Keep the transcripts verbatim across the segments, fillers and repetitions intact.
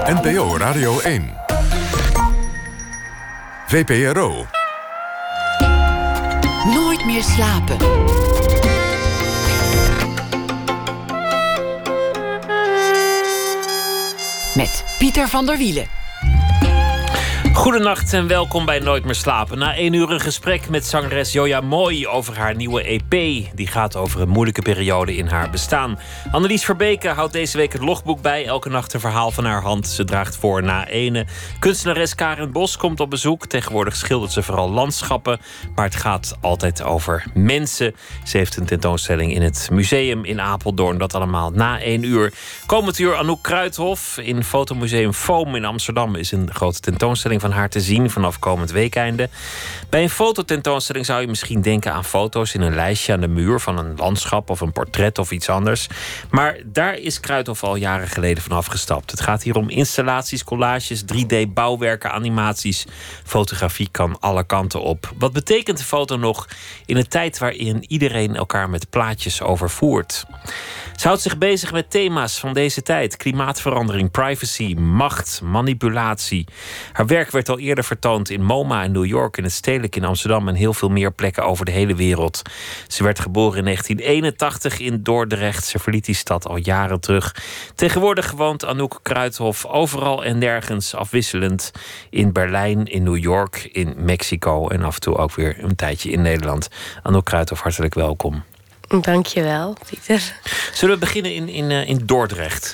N P O Radio één. V P R O. Nooit meer slapen. Met Pieter van der Wielen. Goedenacht en welkom bij Nooit meer slapen. Na één uur een gesprek met zangeres Joja Mooi over haar nieuwe E P. Die gaat over een moeilijke periode in haar bestaan. Annelies Verbeke houdt deze week het logboek bij. Elke nacht een verhaal van haar hand. Ze draagt voor na ene. Kunstenares Karen Bos komt op bezoek. Tegenwoordig schildert ze vooral landschappen. Maar het gaat altijd over mensen. Ze heeft een tentoonstelling in het museum in Apeldoorn. Dat allemaal na één uur. Komend uur Anouk Kruithof. In Fotomuseum Foam in Amsterdam is een grote tentoonstelling van haar te zien vanaf komend weekeinde. Bij een fototentoonstelling zou je misschien denken aan foto's in een lijstje aan de muur van een landschap of een portret of iets anders. Maar daar is Kruithof al jaren geleden van afgestapt. Het gaat hier om installaties, collages, drie D bouwwerken, animaties. Fotografie kan alle kanten op. Wat betekent de foto nog in een tijd waarin iedereen elkaar met plaatjes overvoert? Ze houdt zich bezig met thema's van deze tijd. Klimaatverandering, privacy, macht, manipulatie. Haar werk werd al eerder vertoond in MoMA in New York, in het Stedelijk in Amsterdam en heel veel meer plekken over de hele wereld. Ze werd geboren in negentien eenentachtig in Dordrecht. Ze verliet die stad al jaren terug. Tegenwoordig woont Anouk Kruithof overal en nergens, afwisselend in Berlijn, in New York, in Mexico en af en toe ook weer een tijdje in Nederland. Anouk Kruithof, hartelijk welkom. Dankjewel, Pieter. Zullen we beginnen in, in, uh, in Dordrecht?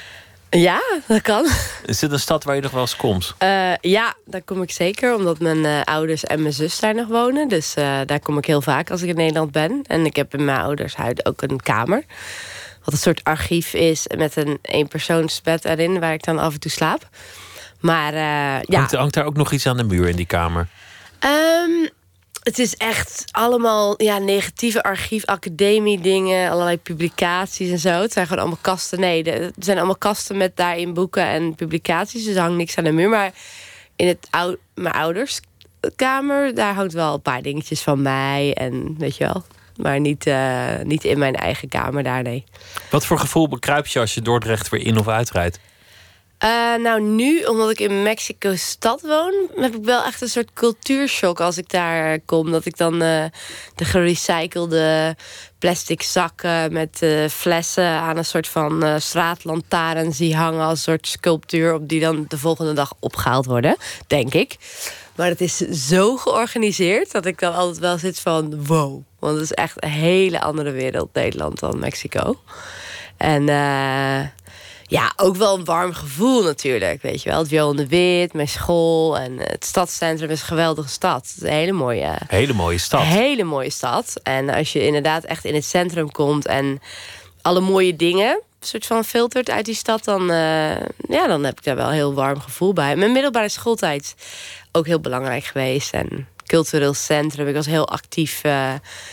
Ja, dat kan. Is dit een stad waar je nog wel eens komt? Uh, ja, daar kom ik zeker, omdat mijn uh, ouders en mijn zus daar nog wonen. Dus uh, daar kom ik heel vaak als ik in Nederland ben. En ik heb in mijn ouders huis ook een kamer. Wat een soort archief is met een eenpersoonsbed erin, waar ik dan af en toe slaap. Maar uh, ja. Hangt, hangt daar ook nog iets aan de muur in die kamer? Um, Het is echt allemaal ja, negatieve archief, academie dingen, allerlei publicaties en zo. Het zijn gewoon allemaal kasten. Nee, de, het zijn allemaal kasten met daarin boeken en publicaties. Dus er hangt niks aan de muur. Maar in het ou, mijn ouderskamer, daar hangt wel een paar dingetjes van mij. En weet je wel. Maar niet, uh, niet in mijn eigen kamer daar, nee. Wat voor gevoel bekruip je als je Dordrecht weer in of uitrijdt? Uh, nou, nu, omdat ik in Mexico-stad woon, heb ik wel echt een soort cultuurshock als ik daar kom. Dat ik dan uh, de gerecyclede plastic zakken met uh, flessen aan een soort van uh, straatlantaarn zie hangen als een soort sculptuur, op die dan de volgende dag opgehaald worden, denk ik. Maar het is zo georganiseerd dat ik dan altijd wel zit van wow. Want het is echt een hele andere wereld, Nederland, dan Mexico. En uh, ja, ook wel een warm gevoel natuurlijk, weet je wel. Het Johan de Wit, mijn school en het stadscentrum is een geweldige stad. Het is een hele mooie... Hele mooie stad. Hele mooie stad. En als je inderdaad echt in het centrum komt en alle mooie dingen een soort van filtert uit die stad, dan, uh, ja, dan heb ik daar wel een heel warm gevoel bij. Mijn middelbare schooltijd ook heel belangrijk geweest. En cultureel centrum. Ik was heel actief uh,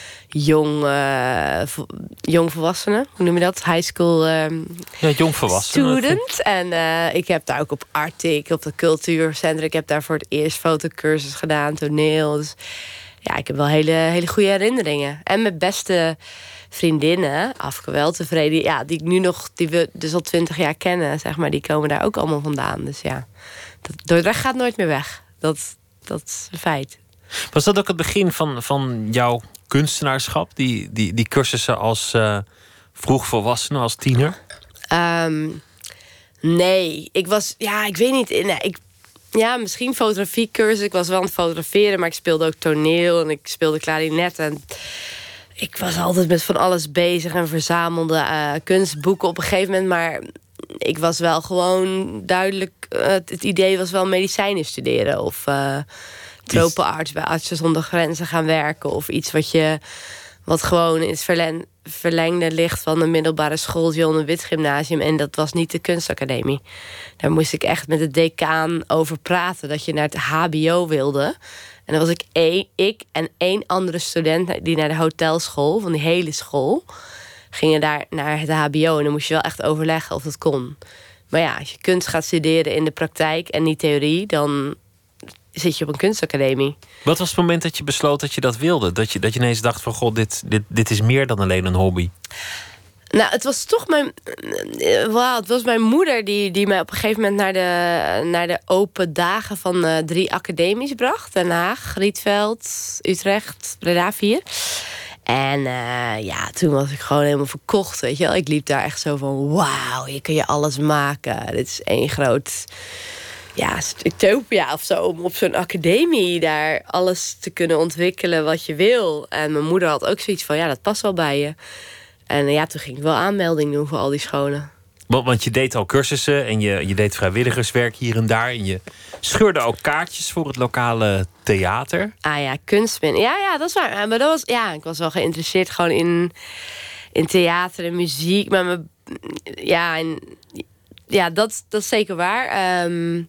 jong, uh, vo- jong volwassenen. Hoe noem je dat? High school uh, ja, jong volwassenen. Student. En uh, ik heb daar ook op Arctic, op het cultuurcentrum. Ik heb daar voor het eerst fotocursus gedaan, toneel. Dus ja, ik heb wel hele, hele goede herinneringen. En mijn beste vriendinnen, Afke wel tevreden, ja, die ik nu nog, die we dus al twintig jaar kennen, zeg maar, die komen daar ook allemaal vandaan. Dus ja, dat, Dordrecht gaat nooit meer weg. Dat, dat is een feit. Was dat ook het begin van, van jouw kunstenaarschap? Die, die, die cursussen als uh, vroegvolwassene, als tiener? Um, nee, ik was, ja, ik weet niet. Nee, ik, ja, misschien fotografiecursus. Ik was wel aan het fotograferen, maar ik speelde ook toneel en ik speelde klarinet. En ik was altijd met van alles bezig en verzamelde uh, kunstboeken op een gegeven moment. Maar ik was wel gewoon duidelijk, uh, het idee was wel medicijnen studeren of uh, tropenarts bij Artsen zonder Grenzen gaan werken. Of iets wat je wat gewoon in het verlen, verlengde ligt van de middelbare school, het Johan de Wit Gymnasium. En dat was niet de kunstacademie. Daar moest ik echt met de decaan over praten, dat je naar het H B O wilde. En dan was ik, één, ik en één andere student die naar de hotelschool, van die hele school, gingen daar naar het H B O. En dan moest je wel echt overleggen of dat kon. Maar ja, als je kunst gaat studeren in de praktijk en niet theorie, dan zit je op een kunstacademie. Wat was het moment dat je besloot dat je dat wilde? Dat je, dat je ineens dacht van, god, dit, dit, dit is meer dan alleen een hobby? Nou, het was toch mijn... Wow, het was mijn moeder die, die mij op een gegeven moment... naar de, naar de open dagen van uh, drie academies bracht. Den Haag, Rietveld, Utrecht, Breda vier. En uh, ja, toen was ik gewoon helemaal verkocht, weet je wel. Ik liep daar echt zo van... Wauw, hier kun je alles maken. Dit is één groot... Ja, utopia of zo, om op zo'n academie daar alles te kunnen ontwikkelen wat je wil. En mijn moeder had ook zoiets van, ja, dat past wel bij je. En ja, toen ging ik wel aanmelding doen voor al die scholen. Want je deed al cursussen en je, je deed vrijwilligerswerk hier en daar. En je scheurde ook kaartjes voor het lokale theater. Ah ja, kunstmin. Ja, ja, dat is waar. Maar dat was, ja, ik was wel geïnteresseerd gewoon in, in theater en muziek. Maar mijn, ja, en, ja dat, dat is zeker waar. Um,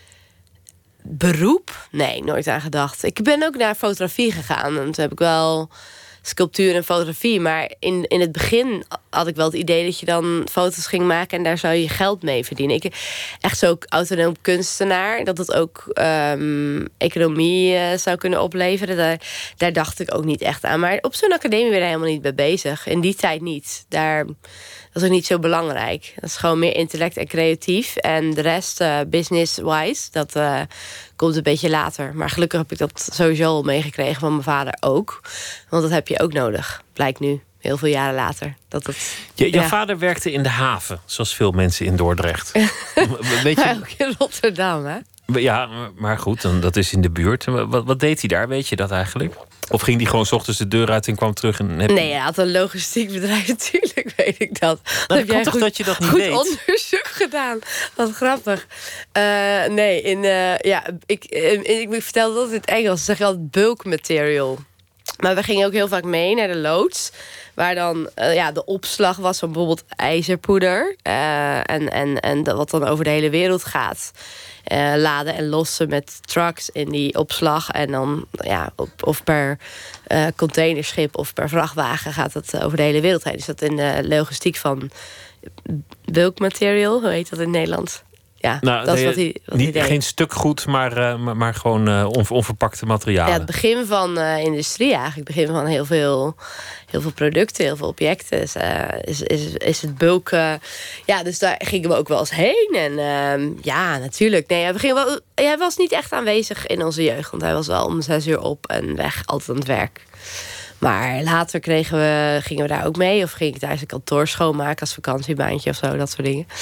beroep? Nee, nooit aan gedacht. Ik ben ook naar fotografie gegaan. En toen heb ik wel sculptuur en fotografie. Maar in, in het begin had ik wel het idee dat je dan foto's ging maken en daar zou je geld mee verdienen. Ik echt zo autonoom kunstenaar, dat het ook um, economie uh, zou kunnen opleveren. Daar, daar dacht ik ook niet echt aan. Maar op zo'n academie ben je helemaal niet mee bezig. In die tijd niet. Daar, dat is ook niet zo belangrijk. Dat is gewoon meer intellect en creatief. En de rest, uh, business-wise, dat uh, komt een beetje later. Maar gelukkig heb ik dat sowieso al meegekregen van mijn vader ook. Want dat heb je ook nodig, blijkt nu. Heel veel jaren later. Dat het, je, jouw ja. vader werkte in de haven, zoals veel mensen in Dordrecht. Weet je, maar ook in Rotterdam, hè? Ja, maar goed, dan, dat is in de buurt. Wat, wat deed hij daar, weet je dat eigenlijk? Of ging hij gewoon 's ochtends de deur uit en kwam terug? En heb... Nee, hij had een logistiek bedrijf, natuurlijk weet ik dat. Nou, dan heb jij toch goed, dat je dat niet goed weet? onderzoek gedaan. Wat grappig. Uh, nee, in, uh, ja, ik, ik, ik vertelde dat in het Engels. Dan zeg je altijd bulk material. Maar we gingen ook heel vaak mee naar de loods. Waar dan uh, ja, de opslag was van bijvoorbeeld ijzerpoeder. Uh, en, en, en wat dan over de hele wereld gaat. Uh, laden en lossen met trucks in die opslag. En dan ja, op, of per uh, containerschip of per vrachtwagen gaat dat over de hele wereld heen. Dus dat in de logistiek van bulk material, hoe heet dat in het Nederlands? Ja, nou, dat is wat hij, wat niet, hij geen stuk goed, maar, uh, maar, maar gewoon uh, on, onverpakte materialen. Ja, het begin van uh, industrie eigenlijk. Het begin van heel veel, heel veel producten, heel veel objecten. Is, uh, is, is, is het bulk. Uh, ja, dus daar gingen we ook wel eens heen. En uh, ja, natuurlijk. Nee, we gingen wel, hij was niet echt aanwezig in onze jeugd. Want hij was wel om zes uur op en weg, altijd aan het werk. Maar later kregen we, gingen we daar ook mee. Of ging ik thuis een kantoor schoonmaken als vakantiebaantje of zo. Dat soort dingen.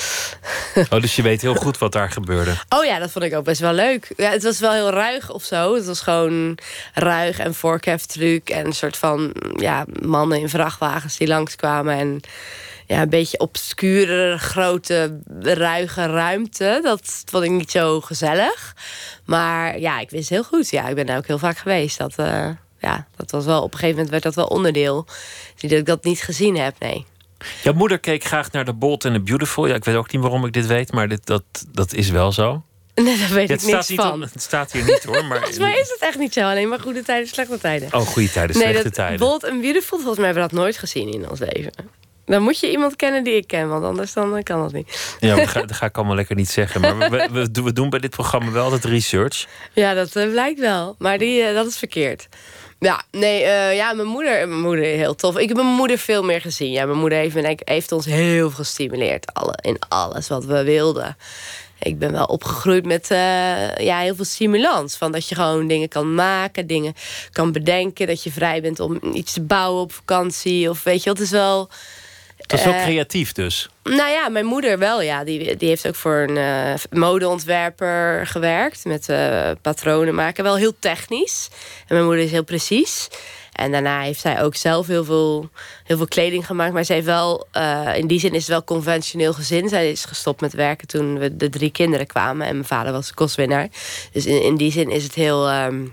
Oh, dus je weet heel goed wat daar gebeurde. Oh ja, dat vond ik ook best wel leuk. Ja, het was wel heel ruig of zo. Het was gewoon ruig en vorkheftruc. En een soort van ja, mannen in vrachtwagens die langskwamen. En ja, een beetje obscure, grote, ruige ruimte. Dat vond ik niet zo gezellig. Maar ja, ik wist heel goed. Ja, ik ben daar ook heel vaak geweest. Dat... Uh, Ja, dat was wel, op een gegeven moment werd dat wel onderdeel. Dat ik dat niet gezien heb, nee. Jouw moeder keek graag naar The Bold and the Beautiful. Ja, ik weet ook niet waarom ik dit weet, maar dit, dat, dat is wel zo. Nee, daar weet ja, ik niks niet van. Op, het staat hier niet hoor. Maar... Volgens mij is het echt niet zo. Alleen maar goede tijden, slechte tijden. Oh, goede tijden, nee, slechte dat, tijden. Bold and Beautiful, volgens mij hebben we dat nooit gezien in ons leven. Dan moet je iemand kennen die ik ken, want anders dan kan dat niet. Ja, dat ga, dat ga ik allemaal lekker niet zeggen. Maar we, we, we doen bij dit programma wel altijd research. Ja, dat uh, blijkt wel. Maar die, uh, dat is verkeerd. Ja, nee, uh, ja, mijn moeder, mijn moeder heel tof. Ik heb mijn moeder veel meer gezien. Ja, mijn moeder heeft, me, heeft ons heel gestimuleerd alle, in alles wat we wilden. Ik ben wel opgegroeid met uh, ja, heel veel stimulans. Van dat je gewoon dingen kan maken, dingen kan bedenken. Dat je vrij bent om iets te bouwen op vakantie. Of weet je, het is wel... Dat is wel uh, creatief dus. Nou ja, mijn moeder wel, ja. Die, die heeft ook voor een uh, modeontwerper gewerkt. Met uh, patronen maken. Wel heel technisch. En mijn moeder is heel precies. En daarna heeft zij ook zelf heel veel, heel veel kleding gemaakt. Maar ze heeft wel, uh, in die zin is het wel conventioneel gezin. Zij is gestopt met werken toen we de drie kinderen kwamen. En mijn vader was kostwinnaar. Dus in, in die zin is het heel... Um,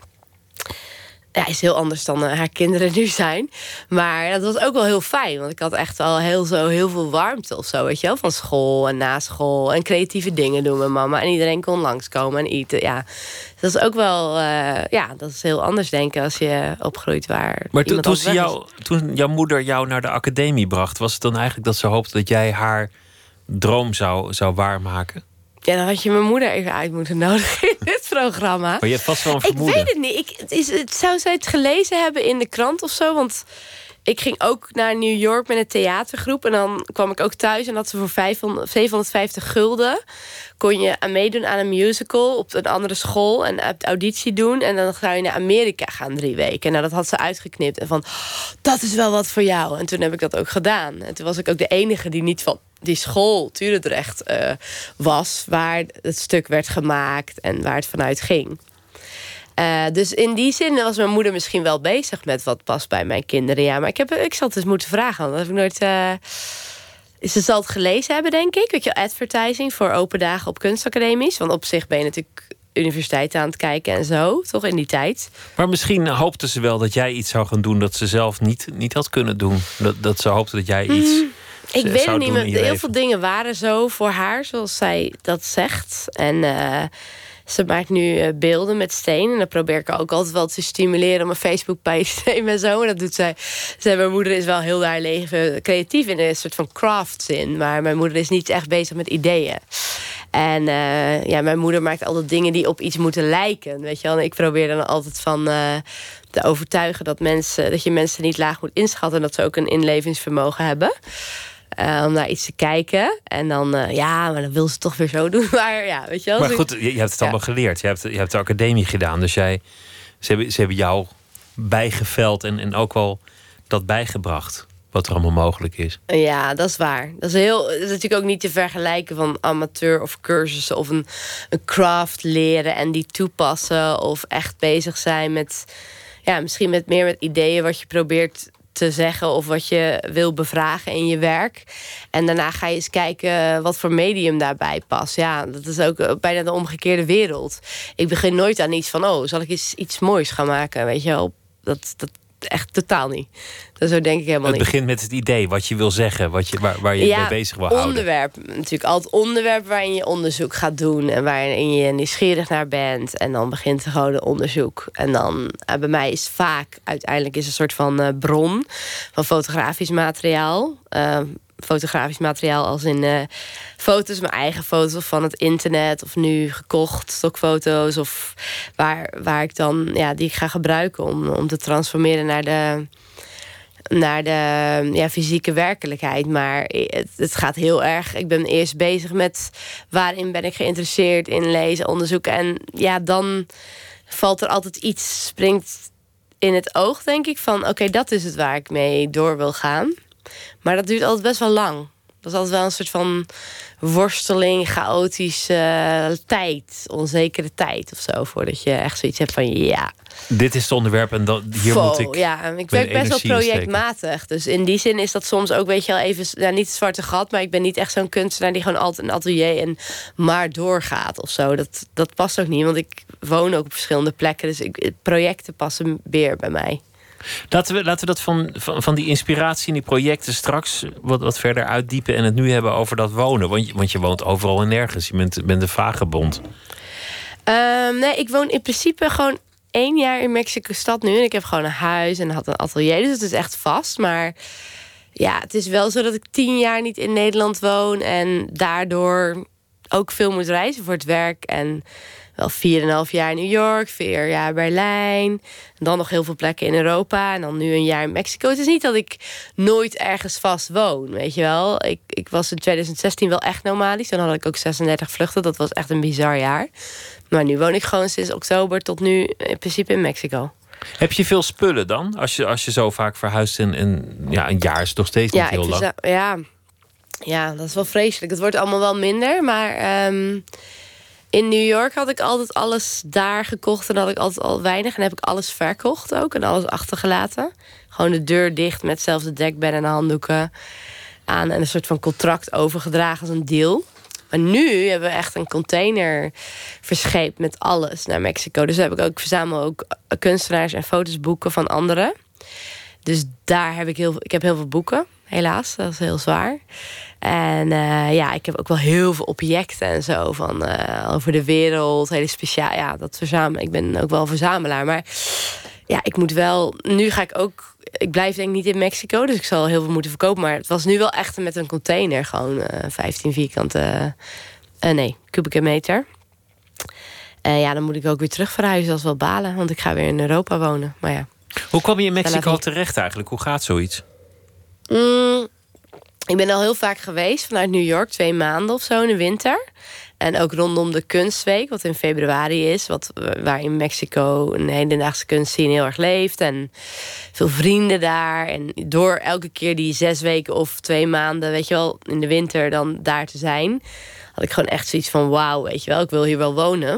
Ja, is heel anders dan uh, haar kinderen nu zijn. Maar dat was ook wel heel fijn. Want ik had echt al heel, zo, heel veel warmte of zo. Weet je wel? Van school en na school. En creatieve dingen doen met mama. En iedereen kon langskomen en eten. Ja, dat is ook wel... Uh, ja, dat is heel anders denken als je opgroeit waar... Maar to, toen, ze jou, toen jouw moeder jou naar de academie bracht... was het dan eigenlijk dat ze hoopte dat jij haar droom zou, zou waarmaken? Ja, dan had je mijn moeder even uit moeten nodigen in dit programma. Maar je hebt vast wel een vermoeden. Ik weet het niet. Ik, het is, het, zou zij het gelezen hebben in de krant of zo? Want ik ging ook naar New York met een theatergroep. En dan kwam ik ook thuis en had ze voor vijfhonderd, zevenhonderdvijftig gulden... kon je aan meedoen aan een musical op een andere school... en auditie doen. En dan zou je naar Amerika gaan drie weken. En nou, dat had ze uitgeknipt. En van, dat is wel wat voor jou. En toen heb ik dat ook gedaan. En toen was ik ook de enige die niet van die school, Turendrecht, uh, was... waar het stuk werd gemaakt en waar het vanuit ging. Uh, dus in die zin was mijn moeder misschien wel bezig met wat past bij mijn kinderen. Ja, maar ik, heb, ik zal het eens moeten vragen. Want dat heb ik nooit. Uh... Ze zal het gelezen hebben, denk ik. Weet je, advertising voor open dagen op kunstacademies. Want op zich ben je natuurlijk universiteit aan het kijken en zo, toch in die tijd. Maar misschien hoopte ze wel dat jij iets zou gaan doen dat ze zelf niet, niet had kunnen doen. Dat, dat ze hoopte dat jij iets. Mm. Ik weet het niet, maar heel veel dingen waren zo voor haar, zoals zij dat zegt. En uh, ze maakt nu uh, beelden met steen. En dan probeer ik ook altijd wel te stimuleren om een Facebook-page te nemen en zo. En dat doet zij. zij. Mijn moeder is wel heel haar leven creatief in een soort van craftzin. Maar mijn moeder is niet echt bezig met ideeën. En uh, ja, mijn moeder maakt altijd dingen die op iets moeten lijken. Weet je wel? En ik probeer dan altijd van uh, te overtuigen dat, mensen, dat je mensen niet laag moet inschatten. En dat ze ook een inlevingsvermogen hebben. Uh, om naar iets te kijken. En dan, uh, ja, maar dan wil ze toch weer zo doen. Maar ja, weet je wel. Maar goed, je, je hebt het allemaal ja. geleerd. Je hebt, je hebt de academie gedaan. Dus jij, ze, hebben, ze hebben jou bijgeveld en, en ook wel dat bijgebracht. Wat er allemaal mogelijk is. Ja, dat is waar. Dat is, heel, dat is natuurlijk ook niet te vergelijken van amateur of cursussen. Of een, een craft leren en die toepassen. Of echt bezig zijn met, ja, misschien met meer met ideeën wat je probeert te zeggen of wat je wil bevragen in je werk. En daarna ga je eens kijken wat voor medium daarbij past. Ja, dat is ook bijna de omgekeerde wereld. Ik begin nooit aan iets van, oh, zal ik iets, iets moois gaan maken? Weet je wel, dat, dat echt totaal niet. Dat zo denk ik helemaal niet. Het begint met het idee, wat je wil zeggen, wat je, waar, waar je ja, mee bezig wil houden. Onderwerp. Natuurlijk altijd onderwerp waarin je onderzoek gaat doen en waarin je nieuwsgierig naar bent. En dan begint gewoon een onderzoek. En dan, uh, bij mij is vaak uiteindelijk is een soort van uh, bron van fotografisch materiaal. Uh, fotografisch materiaal als in uh, foto's, mijn eigen foto's of van het internet of nu gekocht, stokfoto's of waar, waar ik dan, ja, die ik ga gebruiken om, om te transformeren naar de, naar de ja, fysieke werkelijkheid. Maar het, het gaat heel erg, ik ben eerst bezig met waarin ben ik geïnteresseerd in lezen, onderzoeken en ja, dan valt er altijd iets, springt in het oog, denk ik, van oké, okay, dat is het waar ik mee door wil gaan. Maar dat duurt altijd best wel lang. Dat is altijd wel een soort van worsteling, chaotische uh, tijd, onzekere tijd of zo, voordat je echt zoiets hebt van ja. Dit is het onderwerp en dat, hier Fo, moet ik. Ja, ik werk best wel projectmatig. Dus in die zin is dat soms ook, weet je wel, even, nou, niet het zwarte gat, maar ik ben niet echt zo'n kunstenaar die gewoon altijd een atelier en maar doorgaat of zo. Dat, dat past ook niet, want ik woon ook op verschillende plekken. Dus ik, projecten passen weer bij mij. Laten we, laten we dat van, van, van die inspiratie en die projecten straks wat, wat verder uitdiepen en het nu hebben over dat wonen. Want je, want je woont overal en nergens. Je bent, bent een vagebond. Um, nee, ik woon in principe gewoon één jaar in Mexico-stad nu. En ik heb gewoon een huis en had een atelier. Dus het is echt vast. Maar ja, het is wel zo dat ik tien jaar niet in Nederland woon. En daardoor ook veel moet reizen voor het werk. En wel vier en een half jaar in New York, vier jaar Berlijn. En dan nog heel veel plekken in Europa. En dan nu een jaar in Mexico. Het is niet dat ik nooit ergens vast woon, weet je wel. Ik, ik was in twintig zestien wel echt nomadisch. Dan had ik ook zesendertig vluchten. Dat was echt een bizar jaar. Maar nu woon ik gewoon sinds oktober tot nu in principe in Mexico. Heb je veel spullen dan? Als je, als je zo vaak verhuist en, en ja, een jaar is nog steeds niet ja, heel ik lang. Verza- ja. ja, dat is wel vreselijk. Het wordt allemaal wel minder, maar Um, in New York had ik altijd alles daar gekocht en had ik altijd al weinig. En heb ik alles verkocht ook en alles achtergelaten. Gewoon de deur dicht met zelfs de dekbed en de handdoeken aan. En een soort van contract overgedragen als een deal. Maar nu hebben we echt een container verscheept met alles naar Mexico. Dus heb ik ook verzamel ook kunstenaars en foto's, boeken van anderen. Dus daar heb ik heel veel, ik heb heel veel boeken. Helaas, dat is heel zwaar. En uh, ja, ik heb ook wel heel veel objecten en zo van uh, over de wereld, hele speciaal. Ja, dat verzamelen. Ik ben ook wel verzamelaar, maar ja, ik moet wel. Nu ga ik ook. Ik blijf denk ik niet in Mexico, dus ik zal heel veel moeten verkopen. Maar het was nu wel echt met een container, gewoon uh, vijftien vierkante, uh, nee, kubieke meter. En uh, ja, dan moet ik ook weer terug verhuizen, dat is wel balen, want ik ga weer in Europa wonen. Maar ja. Hoe kwam je in Mexico terecht eigenlijk? Hoe gaat zoiets? Mm, ik ben al heel vaak geweest vanuit New York. Twee maanden of zo in de winter. En ook rondom de kunstweek, wat in februari is. Wat, waar in Mexico een hedendaagse kunstscene heel erg leeft. En veel vrienden daar. En door elke keer die zes weken of twee maanden, weet je wel, in de winter dan daar te zijn, had ik gewoon echt zoiets van wauw, weet je wel, ik wil hier wel wonen.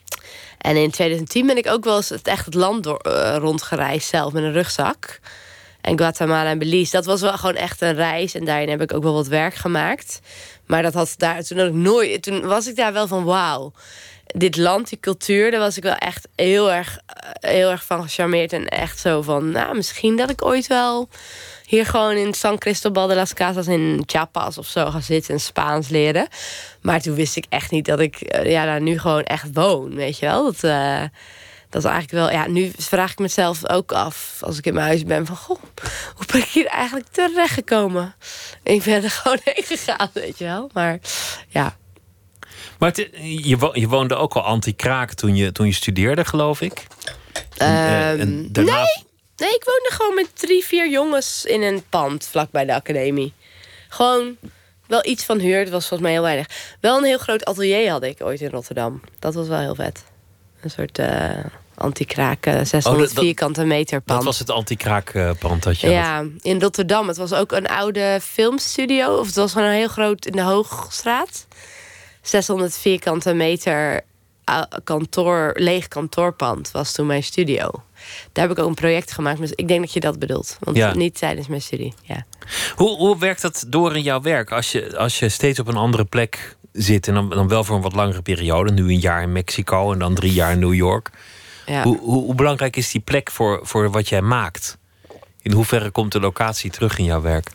En in twintig tien ben ik ook wel eens het, echt het land door, uh, rondgereisd zelf met een rugzak. En Guatemala en Belize, dat was wel gewoon echt een reis. En daarin heb ik ook wel wat werk gemaakt. Maar dat had daar, toen, had ik nooit, toen was ik daar wel van wauw. Dit land, die cultuur, daar was ik wel echt heel erg, heel erg van gecharmeerd. En echt zo van, nou, misschien dat ik ooit wel hier gewoon in San Cristobal de las Casas in Chiapas of zo ga zitten en Spaans leren. Maar toen wist ik echt niet dat ik uh, ja, daar nu gewoon echt woon, weet je wel. Dat, uh, dat is eigenlijk wel, ja, nu vraag ik mezelf ook af, als ik in mijn huis ben, van goh, hoe ben ik hier eigenlijk terechtgekomen? Ik ben er gewoon heen gegaan, weet je wel. Maar ja. Maar het, je, wo- je woonde ook al anti-kraak toen je, toen je studeerde, geloof ik? En, uh, en daarna... Nee, nee, ik woonde gewoon met drie, vier jongens in een pand vlakbij de academie. Gewoon wel iets van huur, dat was volgens mij heel weinig. Wel een heel groot atelier had ik ooit in Rotterdam. Dat was wel heel vet. Een soort uh, anti-kraak, uh, zeshonderd oh, dat, vierkante meter pand. Dat was het anti-kraakpand dat je Ja, had. in Rotterdam. Het was ook een oude filmstudio. Of het was gewoon een heel groot in de Hoogstraat. zeshonderd vierkante meter kantoor, leeg kantoorpand was toen mijn studio. Daar heb ik ook een project gemaakt. Dus ik denk dat je dat bedoelt. Want ja. niet tijdens mijn studie. Ja. Hoe, hoe werkt dat door in jouw werk? Als je, als je steeds op een andere plek zit, en dan, dan wel voor een wat langere periode. Nu een jaar in Mexico en dan drie jaar in New York. Ja. Hoe, hoe, hoe belangrijk is die plek voor, voor wat jij maakt? In hoeverre komt de locatie terug in jouw werk?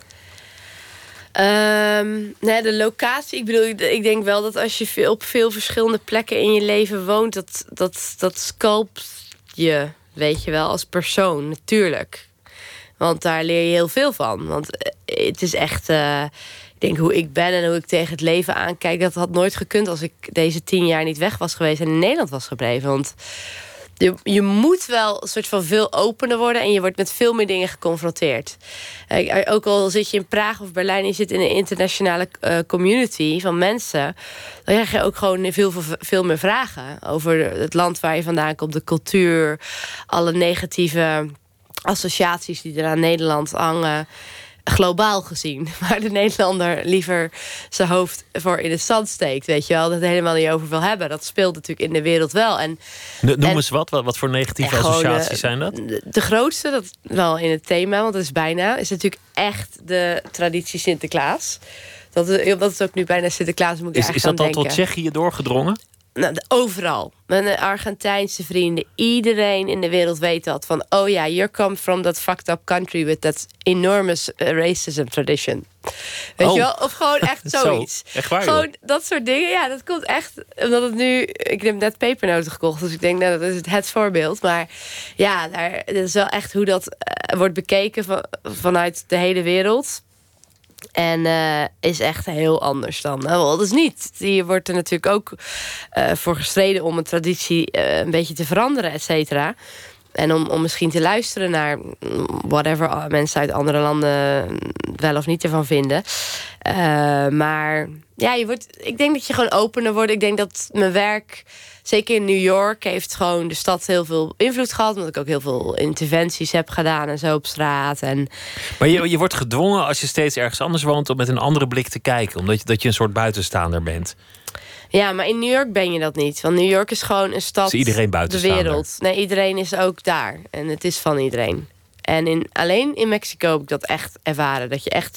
Um, nee, de locatie, ik bedoel, ik denk wel dat als je veel, op veel verschillende plekken in je leven woont, dat, dat, dat sculpt je, weet je wel, als persoon, natuurlijk. Want daar leer je heel veel van. Want het is echt, uh, ik denk hoe ik ben en hoe ik tegen het leven aankijk, dat had nooit gekund als ik deze tien jaar niet weg was geweest en in Nederland was gebleven. Want Je, je moet wel een soort van veel opener worden en je wordt met veel meer dingen geconfronteerd. Uh, ook al zit je in Praag of Berlijn en je zit in een internationale uh, community van mensen, dan krijg je ook gewoon veel, veel meer vragen over het land waar je vandaan komt, de cultuur, alle negatieve associaties die er aan Nederland hangen. Globaal gezien, waar de Nederlander liever zijn hoofd voor in het zand steekt, weet je wel, dat het helemaal niet over wil hebben. Dat speelt natuurlijk in de wereld wel. En, Noem en, eens wat, wat voor negatieve associaties de, zijn dat? De, de grootste, dat wel in het thema, want dat is bijna, is natuurlijk echt de traditie Sinterklaas. Dat, omdat het ook nu bijna Sinterklaas moet ik Is, is dat al tot Tsjechië doorgedrongen? Nou, overal. Mijn Argentijnse vrienden, iedereen in de wereld weet dat. Van, oh ja, you come from that fucked up country with that enormous racism tradition. Weet oh. je wel? Of gewoon echt zoiets. Zo, echt waar, gewoon joh? dat soort dingen. Ja, dat komt echt. Omdat het nu. Ik heb net pepernoten gekocht, dus ik denk nou, dat is het, het voorbeeld. Maar ja, daar, dat is wel echt hoe dat uh, wordt bekeken van, vanuit de hele wereld. En uh, is echt heel anders dan. Nou, dat is niet. Hier wordt er natuurlijk ook uh, voor gestreden om een traditie uh, een beetje te veranderen, et cetera. En om, om misschien te luisteren naar whatever mensen uit andere landen wel of niet ervan vinden. Uh, maar ja, je wordt, ik denk dat je gewoon opener wordt. Ik denk dat mijn werk, zeker in New York, heeft gewoon de stad heel veel invloed gehad. Omdat ik ook heel veel interventies heb gedaan en zo op straat. En maar je, je wordt gedwongen als je steeds ergens anders woont om met een andere blik te kijken. Omdat je, dat je een soort buitenstaander bent. Ja, maar in New York ben je dat niet. Want New York is gewoon een stad, is iedereen de wereld. Nee, iedereen is ook daar. En het is van iedereen. En in, alleen in Mexico heb ik dat echt ervaren. Dat je echt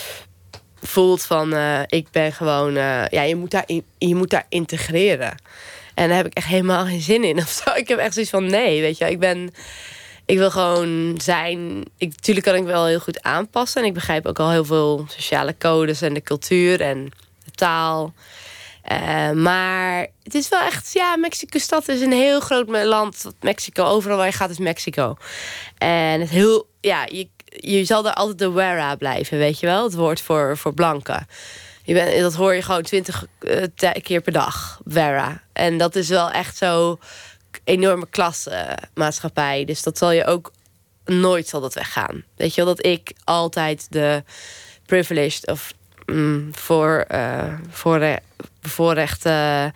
voelt van, uh, ik ben gewoon, uh, ja, je moet, daar in, je moet daar integreren. En daar heb ik echt helemaal geen zin in. Of zo. Ik heb echt zoiets van, nee, weet je, ik ben, ik wil gewoon zijn. Ik, natuurlijk kan ik wel heel goed aanpassen. En ik begrijp ook al heel veel sociale codes en de cultuur en de taal. Uh, maar het is wel echt, ja, Mexico-stad is een heel groot land. Mexico, overal waar je gaat is Mexico. En het heel, ja, je, je zal daar altijd de wera blijven, weet je wel? Het woord voor, voor blanken. Je bent, dat hoor je gewoon twintig uh, keer per dag, wera. En dat is wel echt zo enorme klassenmaatschappij. Dus dat zal je ook nooit zal dat weggaan. Weet je wel, dat ik altijd de privileged of mm, voor, uh, voor, bevoorrechte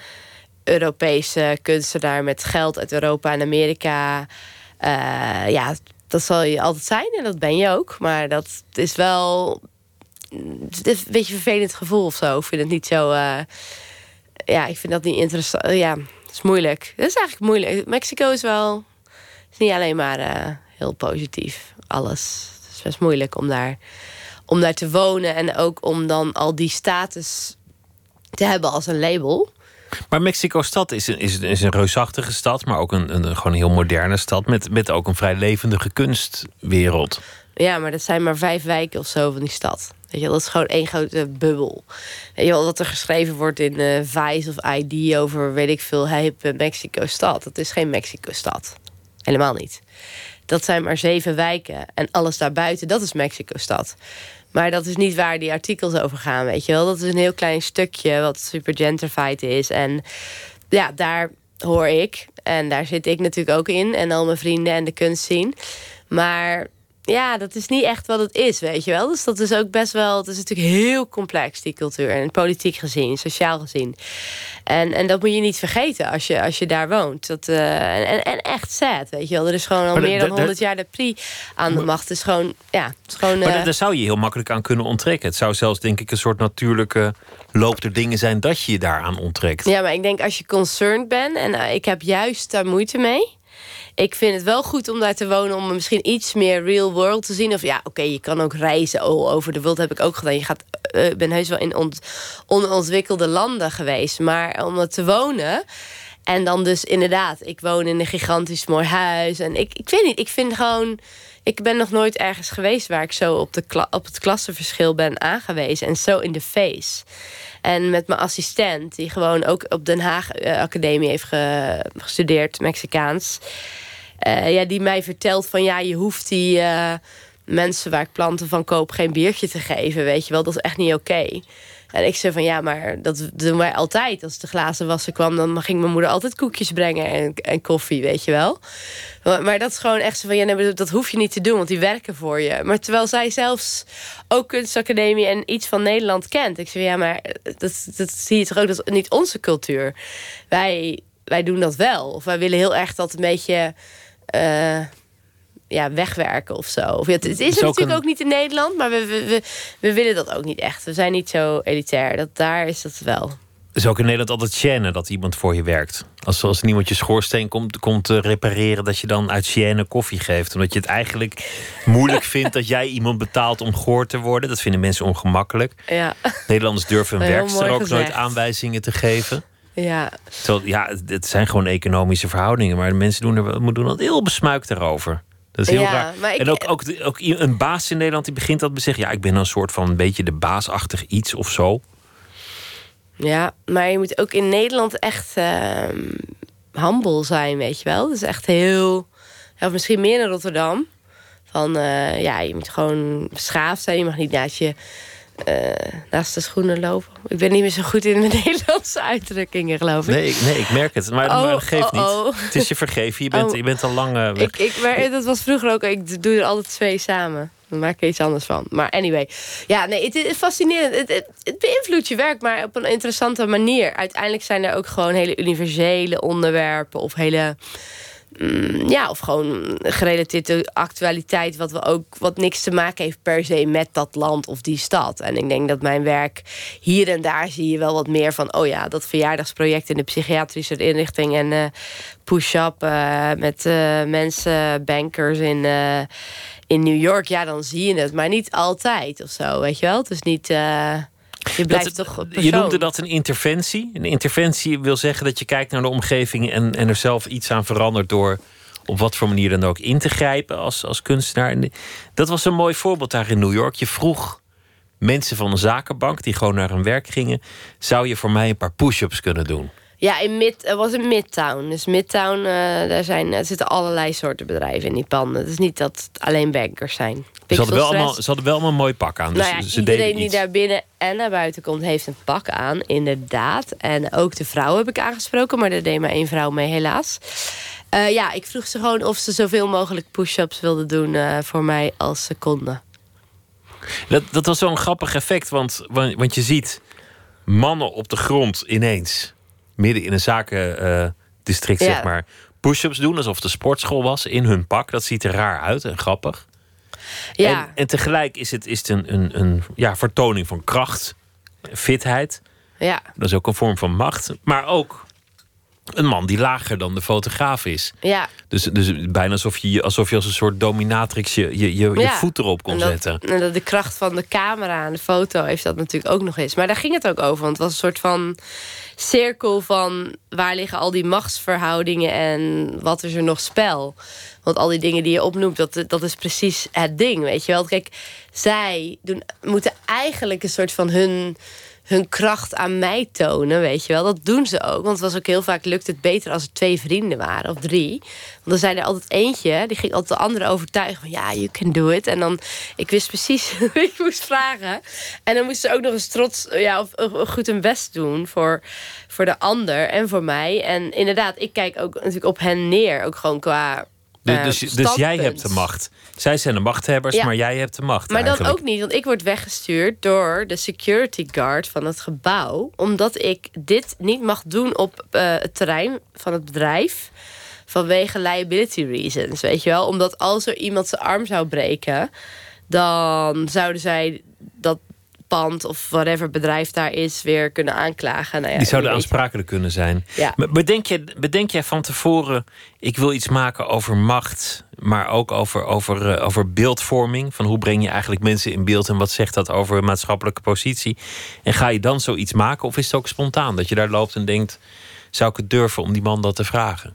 Europese kunstenaar met geld uit Europa en Amerika. Uh, ja, dat zal je altijd zijn en dat ben je ook. Maar dat is wel het is een beetje een vervelend gevoel of zo. Ik vind het niet zo... Uh, ja, ik vind dat niet interessant. Uh, ja, het is moeilijk. Het is eigenlijk moeilijk. Mexico is wel... is niet alleen maar uh, heel positief. Alles. Het is best moeilijk om daar, om daar te wonen. En ook om dan al die status te hebben als een label. Maar Mexico-stad is een, is, is een reusachtige stad, maar ook een, een gewoon een heel moderne stad met, met ook een vrij levendige kunstwereld. Ja, maar dat zijn maar vijf wijken of zo van die stad. Weet je wel, dat is gewoon één grote bubbel. Weet je wel, dat er geschreven wordt in uh, Vice of I D over, weet ik veel, hype Mexico-stad. Dat is geen Mexico-stad. Helemaal niet. Dat zijn maar zeven wijken. En alles daarbuiten, dat is Mexico-stad. Maar dat is niet waar die artikels over gaan, weet je wel. Dat is een heel klein stukje wat super gentrified is. En ja, daar hoor ik. En daar zit ik natuurlijk ook in. En al mijn vrienden en de kunst zien. Maar ja, dat is niet echt wat het is, weet je wel. Dus dat is ook best wel... Het is natuurlijk heel complex, die cultuur. En politiek gezien, sociaal gezien. En, en dat moet je niet vergeten als je, als je daar woont. Dat, uh, en, en echt sad, weet je wel. Er is gewoon al maar meer de, dan de, honderd jaar de P R I aan de macht. Het is gewoon... Ja, het is gewoon maar uh, daar zou je heel makkelijk aan kunnen onttrekken. Het zou zelfs, denk ik, een soort natuurlijke loop der dingen zijn dat je je daaraan onttrekt. Ja, maar ik denk als je concerned bent... en uh, ik heb juist daar moeite mee... Ik vind het wel goed om daar te wonen, om misschien iets meer real world te zien. Of ja, oké, okay, je kan ook reizen all over de wereld, heb ik ook gedaan. Je gaat, uh, ik ben heus wel in ont, onontwikkelde landen geweest. Maar om er te wonen... En dan dus inderdaad, ik woon in een gigantisch mooi huis. En ik, ik weet niet, ik vind gewoon... Ik ben nog nooit ergens geweest waar ik zo op, de kla- op het klassenverschil ben aangewezen. En zo in de face. En met mijn assistent, die gewoon ook op Den Haag uh, Academie heeft ge- gestudeerd, Mexicaans. Uh, ja, die mij vertelt van ja, je hoeft die uh, mensen waar ik planten van koop geen biertje te geven, weet je wel. Dat is echt niet oké. Okay. En ik zei van ja, maar dat doen wij altijd. Als de glazen wassen kwam, dan ging mijn moeder altijd koekjes brengen en, en koffie, weet je wel. Maar, maar dat is gewoon echt zo van ja, nee, dat hoef je niet te doen, want die werken voor je. Maar terwijl zij zelfs ook kunstacademie en iets van Nederland kent. Ik zei ja, maar dat, dat zie je toch ook, dat is niet onze cultuur. Wij, wij doen dat wel. Of wij willen heel erg dat een beetje... Uh, ja, wegwerken of zo. Of, ja, het, het is is natuurlijk ook, een... ook niet in Nederland, maar we, we, we, we willen dat ook niet echt. We zijn niet zo elitair. Dat, daar is dat wel. Het is ook in Nederland altijd gêne dat iemand voor je werkt. Als, als iemand je schoorsteen komt, komt te repareren, dat je dan uit gêne koffie geeft. Omdat je het eigenlijk moeilijk vindt dat jij iemand betaalt om gehoord te worden. Dat vinden mensen ongemakkelijk. Ja. Nederlanders durven een Heel werkster ook gezegd. nooit aanwijzingen te geven. Ja. Terwijl, ja, het zijn gewoon economische verhoudingen. Maar de mensen doen er doen dat heel besmuikt daarover. Dat is heel Ja, raar. maar ik- En ook, ook, ook een baas in Nederland die begint dat te zeggen. Ja, ik ben een soort van een beetje de baasachtig iets of zo. Ja, maar je moet ook in Nederland echt uh, humble zijn, weet je wel. Dat is echt heel... Of misschien meer in Rotterdam. Van, uh, ja, je moet gewoon beschaafd zijn. Je mag niet naast je... Uh, naast de schoenen lopen. Ik ben niet meer zo goed in mijn Nederlandse uitdrukkingen, geloof ik. Nee, ik, nee, ik merk het. Maar, Oh, maar dat geeft oh, oh. niet. Het is je vergeven. Je bent, Oh. je bent al lang uh, weg. Ik, ik, maar dat was vroeger ook. Ik doe er altijd twee samen. Dan maak ik er iets anders van. Maar anyway. Ja, nee, het is fascinerend. Het, het, het beïnvloedt je werk, maar op een interessante manier. Uiteindelijk zijn er ook gewoon hele universele onderwerpen. Of hele... Mm, ja, of gewoon gerelateerde actualiteit... Wat, we ook, wat niks te maken heeft per se met dat land of die stad. En ik denk dat mijn werk... Hier en daar zie je wel wat meer van... oh ja, dat verjaardagsproject in de psychiatrische inrichting... en uh, push-up uh, met uh, mensen, bankers in... Uh, in New York, ja, dan zie je het. Maar niet altijd of zo, weet je wel? Het is niet... Uh, je blijft Dat- toch persoon. je noemde dat een interventie. Een interventie wil zeggen dat je kijkt naar de omgeving... en, en er zelf iets aan verandert door op wat voor manier dan ook in te grijpen als, als kunstenaar. En dat was een mooi voorbeeld daar in New York. Je vroeg mensen van een zakenbank die gewoon naar hun werk gingen... zou je voor mij een paar push-ups kunnen doen? Ja, in Mid, het was in Midtown. Dus Midtown, uh, daar zijn, er zitten allerlei soorten bedrijven in die panden. Het is niet dat het alleen bankers zijn. Ze hadden, wel Pixel allemaal, Stress. ze hadden wel allemaal een mooi pak aan. Dus Nou ja, ze iedereen deden die iets. daar binnen en naar buiten komt, heeft een pak aan, inderdaad. En ook de vrouw heb ik aangesproken, maar er deed maar één vrouw mee, helaas. Uh, ja, ik vroeg ze gewoon of ze zoveel mogelijk push-ups wilden doen uh, voor mij als ze konden. Dat, dat was zo'n grappig effect, want, want je ziet mannen op de grond ineens, midden in een zakendistrict, uh, ja. zeg maar, push-ups doen alsof het een sportschool was in hun pak. Dat ziet er raar uit en grappig. Ja. En, en tegelijk is het, is het een, een, een ja, vertoning van kracht, fitheid. Ja. Dat is ook een vorm van macht. Maar ook een man die lager dan de fotograaf is. Ja. Dus, dus bijna alsof je, alsof je als een soort dominatrix je, je, je, je ja. voet erop kon en dat, zetten. En dat de kracht van de camera en de foto heeft dat natuurlijk ook nog eens. Maar daar ging het ook over. Want het was een soort van cirkel van waar liggen al die machtsverhoudingen en wat is er nog spel. Want al die dingen die je opnoemt, dat, dat is precies het ding, weet je wel. Kijk, zij doen, moeten eigenlijk een soort van hun... hun kracht aan mij tonen, weet je wel. Dat doen ze ook. Want het was ook heel vaak lukt het beter als er twee vrienden waren. Of drie. Want dan zei er altijd eentje. Die ging altijd de andere overtuigen. Van ja, you can do it. En dan, ik wist precies wie ik moest vragen. En dan moest ze ook nog eens trots, ja, of, of goed hun best doen. Voor, voor de ander en voor mij. En inderdaad, ik kijk ook natuurlijk op hen neer. Ook gewoon qua... Uh, dus, dus jij hebt de macht. Zij zijn de machthebbers, ja. maar jij hebt de macht. Maar eigenlijk. dan ook niet, want ik word weggestuurd door de security guard van het gebouw. Omdat ik dit niet mag doen op uh, het terrein van het bedrijf. Vanwege liability reasons, weet je wel. Omdat als er iemand zijn arm zou breken, dan zouden zij dat pand of whatever bedrijf daar is weer kunnen aanklagen. Nou ja, die zouden aansprakelijk kunnen zijn. Ja. Maar bedenk, je, bedenk jij van tevoren, ik wil iets maken over macht, maar ook over, over, uh, over beeldvorming. Van hoe breng je eigenlijk mensen in beeld en wat zegt dat over een maatschappelijke positie? En ga je dan zoiets maken of is het ook spontaan? Dat je daar loopt en denkt, zou ik het durven om die man dat te vragen?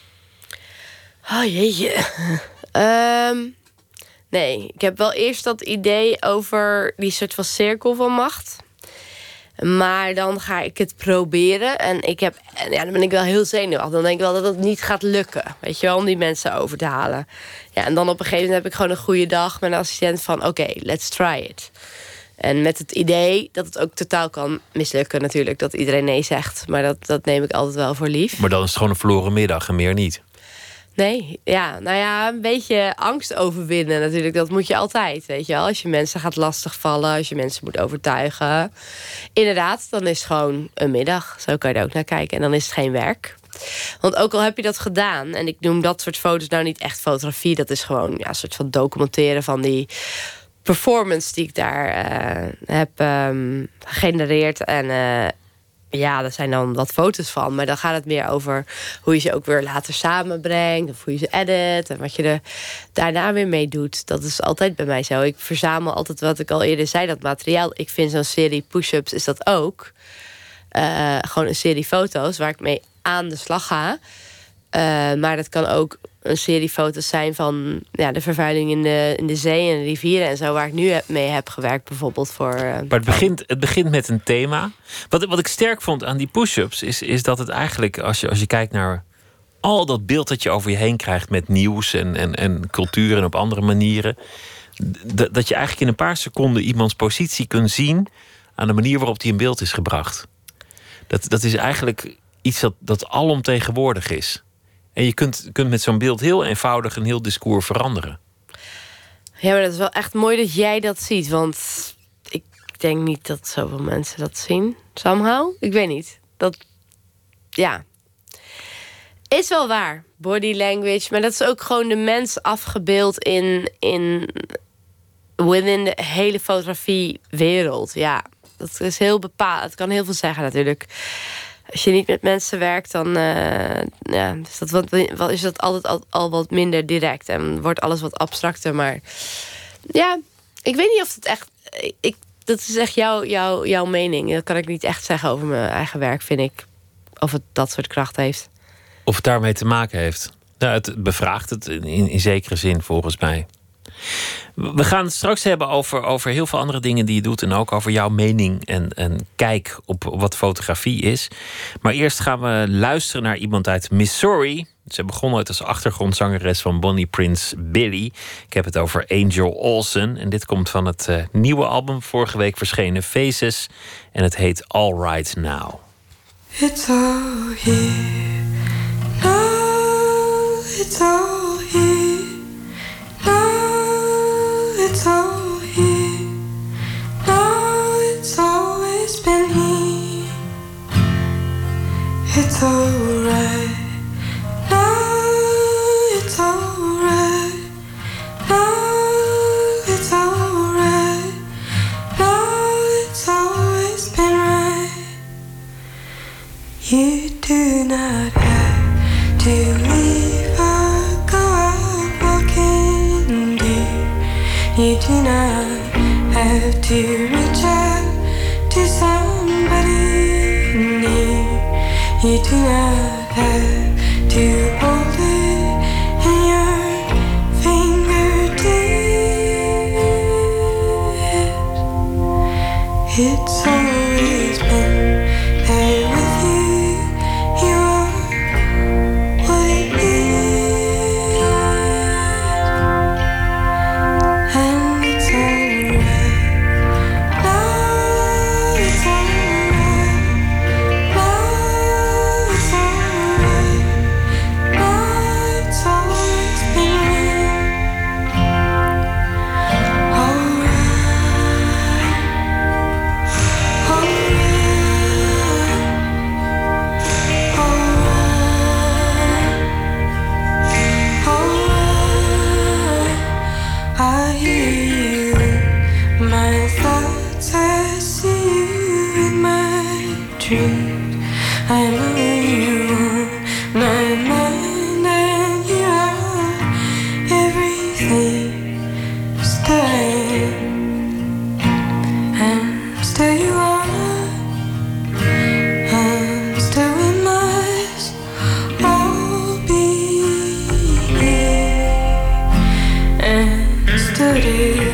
Oh jeetje. um... Nee, ik heb wel eerst dat idee over die soort van cirkel van macht. Maar dan ga ik het proberen. En ik heb, ja, dan ben ik wel heel zenuwachtig. Dan denk ik wel dat het niet gaat lukken. Weet je wel, om die mensen over te halen. Ja, en dan op een gegeven moment heb ik gewoon een goede dag met een assistent van... oké, okay, let's try it. En met het idee dat het ook totaal kan mislukken natuurlijk. Dat iedereen nee zegt. Maar dat, dat neem ik altijd wel voor lief. Maar dan is het gewoon een verloren middag en meer niet. Nee, ja, nou ja, een beetje angst overwinnen natuurlijk. Dat moet je altijd, weet je wel. Als je mensen gaat lastigvallen, als je mensen moet overtuigen. Inderdaad, dan is het gewoon een middag. Zo kan je er ook naar kijken. En dan is het geen werk. Want ook al heb je dat gedaan... en ik noem dat soort foto's nou niet echt fotografie... dat is gewoon ja, een soort van documenteren van die performance... die ik daar uh, heb um, gegenereerd en... Uh, ja, er zijn dan wat foto's van. Maar dan gaat het meer over hoe je ze ook weer later samenbrengt. Of hoe je ze edit. En wat je er daarna weer mee doet. Dat is altijd bij mij zo. Ik verzamel altijd wat ik al eerder zei. Dat materiaal. Ik vind zo'n serie push-ups is dat ook. Uh, gewoon een serie foto's waar ik mee aan de slag ga. Uh, maar dat kan ook een serie foto's zijn van ja, de vervuiling in de, in de zee en de rivieren en zo, waar ik nu mee heb gewerkt, bijvoorbeeld voor. Uh, maar het begint, het begint met een thema. Wat, wat ik sterk vond aan die push-ups is, is dat het eigenlijk, als je, als je kijkt naar al dat beeld dat je over je heen krijgt met nieuws en, en, en cultuur en op andere manieren, d- dat je eigenlijk in een paar seconden iemands positie kunt zien aan de manier waarop die in beeld is gebracht. Dat, dat is eigenlijk iets dat, dat alomtegenwoordig is. En je kunt, kunt met zo'n beeld heel eenvoudig een heel discours veranderen. Ja, maar dat is wel echt mooi dat jij dat ziet. Want ik denk niet dat zoveel mensen dat zien. Somehow. Ik weet niet. Dat, ja. Is wel waar. Body language. Maar dat is ook gewoon de mens afgebeeld in... in within de hele fotografiewereld. Ja, dat is heel bepaald. Het kan heel veel zeggen natuurlijk. Als je niet met mensen werkt, dan uh, ja, is, dat wat, wat, is dat altijd al, al wat minder direct. En wordt alles wat abstracter. Maar ja, ik weet niet of het echt... Ik, dat is echt jouw, jouw, jouw mening. Dat kan ik niet echt zeggen over mijn eigen werk, vind ik. Of het dat soort kracht heeft. Of het daarmee te maken heeft. Nou, het bevraagt het in, in zekere zin, volgens mij. We gaan het straks hebben over, over heel veel andere dingen die je doet. En ook over jouw mening en, en kijk op wat fotografie is. Maar eerst gaan we luisteren naar iemand uit Missouri. Ze begon ooit als achtergrondzangeres van Bonnie Prince Billy. Ik heb het over Angel Olsen. En dit komt van het uh, nieuwe album, vorige week verschenen Faces. En het heet All Right Now. It's all here now. it's all here. Now it's all here. Now it's always been here. It's alright. Now it's alright. Now it's alright. Now it's always been right. You do not have to leave or go out walking, dear. You do not have to reach out to somebody near. You do not have to hold it in your fingertips. It's always been there with you. You are what it is, and it's alright. Now it's alright. Now it's alright. Now it's always been alright. I hear you, my thoughts, I see you in my dreams. I know you on my mind, and you are everything. Stay, and still you are, and still we must all be here. And still it is.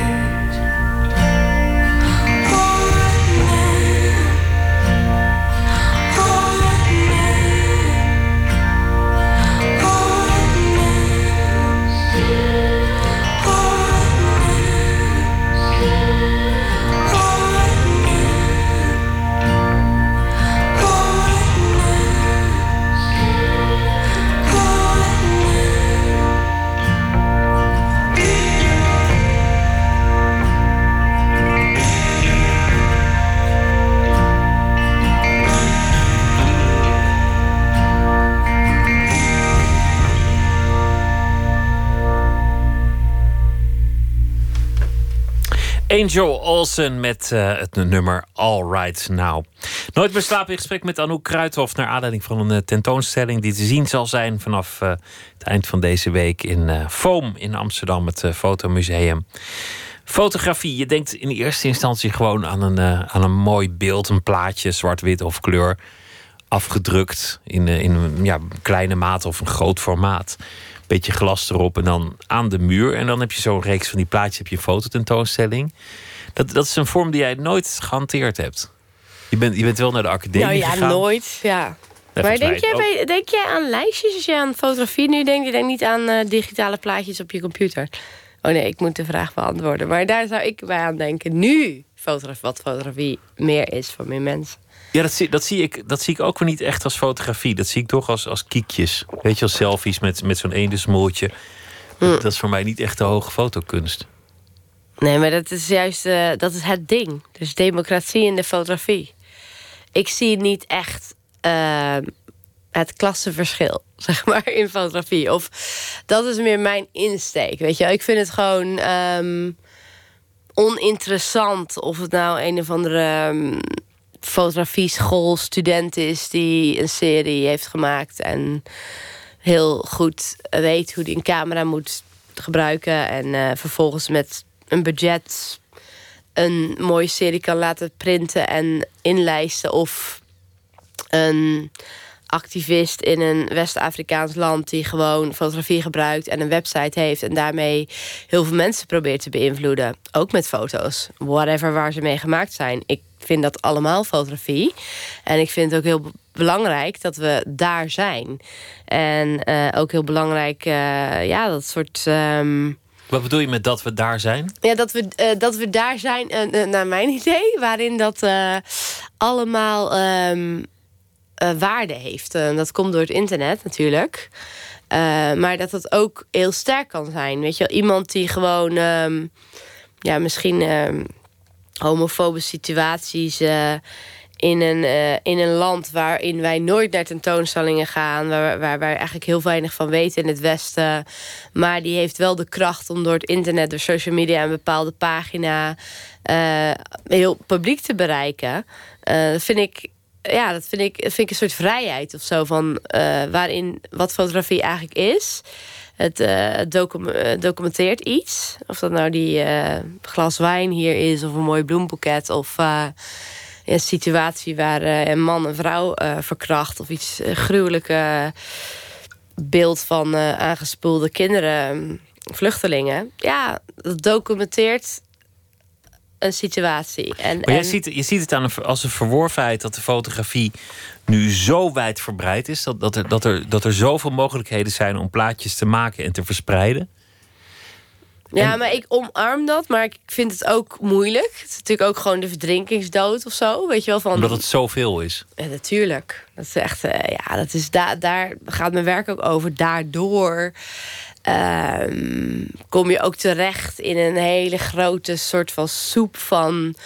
Angel Olsen met uh, het nummer All Right Now. Nooit meer slapen in gesprek met Anouk Kruithof naar aanleiding van een uh, tentoonstelling die te zien zal zijn vanaf uh, het eind van deze week in uh, Foam in Amsterdam, het uh, Fotomuseum. Fotografie, je denkt in eerste instantie gewoon aan een, uh, aan een mooi beeld, een plaatje, zwart-wit of kleur, afgedrukt in, uh, in een ja, kleine maat of een groot formaat. Beetje glas erop en dan aan de muur. En dan heb je zo'n reeks van die plaatjes, heb je een fototentoonstelling. Dat, dat is een vorm die jij nooit gehanteerd hebt. Je bent, je bent wel naar de academie nou ja, gegaan. nooit, ja. Nee, maar denk jij, ook... bij, denk jij aan lijstjes als je aan fotografie nu denkt? Je denkt niet aan uh, digitale plaatjes op je computer. Oh nee, ik moet de vraag beantwoorden. Maar daar zou ik bij aan denken. Nu, fotografie, wat fotografie meer is voor meer mensen. Ja, dat zie, dat, zie ik, dat zie ik ook weer niet echt als fotografie. Dat zie ik toch als, als kiekjes. Weet je, als selfies met, met zo'n eendesmoeltje. Hm. Dat, dat is voor mij niet echt de hoge fotokunst. Nee, maar dat is juist uh, dat is het ding. Dus democratie in de fotografie. Ik zie niet echt uh, het klassenverschil, zeg maar, in fotografie. Of dat is meer mijn insteek, weet je. Ik vind het gewoon um, oninteressant of het nou een of andere um, fotografieschoolstudent is die een serie heeft gemaakt en heel goed weet hoe die een camera moet gebruiken en uh, vervolgens met een budget een mooie serie kan laten printen en inlijsten, of een activist in een West-Afrikaans land die gewoon fotografie gebruikt en een website heeft en daarmee heel veel mensen probeert te beïnvloeden. Ook met foto's. Whatever waar ze mee gemaakt zijn. Ik vind dat allemaal fotografie. En ik vind het ook heel belangrijk dat we daar zijn. En uh, ook heel belangrijk, uh, ja, dat soort... Um, Wat bedoel je met dat we daar zijn? Ja, dat we, uh, dat we daar zijn, uh, uh, naar mijn idee, waarin dat uh, allemaal um, uh, waarde heeft. Uh, dat komt door het internet natuurlijk. Uh, maar dat dat ook heel sterk kan zijn. Weet je wel, iemand die gewoon... Um, ja, misschien um, homofobe situaties... Uh, in een, uh, in een land waarin wij nooit naar tentoonstellingen gaan... waar, waar wij eigenlijk heel weinig van weten in het Westen. Maar die heeft wel de kracht om door het internet, door social media... een bepaalde pagina uh, heel publiek te bereiken. Uh, dat vind ik... Ja, dat vind ik, vind ik een soort vrijheid of zo van uh, waarin wat fotografie eigenlijk is. Het uh, docu documenteert iets. Of dat nou die uh, glas wijn hier is of een mooi bloemboeket of uh, een situatie waar uh, een man een vrouw uh, verkracht of iets uh, gruwelijke beeld van uh, aangespoelde kinderen, vluchtelingen. Ja, dat documenteert een situatie. En, maar jij en... ziet, je ziet het aan een, als een verworvenheid dat de fotografie nu zo wijdverbreid is... Dat, dat, er, dat, er, dat er zoveel mogelijkheden zijn om plaatjes te maken en te verspreiden. Ja, en... maar ik omarm dat, maar ik vind het ook moeilijk. Het is natuurlijk ook gewoon de verdrinkingsdood of zo, weet je wel. Van... Omdat het zoveel is. Ja, natuurlijk. Dat is echt, uh, ja, dat is da daar gaat mijn werk ook over. Daardoor... Um, kom je ook terecht in een hele grote soort van soep van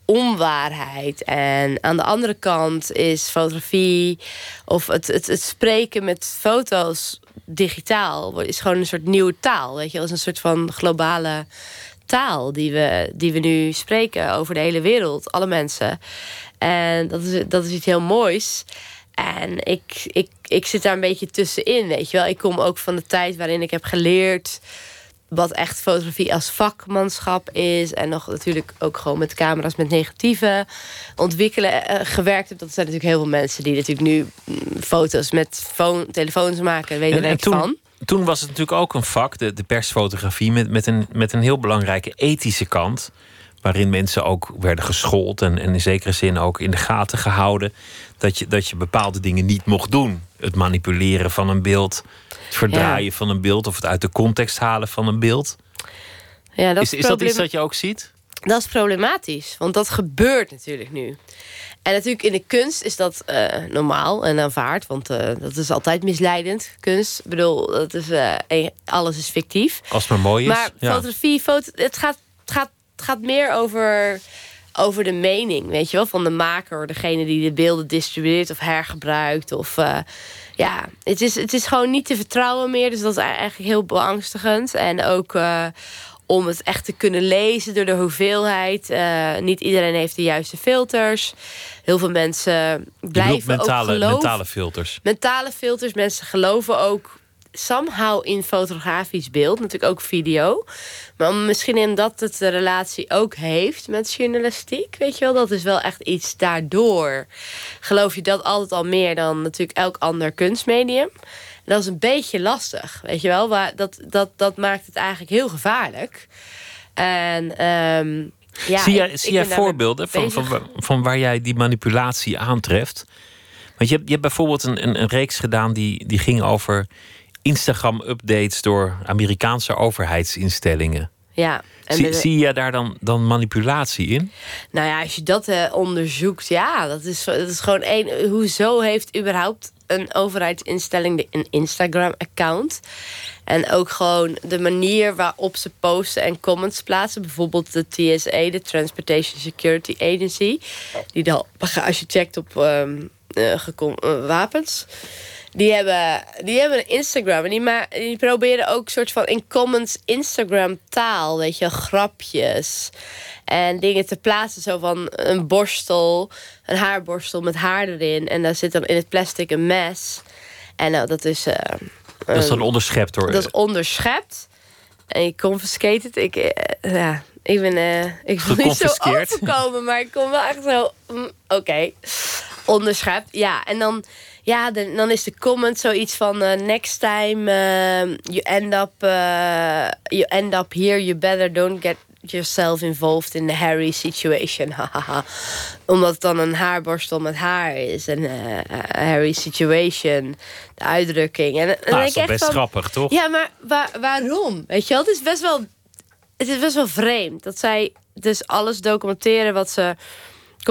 onwaarheid. En aan de andere kant is fotografie of het, het, het spreken met foto's digitaal is gewoon een soort nieuwe taal. Weet je, als een soort van globale taal die we, die we nu spreken over de hele wereld, alle mensen. En dat is, dat is iets heel moois. En ik, ik, ik zit daar een beetje tussenin, weet je wel. Ik kom ook van de tijd waarin ik heb geleerd wat echt fotografie als vakmanschap is. En nog natuurlijk ook gewoon met camera's met negatieve ontwikkelen uh, gewerkt heb. Dat zijn natuurlijk heel veel mensen die natuurlijk nu mm, foto's met phone, telefoons maken. Weet er niks van. Toen was het natuurlijk ook een vak, de, de persfotografie, met, met, een, met een heel belangrijke ethische kant. Waarin mensen ook werden geschoold en, en in zekere zin ook in de gaten gehouden. Dat je, dat je bepaalde dingen niet mocht doen. Het manipuleren van een beeld, het verdraaien ja. van een beeld of het uit de context halen van een beeld. Ja, dat is, is dat iets dat je ook ziet? Dat is problematisch, want dat gebeurt natuurlijk nu. En natuurlijk in de kunst is dat uh, normaal en aanvaard. Want uh, dat is altijd misleidend, kunst. Ik bedoel, dat is, uh, alles is fictief. Als het maar mooi is. Maar ja. fotografie, foto, het, gaat, het, gaat, het gaat meer over, over de mening, weet je wel, van de maker. Degene die de beelden distribueert of hergebruikt. Of, uh, ja, het is, het is gewoon niet te vertrouwen meer. Dus dat is eigenlijk heel beangstigend. En ook... Uh, om het echt te kunnen lezen door de hoeveelheid. Uh, niet iedereen heeft de juiste filters. Heel veel mensen blijven mentale, ook geloven. Mentale filters. Mentale filters. Mensen geloven ook somehow in fotografisch beeld. Natuurlijk ook video. Maar misschien in dat het de relatie ook heeft met journalistiek. Weet je wel, dat is wel echt iets daardoor. Geloof je dat altijd al meer dan natuurlijk elk ander kunstmedium. Dat is een beetje lastig, weet je wel. Maar dat, dat, dat maakt het eigenlijk heel gevaarlijk. En um, ja, zie jij, ik, zie ik jij voorbeelden van, van, van waar jij die manipulatie aantreft? Want je hebt, je hebt bijvoorbeeld een, een, een reeks gedaan die, die ging over Instagram-updates door Amerikaanse overheidsinstellingen. Ja. En zie, de, zie je daar dan, dan manipulatie in? Nou ja, als je dat uh, onderzoekt, ja, dat is, dat is gewoon één. Hoezo heeft überhaupt een overheidsinstelling een Instagram-account? En ook gewoon de manier waarop ze posten en comments plaatsen. Bijvoorbeeld de T S A, de Transportation Security Agency. Die dan bagage checkt op um, uh, uh, wapens. Die hebben, die hebben een Instagram. En die, ma die proberen ook soort van in comments Instagram taal. Weet je, grapjes. En dingen te plaatsen. Zo van een borstel. Een haarborstel met haar erin. En daar zit dan in het plastic een mes. En nou, dat is... Uh, dat is dan onderschept hoor. Dat is onderschept. En je confiscated. Ik, uh, ja, ik ben... Uh, ik wil niet zo overkomen. Maar ik kom wel echt zo... Mm, Oké. Okay. Onderschept. Ja, en dan... Ja, de, dan is de comment zoiets van... Uh, next time uh, you, end up, uh, you end up here... you better don't get yourself involved in the hairy situation. Omdat het dan een haarborstel met haar is. En uh, hairy situation. De uitdrukking. En, en nou, dat is wel best van, grappig, toch? Ja, maar waar, waarom? Weet je wel, het is best wel... Het is best wel vreemd. Dat zij dus alles documenteren wat ze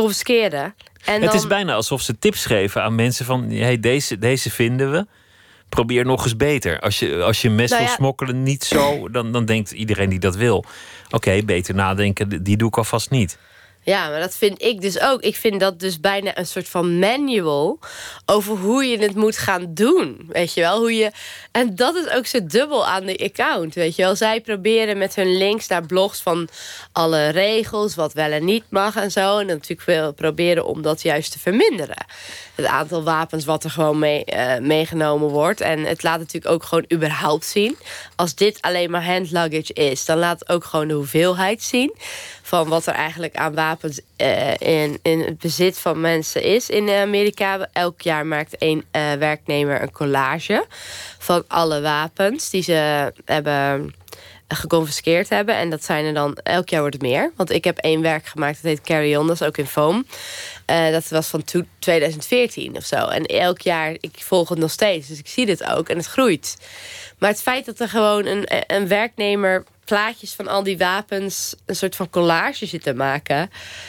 confisceren. En het dan... is bijna alsof ze tips geven aan mensen van... Hey, deze, deze vinden we. probeer nog eens beter. Als je, als je een mes Nou wil ja. smokkelen, niet zo, dan, dan denkt iedereen die dat wil. Oké, okay, beter nadenken, die doe ik alvast niet. Ja, maar dat vind ik dus ook. Ik vind dat dus bijna een soort van manual over hoe je het moet gaan doen. Weet je wel? Hoe je... En dat is ook zo dubbel aan de account. Weet je wel? Zij proberen met hun links naar blogs van alle regels, wat wel en niet mag en zo. En dan natuurlijk veel proberen om dat juist te verminderen. Het aantal wapens wat er gewoon mee, uh, meegenomen wordt. En het laat natuurlijk ook gewoon überhaupt zien. Als dit alleen maar hand luggage is, dan laat het ook gewoon de hoeveelheid zien van wat er eigenlijk aan wapens uh, in, in het bezit van mensen is in Amerika. Elk jaar maakt één uh, werknemer een collage van alle wapens die ze hebben geconfiskeerd hebben. En dat zijn er dan, elk jaar wordt het meer. Want ik heb één werk gemaakt, dat heet Carry On, dat is ook in foam. Uh, dat was van twintig veertien of zo. En elk jaar, ik volg het nog steeds, dus ik zie dit ook en het groeit. Maar het feit dat er gewoon een, een werknemer plaatjes van al die wapens een soort van collage zit te maken,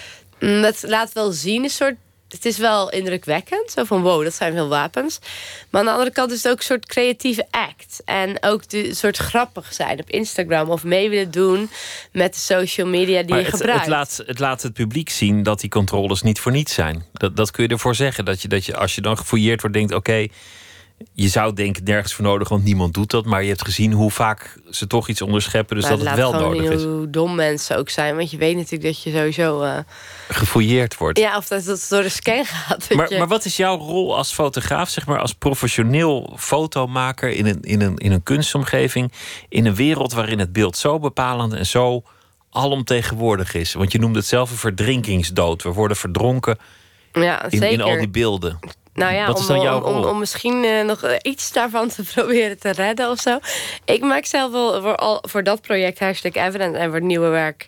dat laat wel zien een soort. Het is wel indrukwekkend. Zo van, wow, dat zijn veel wapens. Maar aan de andere kant is het ook een soort creatieve act. En ook de, een soort grappig zijn op Instagram. Of mee willen doen met de social media die maar je het, gebruikt. Het laat, het laat het publiek zien dat die controles niet voor niets zijn. Dat, dat kun je ervoor zeggen. Dat je, dat je, als je dan gefouilleerd wordt, denkt, oké, okay, je zou denken nergens voor nodig, want niemand doet dat. Maar je hebt gezien hoe vaak ze toch iets onderscheppen, dus maar dat het wel nodig is. Hoe dom mensen ook zijn. Want je weet natuurlijk dat je sowieso Uh... gefouilleerd wordt. Ja, of dat het door de scan gaat. Maar, je... maar wat is jouw rol als fotograaf, zeg maar, als professioneel fotomaker in een, in, een, in een kunstomgeving, in een wereld waarin het beeld zo bepalend en zo alomtegenwoordig is? Want je noemde het zelf een verdrinkingsdood. We worden verdronken ja, in, in al die beelden. Nou ja, Wat is dan om, jouw om, rol? om, om misschien uh, nog iets daarvan te proberen te redden of zo. Ik maak zelf wel voor, al, voor dat project Hashtag Evident en voor het nieuwe werk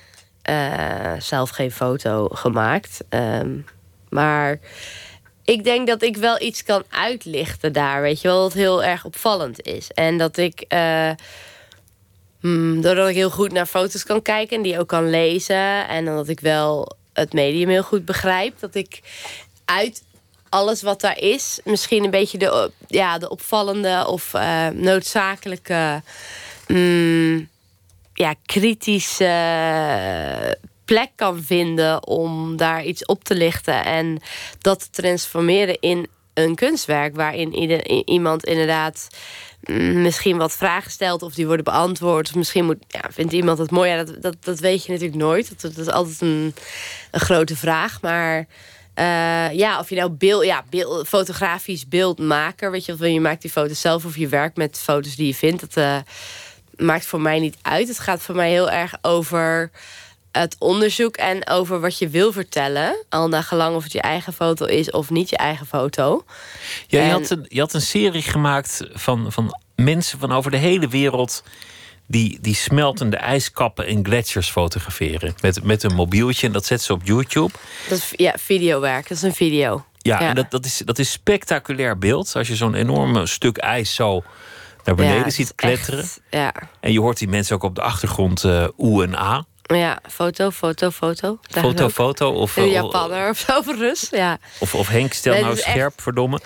uh, zelf geen foto gemaakt. Um, maar ik denk dat ik wel iets kan uitlichten daar, weet je wel, dat heel erg opvallend is. En dat ik, uh, hmm, doordat ik heel goed naar foto's kan kijken en die ook kan lezen, en dat ik wel het medium heel goed begrijp, dat ik uit alles wat daar is, misschien een beetje de, ja, de opvallende of uh, noodzakelijke, mm, ja, kritische plek kan vinden om daar iets op te lichten en dat te transformeren in een kunstwerk waarin ieder, iemand inderdaad mm, misschien wat vragen stelt of die worden beantwoord. Of misschien moet, ja, vindt iemand het mooi. Ja, dat, dat, dat weet je natuurlijk nooit. Dat, dat is altijd een, een grote vraag. Maar Uh, ja, of je nou beeld, ja, beeld, fotografisch beeldmaker, weet je, of je maakt die foto's zelf of je werkt met foto's die je vindt, dat uh, maakt voor mij niet uit. Het gaat voor mij heel erg over het onderzoek en over wat je wil vertellen, al naar gelang of het je eigen foto is of niet je eigen foto. Ja, en... je, had een, je had een serie gemaakt van, van mensen van over de hele wereld die, die smeltende ijskappen en gletsjers fotograferen. Met, met een mobieltje en dat zetten ze op YouTube. Dat is ja, videowerk, dat is een video. Ja, ja. en dat, dat, is, dat is spectaculair beeld. Als je zo'n enorme stuk ijs zo naar beneden ja, ziet kletteren. Echt, ja. En je hoort die mensen ook op de achtergrond uh, oe en a. Ja, foto, foto, foto. Daar Foto, foto. Of, een Japanner of zo, of Rus. Ja. Of, of Henk, stel nee, nou scherp, echt, verdomme.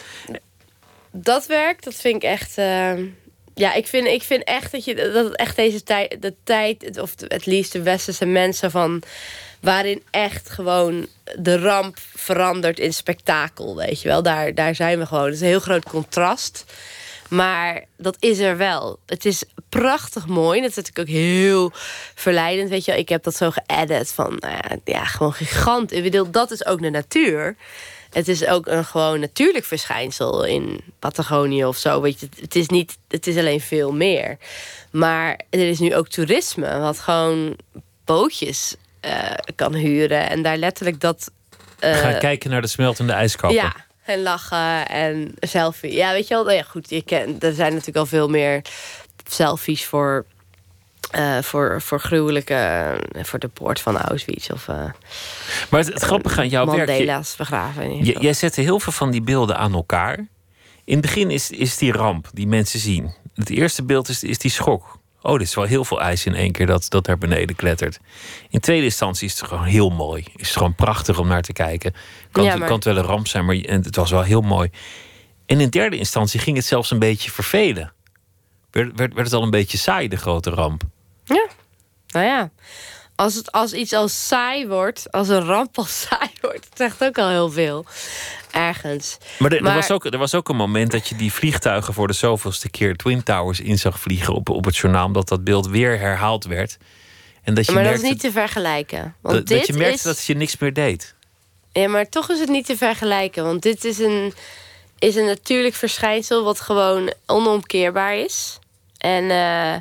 Dat werk, dat vind ik echt. Uh, ja, ik vind, ik vind echt dat je dat het echt deze tijd, de tijd, of het liefst de westerse mensen van, waarin echt gewoon de ramp verandert in spektakel, weet je wel. Daar, daar zijn we gewoon. Het is een heel groot contrast. Maar dat is er wel. Het is prachtig mooi. Dat is natuurlijk ook heel verleidend. Weet je wel. Ik heb dat zo geëdit van, nou ja, ja, gewoon gigant. Ik bedoel, dat is ook de natuur. Het is ook een gewoon natuurlijk verschijnsel in Patagonië of zo. Weet je, het is niet, het is alleen veel meer. Maar er is nu ook toerisme, wat gewoon bootjes uh, kan huren en daar letterlijk dat. Uh, Ga kijken naar de smeltende ijskappen. Ja. En lachen en selfie. Ja, weet je wel. Nou ja, goed, je kent, er zijn natuurlijk al veel meer selfies voor, uh, voor, voor gruwelijke, uh, voor de poort van Auschwitz of. Uh, maar het, het grappige aan jouw werk. Mandela's begraven. J- jij zette heel veel van die beelden aan elkaar. In het begin is, is die ramp die mensen zien. Het eerste beeld is, is die schok. Oh, dit is wel heel veel ijs in één keer dat, dat naar beneden klettert. In tweede instantie is het gewoon heel mooi. Is het gewoon prachtig om naar te kijken. Kan, ja, maar... kan het wel een ramp zijn, maar het was wel heel mooi. En in derde instantie ging het zelfs een beetje vervelen. Werd, werd, werd het al een beetje saai, de grote ramp? Ja, nou ja. Als, het, als iets al saai wordt, als een ramp al saai wordt... dat zegt ook al heel veel, ergens. Maar, er, maar... Er, was ook, er was ook een moment dat je die vliegtuigen... voor de zoveelste keer Twin Towers in zag vliegen op, op het journaal... omdat dat beeld weer herhaald werd. En dat je maar merkte, dat is niet te vergelijken. Want dat, dit dat je merkte is... dat je niks meer deed. Ja, maar toch is het niet te vergelijken. Want dit is een, is een natuurlijk verschijnsel... wat gewoon onomkeerbaar is. En... Uh,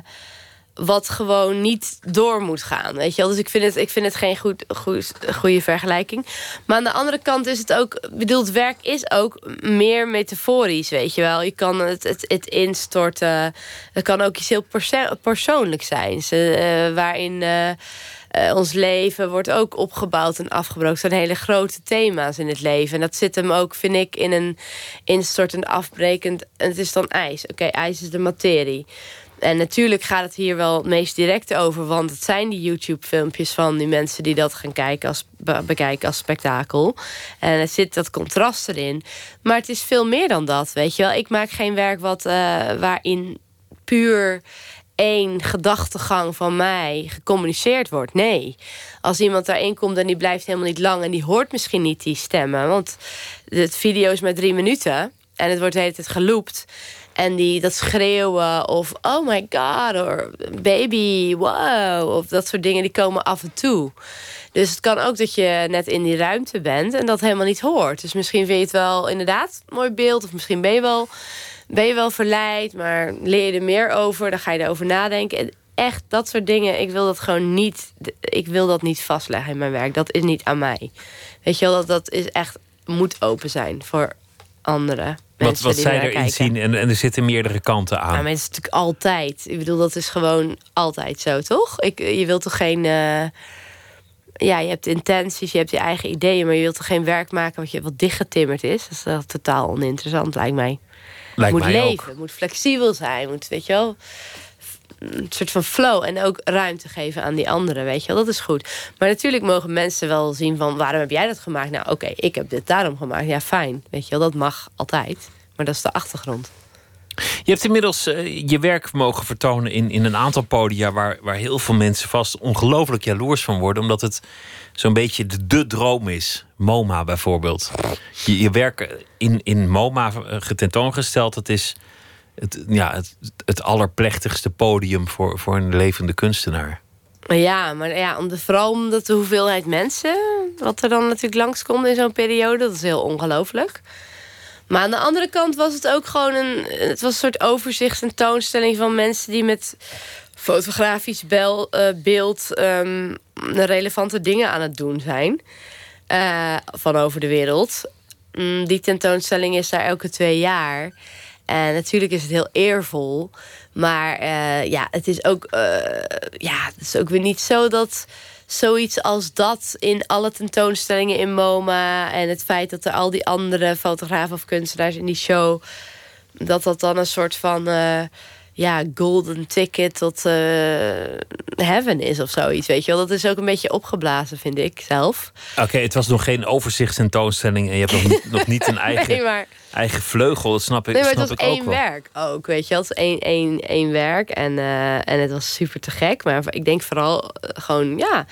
wat gewoon niet door moet gaan. Weet je wel? Dus ik vind het, ik vind het geen goed, goed, goede vergelijking. Maar aan de andere kant is het ook... bedoel, het werk is ook meer metaforisch, weet je wel. Je kan het, het, het instorten. Het kan ook iets heel perso- persoonlijk zijn. Uh, waarin... Uh, Uh, ons leven wordt ook opgebouwd en afgebroken. Het zijn hele grote thema's in het leven. En dat zit hem ook, vind ik, in een instortend, afbrekend... en het is dan ijs. Oké, okay, ijs is de materie. En natuurlijk gaat het hier wel het meest direct over... want het zijn die YouTube-filmpjes van die mensen die dat gaan kijken als, be- bekijken als spektakel. En er zit dat contrast erin. Maar het is veel meer dan dat, weet je wel. Ik maak geen werk wat, uh, waarin puur... één gedachtegang van mij gecommuniceerd wordt. Nee. Als iemand daarin komt en die blijft helemaal niet lang... en die hoort misschien niet die stemmen. Want het video is maar drie minuten... en het wordt de hele tijd geloopt. En die, dat schreeuwen of oh my god... of baby, wow... of dat soort dingen, die komen af en toe. Dus het kan ook dat je net in die ruimte bent... en dat helemaal niet hoort. Dus misschien vind je het wel inderdaad een mooi beeld... of misschien ben je wel... ben je wel verleid, maar leer je er meer over... dan ga je erover nadenken. En echt, dat soort dingen, ik wil dat gewoon niet... ik wil dat niet vastleggen in mijn werk. Dat is niet aan mij. Weet je wel, dat, dat is echt... moet open zijn voor anderen. Wat, wat zij erin kijken. zien en, en er zitten meerdere kanten aan. Ja, maar het is natuurlijk altijd. Ik bedoel, dat is gewoon altijd zo, toch? Ik, je wilt toch geen... Uh, ja, je hebt intenties, je hebt je eigen ideeën... maar je wilt toch geen werk maken wat, je, wat dichtgetimmerd is? Dat is wel totaal oninteressant, lijkt mij. Lijkt moet mij leven, ook. moet flexibel zijn, moet, weet je wel, een soort van flow en ook ruimte geven aan die anderen, weet je wel, dat is goed. Maar natuurlijk mogen mensen wel zien van, waarom heb jij dat gemaakt? Nou, oké, okay, ik heb dit daarom gemaakt. Ja, fijn, weet je wel, dat mag altijd. Maar dat is de achtergrond. Je hebt inmiddels uh, je werk mogen vertonen in, in een aantal podia... Waar, waar heel veel mensen vast ongelooflijk jaloers van worden... omdat het zo'n beetje de, de droom is. MoMA bijvoorbeeld. Je, je werk in, in MoMA getentoongesteld... het is het, ja, het, het allerplechtigste podium voor, voor een levende kunstenaar. Ja, maar ja, om de, vooral omdat de hoeveelheid mensen... wat er dan natuurlijk langskomt in zo'n periode... dat is heel ongelooflijk. Maar aan de andere kant was het ook gewoon een... het was een soort overzicht, een toonstelling van mensen... die met fotografisch bel, uh, beeld um, relevante dingen aan het doen zijn. Uh, van over de wereld. Um, die tentoonstelling is daar elke twee jaar. En natuurlijk is het heel eervol. Maar uh, ja, het is ook... Uh, ja, het is ook weer niet zo dat... zoiets als dat in alle tentoonstellingen in MoMA... en het feit dat er al die andere fotografen of kunstenaars in die show... dat dat dan een soort van uh, ja, golden ticket tot uh, heaven is of zoiets. Weet je wel, dat is ook een beetje opgeblazen, vind ik zelf. Oké, okay, het was nog geen overzichtstentoonstelling... en je hebt nog niet, nog niet een eigen, nee, maar, eigen vleugel, dat snap ik, nee, maar snap het ik was ook één wel. werk ook, weet je wel. Het is één, één, één werk en, uh, en het was super te gek. Maar ik denk vooral uh, gewoon, ja...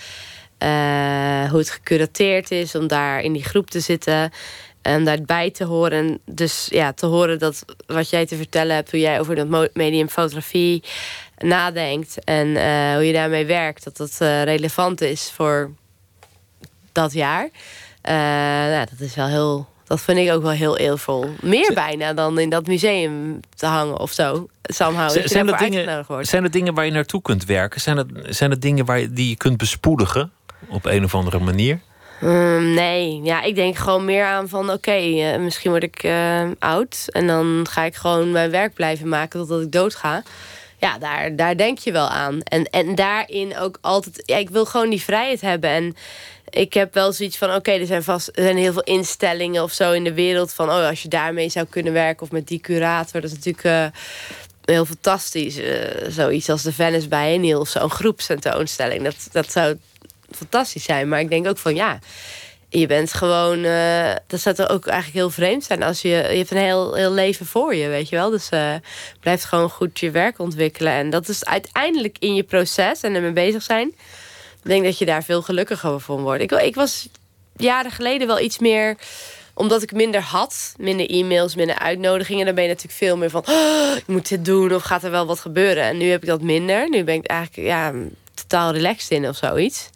Uh, hoe het gecurateerd is om daar in die groep te zitten... en daarbij te horen. Dus ja, te horen dat wat jij te vertellen hebt... hoe jij over dat medium fotografie nadenkt... en uh, hoe je daarmee werkt, dat dat uh, relevant is voor dat jaar. Uh, nou, dat is wel heel... Dat vind ik ook wel heel eervol. Meer bijna dan in dat museum te hangen of zo. Somehow, Z- zijn, dat dingen, zijn dat dingen waar je naartoe kunt werken? Zijn dat, zijn dat dingen waar je, die je kunt bespoedigen? Op een of andere manier? Um, nee, ja, ik denk gewoon meer aan van... oké, okay, uh, misschien word ik uh, oud... en dan ga ik gewoon mijn werk blijven maken totdat ik doodga. Ja, daar, daar denk je wel aan. En, en daarin ook altijd... Ja, ik wil gewoon die vrijheid hebben. En ik heb wel zoiets van... oké, okay, er zijn vast er zijn heel veel instellingen of zo in de wereld... van oh, als je daarmee zou kunnen werken... of met die curator, dat is natuurlijk... Uh, heel fantastisch. Uh, zoiets als de Venice Biennial of zo. Een groepstentoonstelling. Dat, dat zou... fantastisch zijn, maar ik denk ook van ja, Je bent gewoon... Uh, dat zou toch ook eigenlijk heel vreemd zijn als je... Je hebt een heel, heel leven voor je, weet je wel. Dus uh, blijf gewoon goed je werk ontwikkelen. En dat is uiteindelijk in je proces en ermee bezig zijn. Ik denk dat je daar veel gelukkiger van wordt. Ik, ik was jaren geleden wel iets meer... Omdat ik minder had, minder e-mails, minder uitnodigingen... dan ben je natuurlijk veel meer van... Oh, ik moet dit doen of gaat er wel wat gebeuren. En nu heb ik dat minder. Nu ben ik eigenlijk ja, totaal relaxed in of zoiets.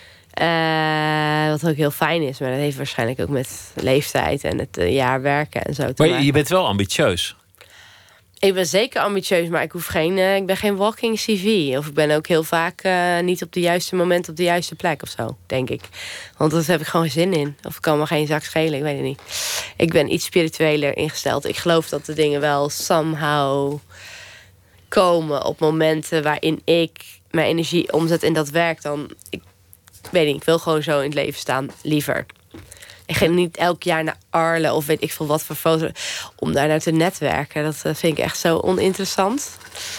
Uh, wat ook heel fijn is. Maar dat heeft waarschijnlijk ook met leeftijd en het uh, jaar werken en zo te maar maken. Je bent wel ambitieus. Ik ben zeker ambitieus, maar ik hoef geen, uh, ik ben geen walking C V. Of ik ben ook heel vaak uh, niet op de juiste moment op de juiste plek of zo, denk ik. Want daar heb ik gewoon zin in. Of ik kan me geen zak schelen, ik weet het niet. Ik ben iets spiritueler ingesteld. Ik geloof dat de dingen wel somehow komen op momenten waarin ik mijn energie omzet in dat werk. Dan, ik weet niet, ik wil gewoon zo in het leven staan, liever. Ik ga niet elk jaar naar Arles of weet ik veel wat voor foto om daar naar te netwerken. Dat vind ik echt zo oninteressant.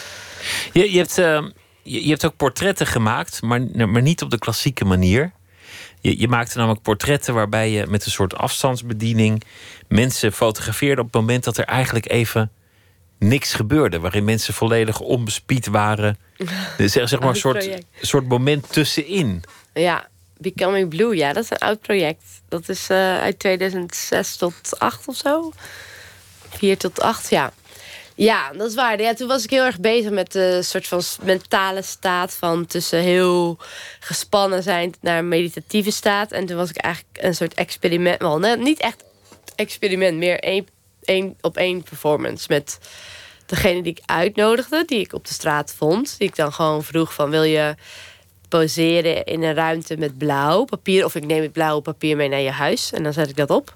Je, je, hebt, uh, je, je hebt ook portretten gemaakt, maar, maar niet op de klassieke manier. Je, je maakte namelijk portretten waarbij je met een soort afstandsbediening mensen fotografeerde op het moment dat er eigenlijk even niks gebeurde. Waarin mensen volledig onbespied waren. Zeg, zeg maar een soort, een soort moment tussenin. Ja. Becoming Blue, ja, dat is een oud project. Dat is uh, uit tweeduizend zes tot acht of zo. vier tot acht, ja. Ja, dat is waar. Ja, toen was ik heel erg bezig met de soort van mentale staat... van tussen heel gespannen zijn naar een meditatieve staat. En toen was ik eigenlijk een soort experiment... wel, nee, niet echt experiment, meer één, één op één performance... met degene die ik uitnodigde, die ik op de straat vond. Die ik dan gewoon vroeg van, wil je... poseren in een ruimte met blauw papier. Of ik neem het blauwe papier mee naar je huis. En dan zet ik dat op.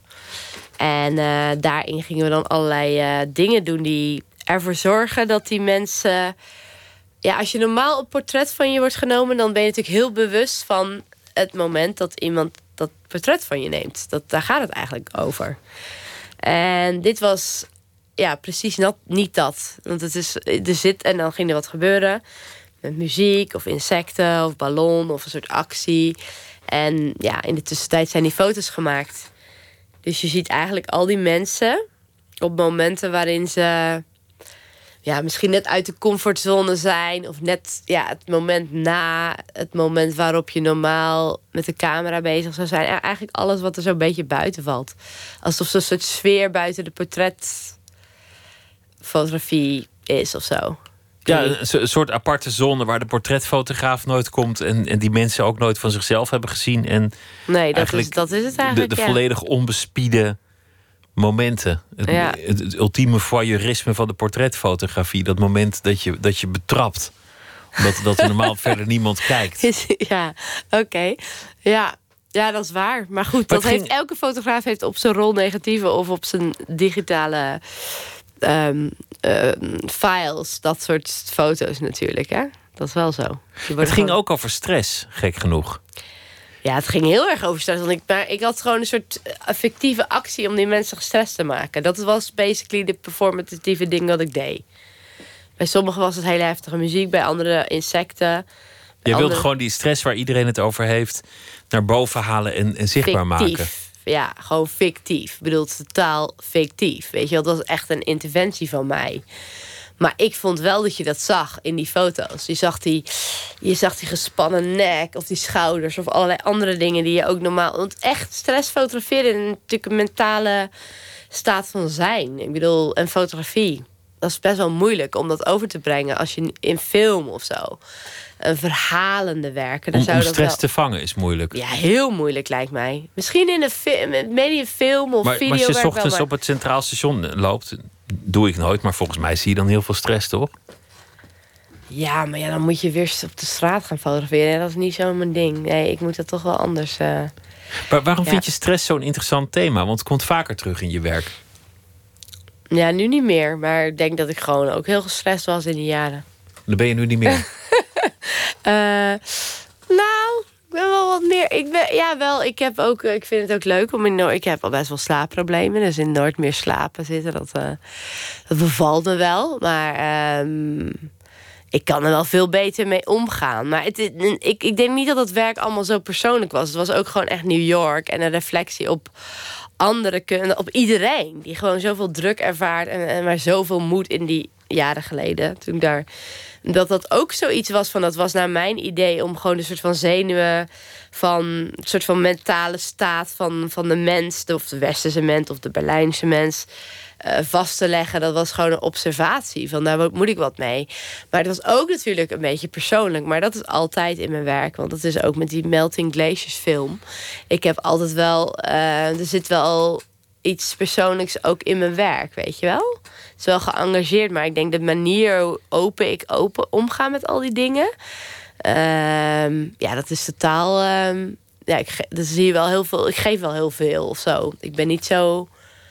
En uh, daarin gingen we dan allerlei uh, dingen doen... die ervoor zorgen dat die mensen... Ja, als je normaal een portret van je wordt genomen... dan ben je natuurlijk heel bewust van het moment... dat iemand dat portret van je neemt. Dat, daar gaat het eigenlijk over. En dit was ja, precies not, niet dat. Want het is, er zit en dan ging er wat gebeuren... met muziek of insecten of ballon of een soort actie. En ja, in de tussentijd zijn die foto's gemaakt. Dus je ziet eigenlijk al die mensen op momenten waarin ze... ja, misschien net uit de comfortzone zijn... of net ja, het moment na het moment waarop je normaal met de camera bezig zou zijn. Eigenlijk alles wat er zo'n beetje buiten valt. Alsof er een soort sfeer buiten de portretfotografie is of zo. Ja, een soort aparte zone waar de portretfotograaf nooit komt... en, en die mensen ook nooit van zichzelf hebben gezien. En nee, dat is, dat is het eigenlijk, De, de ja. volledig onbespiede momenten. Het, ja. het, het ultieme voyeurisme van de portretfotografie. Dat moment dat je, dat je betrapt. Omdat dat er normaal verder niemand kijkt. Ja, oké. Okay. Ja. ja, dat is waar. Maar goed, maar dat ging... heeft, elke fotograaf heeft op zijn rol negatieve... of op zijn digitale... Um, uh, files, dat soort foto's natuurlijk, hè? Dat is wel zo. Het gewoon... ging ook over stress, gek genoeg. Ja, het ging heel erg over stress. Want ik, maar ik had gewoon een soort affectieve actie... om die mensen gestrest te maken. Dat was basically de performatieve ding dat ik deed. Bij sommigen was het hele heftige muziek, bij anderen insecten. Je wilde andere... gewoon die stress waar iedereen het over heeft... naar boven halen en, en zichtbaar fictief. maken. Ja, gewoon fictief. Ik bedoel, totaal fictief. Weet je wel, dat was echt een interventie van mij. Maar ik vond wel dat je dat zag in die foto's. Je zag die, je zag die gespannen nek of die schouders... of allerlei andere dingen die je ook normaal... Want echt stress fotograferen is natuurlijk een mentale staat van zijn. Ik bedoel, en fotografie... dat is best wel moeilijk om dat over te brengen... als je in film of zo... een verhalende werken. Dan om, zou om dat stress wel... te vangen is moeilijk. Ja, heel moeilijk lijkt mij. Misschien in een film, mediafilm of maar, video. Maar als je 's ochtends wel, maar... op het Centraal Station loopt... doe ik nooit, maar volgens mij zie je dan heel veel stress, toch? Ja, maar ja, dan moet je weer op de straat gaan fotograferen. Ja, dat is niet zo mijn ding. Nee, ik moet dat toch wel anders... Uh... Maar waarom ja. vind je stress zo'n interessant thema? Want het komt vaker terug in je werk. Ja, nu niet meer. Maar ik denk dat ik gewoon ook heel gestrest was in die jaren. Dan ben je nu niet meer. uh, nou, ik ben wel wat meer... Ik ben, ja, wel, ik, heb ook, ik vind het ook leuk om in Noord... Ik heb al best wel slaapproblemen. Dus in Noord meer slapen zitten, dat, uh, dat bevalt me wel. Maar... Um, ik kan er wel veel beter mee omgaan. Maar het, ik, ik denk niet dat het werk allemaal zo persoonlijk was. Het was ook gewoon echt New York en een reflectie op andere kunde, op iedereen die gewoon zoveel druk ervaart en, en maar zoveel moed in die jaren geleden toen ik daar, dat dat ook zoiets was van, dat was naar mijn idee om gewoon een soort van zenuwen van een soort van mentale staat van, van de mens, of de westerse mens of de Berlijnse mens, uh, vast te leggen. Dat was gewoon een observatie van, daar moet ik wat mee. Maar het was ook natuurlijk een beetje persoonlijk, maar dat is altijd in mijn werk, want dat is ook met die Melting Glaciers film. Ik heb altijd wel, uh, er zit wel iets persoonlijks ook in mijn werk, weet je wel? Het is wel geëngageerd, maar ik denk de manier hoe open ik open omga met al die dingen, Um, ja, dat is totaal. Um, ja, ik, dat zie je wel heel veel. Ik geef wel heel veel of zo. Ik ben niet zo.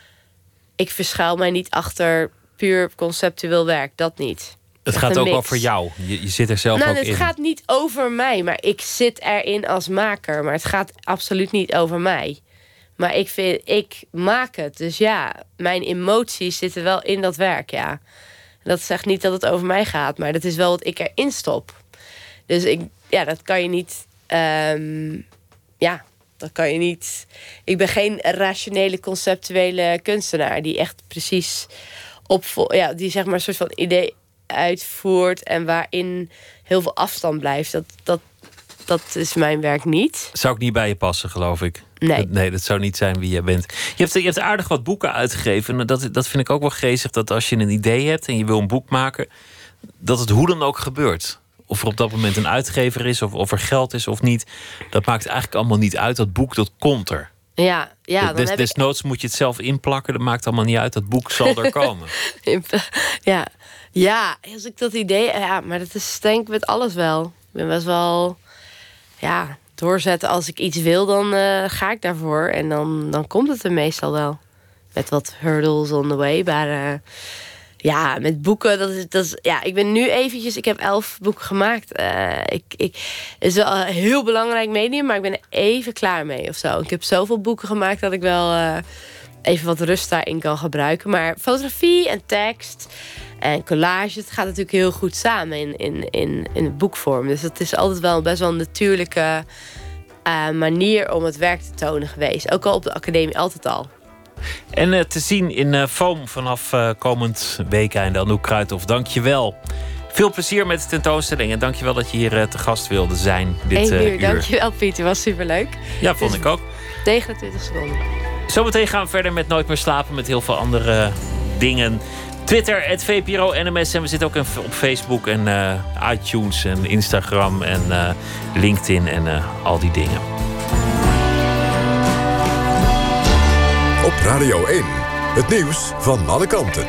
Ik verschuil mij niet achter puur conceptueel werk. Dat niet. Het Echt gaat ook mix. over jou. Je, je zit er zelf nou, ook het in. Het gaat niet over mij, maar ik zit erin als maker. Maar het gaat absoluut niet over mij. Maar ik vind, ik maak het. Dus ja, mijn emoties zitten wel in dat werk, ja. Dat zegt niet dat het over mij gaat, maar dat is wel wat ik erin stop. Dus ik, ja, dat kan je niet. Um, ja, dat kan je niet. Ik ben geen rationele, conceptuele kunstenaar die echt precies opvol, ja, die zeg maar een soort van idee uitvoert en waarin heel veel afstand blijft. Dat, dat, dat is mijn werk niet. Zou ik niet bij je passen, geloof ik. Nee. Dat, nee, dat zou niet zijn wie je bent. Je hebt, je hebt aardig wat boeken uitgegeven. En dat, dat vind ik ook wel geestig. Dat als je een idee hebt en je wil een boek maken, dat het hoe dan ook gebeurt. Of er op dat moment een uitgever is, of, of er geld is of niet. Dat maakt eigenlijk allemaal niet uit. Dat boek, dat komt er. Ja, ja. Dan Des, heb desnoods ik... moet je het zelf inplakken. Dat maakt allemaal niet uit. Dat boek zal er komen. ja. ja, als ik dat idee... Ja, maar dat is denk ik met alles wel. Ik ben best wel... Ja, doorzetten. Als ik iets wil, dan uh, ga ik daarvoor. En dan, dan komt het er meestal wel. Met wat hurdles on the way. Maar uh, ja, met boeken... Dat is, dat is, ja, ik ben nu eventjes... Ik heb elf boeken gemaakt. Uh, ik, ik, het is wel een heel belangrijk medium, maar ik ben er even klaar mee of zo. Ik heb zoveel boeken gemaakt dat ik wel uh, even wat rust daarin kan gebruiken. Maar fotografie en tekst en collage, het gaat natuurlijk heel goed samen in, in, in, in het boekvorm. Dus het is altijd wel best wel een natuurlijke uh, manier om het werk te tonen geweest. Ook al op de academie, altijd al. En uh, te zien in uh, Foam vanaf uh, komend weekend. Anouk Kruithof, dank je wel. Veel plezier met de tentoonstelling. En dank je wel dat je hier uh, te gast wilde zijn dit uh, uur. Dank je wel, Pieter. Was superleuk. Ja, vond dus ik ook. negenentwintig seconden. Zometeen gaan we verder met Nooit meer slapen. Met heel veel andere dingen. Twitter, at V P R O N M S. En we zitten ook op Facebook en uh, iTunes en Instagram en uh, LinkedIn en uh, al die dingen. Op Radio één, het nieuws van alle kanten.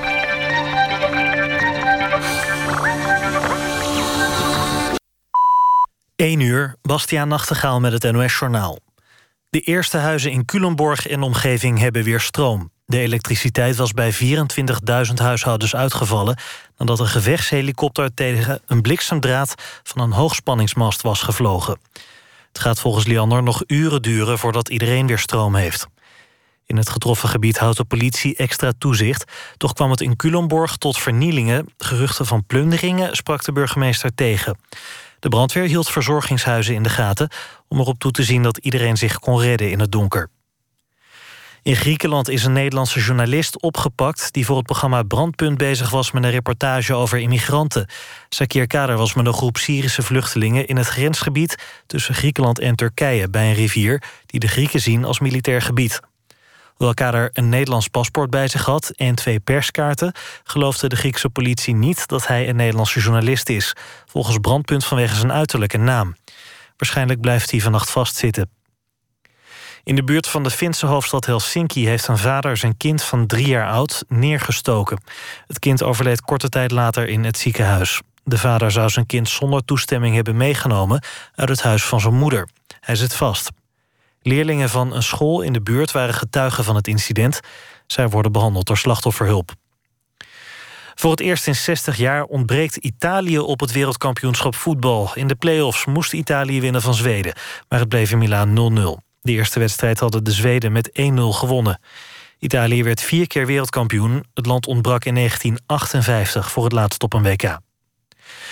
één uur, Bastiaan Nachtegaal met het N O S-journaal. De eerste huizen in Culemborg en omgeving hebben weer stroom. De elektriciteit was bij vierentwintigduizend huishoudens uitgevallen nadat een gevechtshelikopter tegen een bliksemdraad van een hoogspanningsmast was gevlogen. Het gaat volgens Liander nog uren duren voordat iedereen weer stroom heeft. In het getroffen gebied houdt de politie extra toezicht. Toch kwam het in Culemborg tot vernielingen. Geruchten van plunderingen sprak de burgemeester tegen. De brandweer hield verzorgingshuizen in de gaten om erop toe te zien dat iedereen zich kon redden in het donker. In Griekenland is een Nederlandse journalist opgepakt die voor het programma Brandpunt bezig was met een reportage over immigranten. Sakir Kader was met een groep Syrische vluchtelingen in het grensgebied tussen Griekenland en Turkije bij een rivier die de Grieken zien als militair gebied. Hoewel Kader een Nederlands paspoort bij zich had en twee perskaarten, geloofde de Griekse politie niet dat hij een Nederlandse journalist is. Volgens Brandpunt vanwege zijn uiterlijk en naam. Waarschijnlijk blijft hij vannacht vastzitten. In de buurt van de Finse hoofdstad Helsinki heeft een vader zijn kind van drie jaar oud neergestoken. Het kind overleed korte tijd later in het ziekenhuis. De vader zou zijn kind zonder toestemming hebben meegenomen uit het huis van zijn moeder. Hij zit vast. Leerlingen van een school in de buurt waren getuigen van het incident. Zij worden behandeld door slachtofferhulp. Voor het eerst in zestig jaar ontbreekt Italië op het wereldkampioenschap voetbal. In de play-offs moest Italië winnen van Zweden, maar het bleef in Milaan nul nul. De eerste wedstrijd hadden de Zweden met één nul gewonnen. Italië werd vier keer wereldkampioen. Het land ontbrak in negentien achtenvijftig voor het laatst op een W K.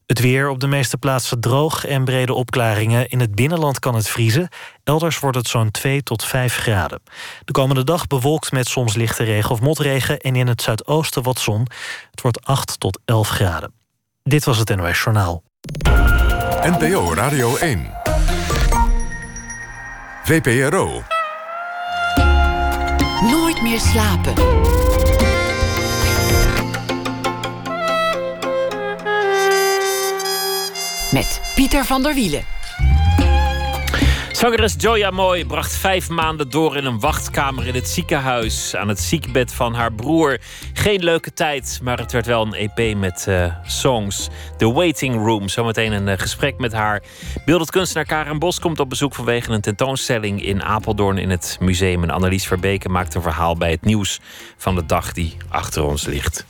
Het weer: op de meeste plaatsen droog en brede opklaringen. In het binnenland kan het vriezen. Elders wordt het zo'n twee tot vijf graden. De komende dag bewolkt met soms lichte regen of motregen... en in het zuidoosten wat zon. Het wordt acht tot elf graden. Dit was het N O S Journaal. N P O Radio één. V P R O. Nooit meer slapen. Met Pieter van der Wielen. Zangeres Joya Mooi bracht vijf maanden door in een wachtkamer in het ziekenhuis. Aan het ziekbed van haar broer. Geen leuke tijd, maar het werd wel een E P met uh, songs. The Waiting Room. Zometeen een uh, gesprek met haar. Beeldend kunstenaar Karen Bos komt op bezoek vanwege een tentoonstelling in Apeldoorn in het museum. En Annelies Verbeke maakt een verhaal bij het nieuws van de dag die achter ons ligt.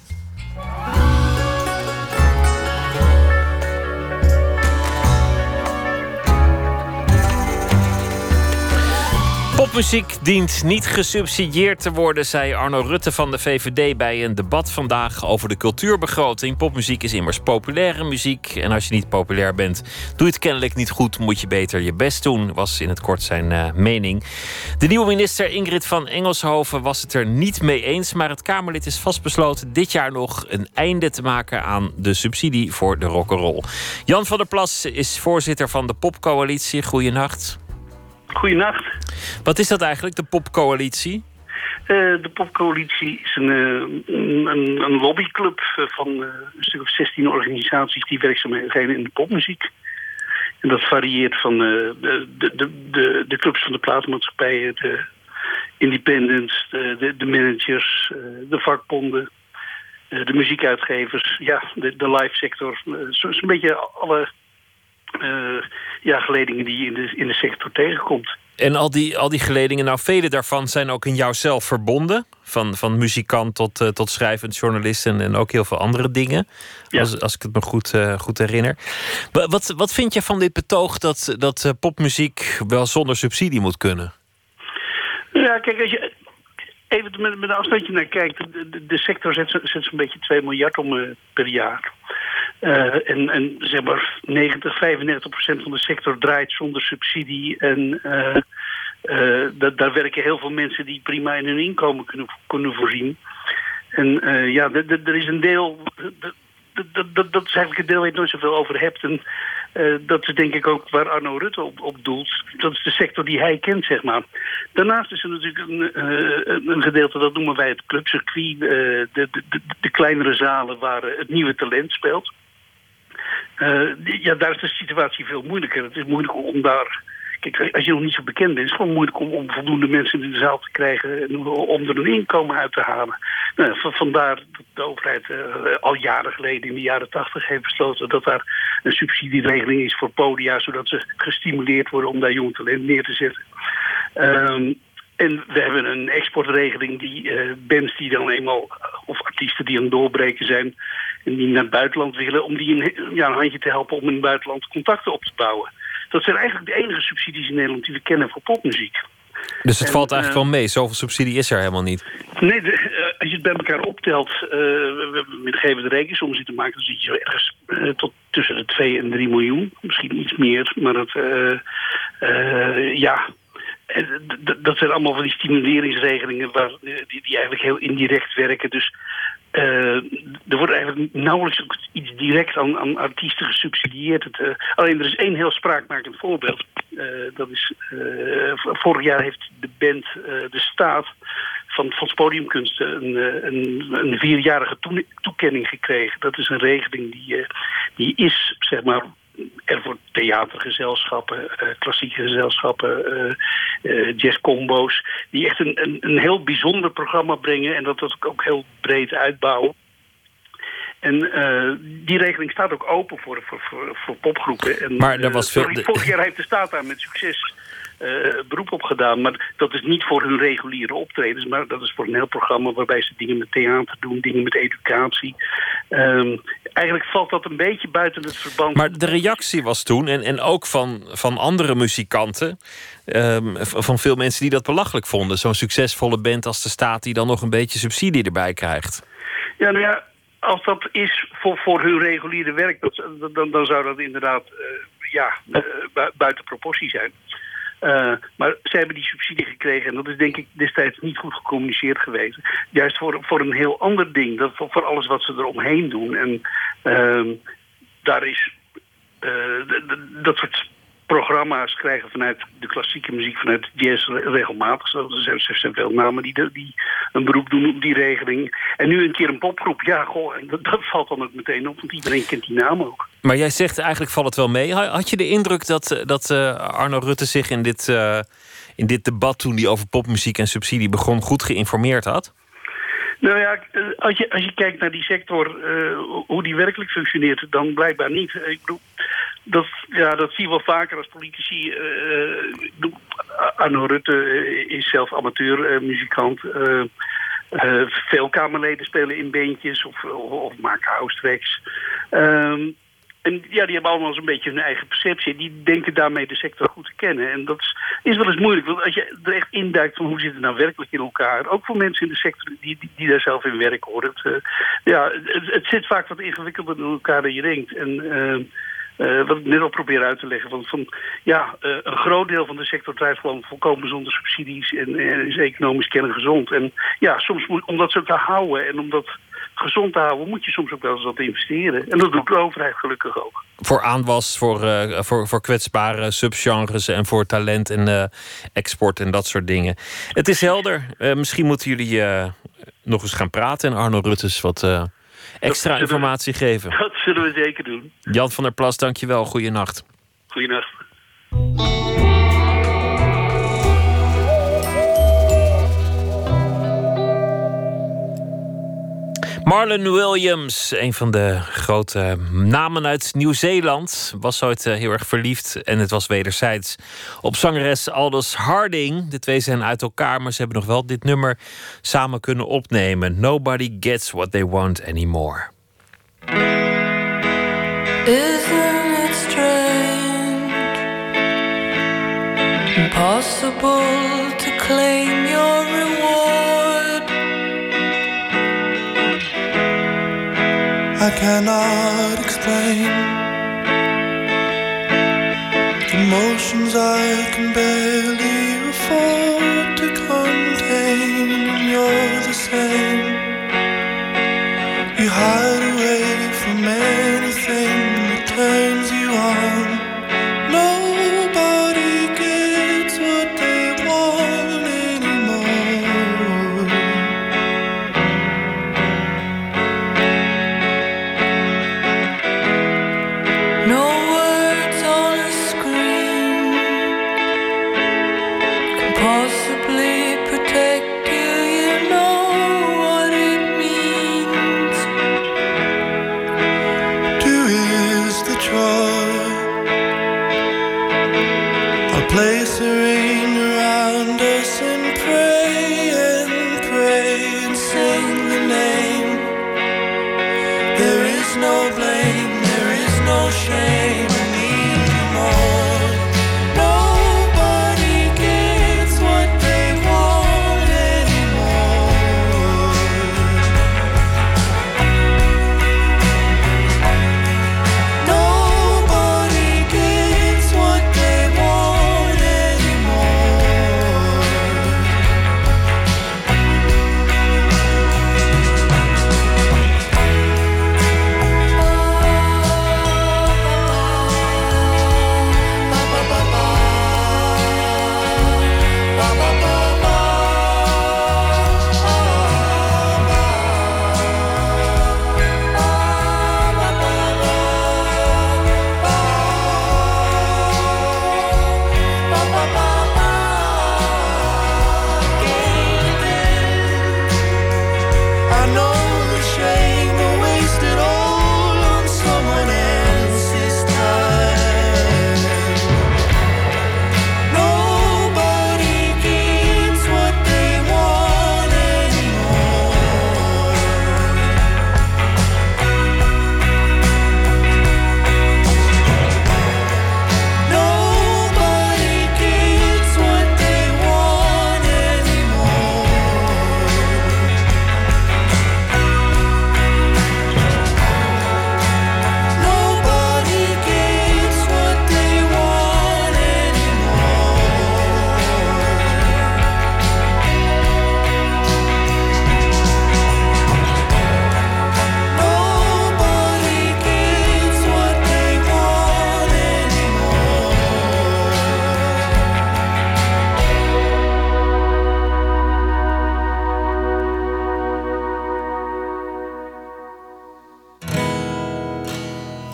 Popmuziek dient niet gesubsidieerd te worden, zei Arno Rutte van de V V D bij een debat vandaag over de cultuurbegroting. Popmuziek is immers populaire muziek. En als je niet populair bent, doe je het kennelijk niet goed, moet je beter je best doen, was in het kort zijn uh, mening. De nieuwe minister Ingrid van Engelshoven was het er niet mee eens, maar het Kamerlid is vastbesloten dit jaar nog een einde te maken aan de subsidie voor de rock'n'roll. Jan van der Plas is voorzitter van de Popcoalitie. Goeienacht. Goeienacht. Wat is dat eigenlijk, de Popcoalitie? Uh, de Popcoalitie is een, uh, een, een lobbyclub van uh, een stuk of zestien organisaties die werkzaam zijn in de popmuziek. En dat varieert van uh, de, de, de, de clubs van de platenmaatschappijen, de independents, de, de, de managers, uh, de vakbonden, uh, de muziekuitgevers, ja, de, de live sector. Uh, Zo'n zo beetje alle uh, ja, geledingen die je in de, in de sector tegenkomt. En al die, al die geledingen, nou vele daarvan zijn ook in jouzelf verbonden. Van, van muzikant tot, uh, tot schrijvend journalist en, en ook heel veel andere dingen. Ja. Als, als ik het me goed, uh, goed herinner. Wat, wat vind je van dit betoog dat, dat uh, popmuziek wel zonder subsidie moet kunnen? Ja, kijk, als je even met, met een afstandje naar kijkt. De, de, de sector zet, zet zo'n beetje twee miljard om uh, per jaar. Uh, en, en zeg maar negentig, vijfennegentig procent van de sector draait zonder subsidie. En uh, uh, dat, daar werken heel veel mensen die prima in hun inkomen kunnen, kunnen voorzien. En uh, ja, er is een deel, dat, dat, dat is eigenlijk een deel waar je het nooit zoveel over hebt. En uh, dat is denk ik ook waar Arno Rutte op, op doelt. Dat is de sector die hij kent, zeg maar. Daarnaast is er natuurlijk een, uh, een gedeelte, dat noemen wij het clubcircuit. Uh, de, de, de, de kleinere zalen waar uh, het nieuwe talent speelt. Uh, ja, daar is de situatie veel moeilijker. Het is moeilijk om daar... Kijk, als je nog niet zo bekend bent, is het gewoon moeilijk om, om voldoende mensen in de zaal te krijgen en om er een inkomen uit te halen. Nou, v- vandaar dat de overheid uh, al jaren geleden, in de jaren tachtig, heeft besloten dat daar een subsidieregeling is voor podia, zodat ze gestimuleerd worden om daar jong talent neer te zetten. Um, En we hebben een exportregeling die uh, bands die dan eenmaal, of artiesten die aan het doorbreken zijn en die naar het buitenland willen, om die een, ja, een handje te helpen om in het buitenland contacten op te bouwen. Dat zijn eigenlijk de enige subsidies in Nederland die we kennen voor popmuziek. Dus het en, valt eigenlijk uh, wel mee. Zoveel subsidie is er helemaal niet. Nee, de, uh, als je het bij elkaar optelt, uh, we, we geven de rekensom zitten maken, dan zit je zo ergens uh, tot tussen de twee en drie miljoen. Misschien iets meer, maar dat, uh, uh, ja... Dat zijn allemaal van die stimuleringsregelingen waar, die, die eigenlijk heel indirect werken. Dus uh, er wordt eigenlijk nauwelijks ook iets direct aan, aan artiesten gesubsidieerd. Het, uh, alleen er is één heel spraakmakend voorbeeld. Uh, dat is, uh, vorig jaar heeft de band uh, De Staat van, van Podiumkunsten een, een, een vierjarige toe, toekenning gekregen. Dat is een regeling die, uh, die is, zeg maar, er voor theatergezelschappen, uh, klassieke gezelschappen, uh, uh, jazzcombo's, die echt een, een, een heel bijzonder programma brengen en dat dat ook heel breed uitbouwen. En uh, die regeling staat ook open voor, voor, voor, voor popgroepen. En, maar er was veel... uh, vorig jaar heeft de staat daar met succes uh, beroep op gedaan. Maar dat is niet voor hun reguliere optredens, maar dat is voor een heel programma waarbij ze dingen met theater doen, dingen met educatie. Um, eigenlijk valt dat een beetje buiten het verband. Maar de reactie was toen, en, en ook van, van andere muzikanten, um, van veel mensen die dat belachelijk vonden. Zo'n succesvolle band als de Staat die dan nog een beetje subsidie erbij krijgt. Ja, nou ja, als dat is voor, voor hun reguliere werk, dat, dan, dan zou dat inderdaad uh, ja, uh, bu- buiten proportie zijn. Uh, maar ze hebben die subsidie gekregen en dat is denk ik destijds niet goed gecommuniceerd geweest. Juist voor, voor een heel ander ding, dat, voor, voor alles wat ze eromheen doen. En uh, daar is uh, d- d- dat soort programma's krijgen vanuit de klassieke muziek, vanuit de jazz regelmatig. Er zijn, er zijn veel namen die, de, die een beroep doen op die regeling. En nu een keer een popgroep, ja, goh, en dat, dat valt dan ook meteen op, want iedereen kent die naam ook. Maar jij zegt eigenlijk valt het wel mee. Had je de indruk dat, dat uh, Arno Rutte zich in dit, uh, in dit debat, toen hij over popmuziek en subsidie begon, goed geïnformeerd had? Nou ja, als je, als je kijkt naar die sector, uh, hoe die werkelijk functioneert, dan blijkbaar niet. Ik bedoel, dat, ja, dat zie je wel vaker als politici. Uh, Arno Rutte is zelf amateurmuzikant. Uh, uh, veel Kamerleden spelen in bandjes of, of, of maken house tracks. Um, En ja, die hebben allemaal zo'n beetje hun eigen perceptie. Die denken daarmee de sector goed te kennen. En dat is, is wel eens moeilijk. Want als je er echt induikt van hoe zit het nou werkelijk in elkaar. Ook voor mensen in de sector die, die, die daar zelf in werken. Hoor. Het, uh, ja, het, het zit vaak wat ingewikkelder in elkaar dan je denkt. En uh, uh, wat ik net al probeer uit te leggen. Van, van, ja, uh, een groot deel van de sector draait gewoon volkomen zonder subsidies. En, en is economisch kerngezond. En ja, soms moet, om dat zo te houden en om dat gezond te houden, moet je soms ook wel eens wat investeren. En dat doet de overheid gelukkig ook. Voor aanwas, voor, uh, voor, voor kwetsbare subgenres en voor talent en uh, export en dat soort dingen. Het is helder. Uh, misschien moeten jullie uh, nog eens gaan praten en Arno Ruttes wat uh, extra dat informatie we, geven. Dat zullen we zeker doen. Jan van der Plas, dankjewel. Goeienacht. Goeienacht. Marlon Williams, een van de grote namen uit Nieuw-Zeeland, was ooit heel erg verliefd, en het was wederzijds, op zangeres Aldous Harding. De twee zijn uit elkaar, maar ze hebben nog wel dit nummer samen kunnen opnemen. Nobody Gets What They Want Anymore. Isn't it strange, impossible to claim your reward? I cannot explain emotions I can barely afford to contain, and you're the same. You hide away from anything that turns you on. Nobody gets what they want anymore. No words on a screen can possibly protect you. You know what it means to is the joy. I'll place a ring around us and pray and pray and sing the name. There is no blame, there is no shame anymore. Nobody gets what they want anymore. Nobody gets what they want anymore.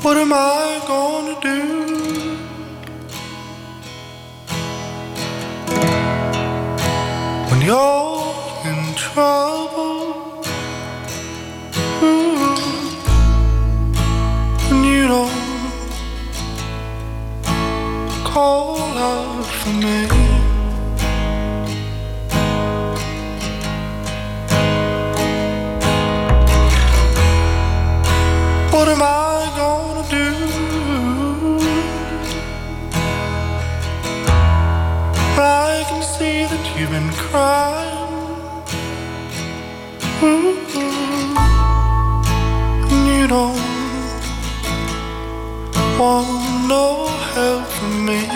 What am I gonna do? When you're in trouble, mm, when you don't call out for me. What am I gonna do? I can see that you've been crying, mm-hmm. And you don't want no help from me.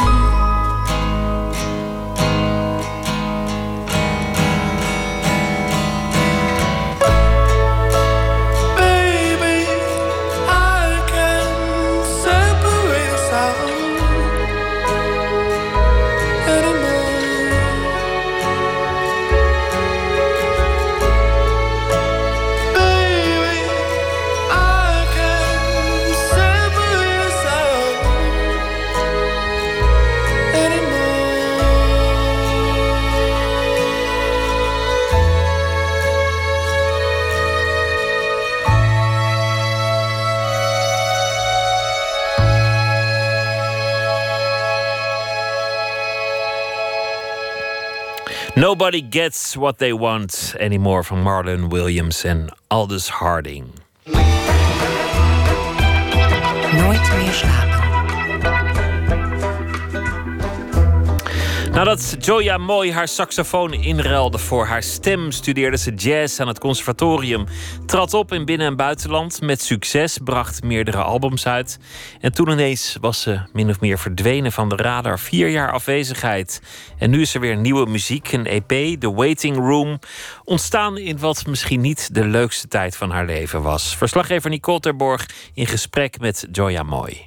Nobody Gets What They Want Anymore van Marlon Williams en Aldous Harding. Nooit meer slapen. Nadat Joya Mooi haar saxofoon inruilde voor haar stem, studeerde ze jazz aan het conservatorium. Trad op in binnen- en buitenland met succes, bracht meerdere albums uit. En toen ineens was ze min of meer verdwenen van de radar. Vier jaar afwezigheid. En nu is er weer nieuwe muziek, een E P, The Waiting Room. Ontstaan in wat misschien niet de leukste tijd van haar leven was. Verslaggever Nicole Terborg in gesprek met Joya Mooi.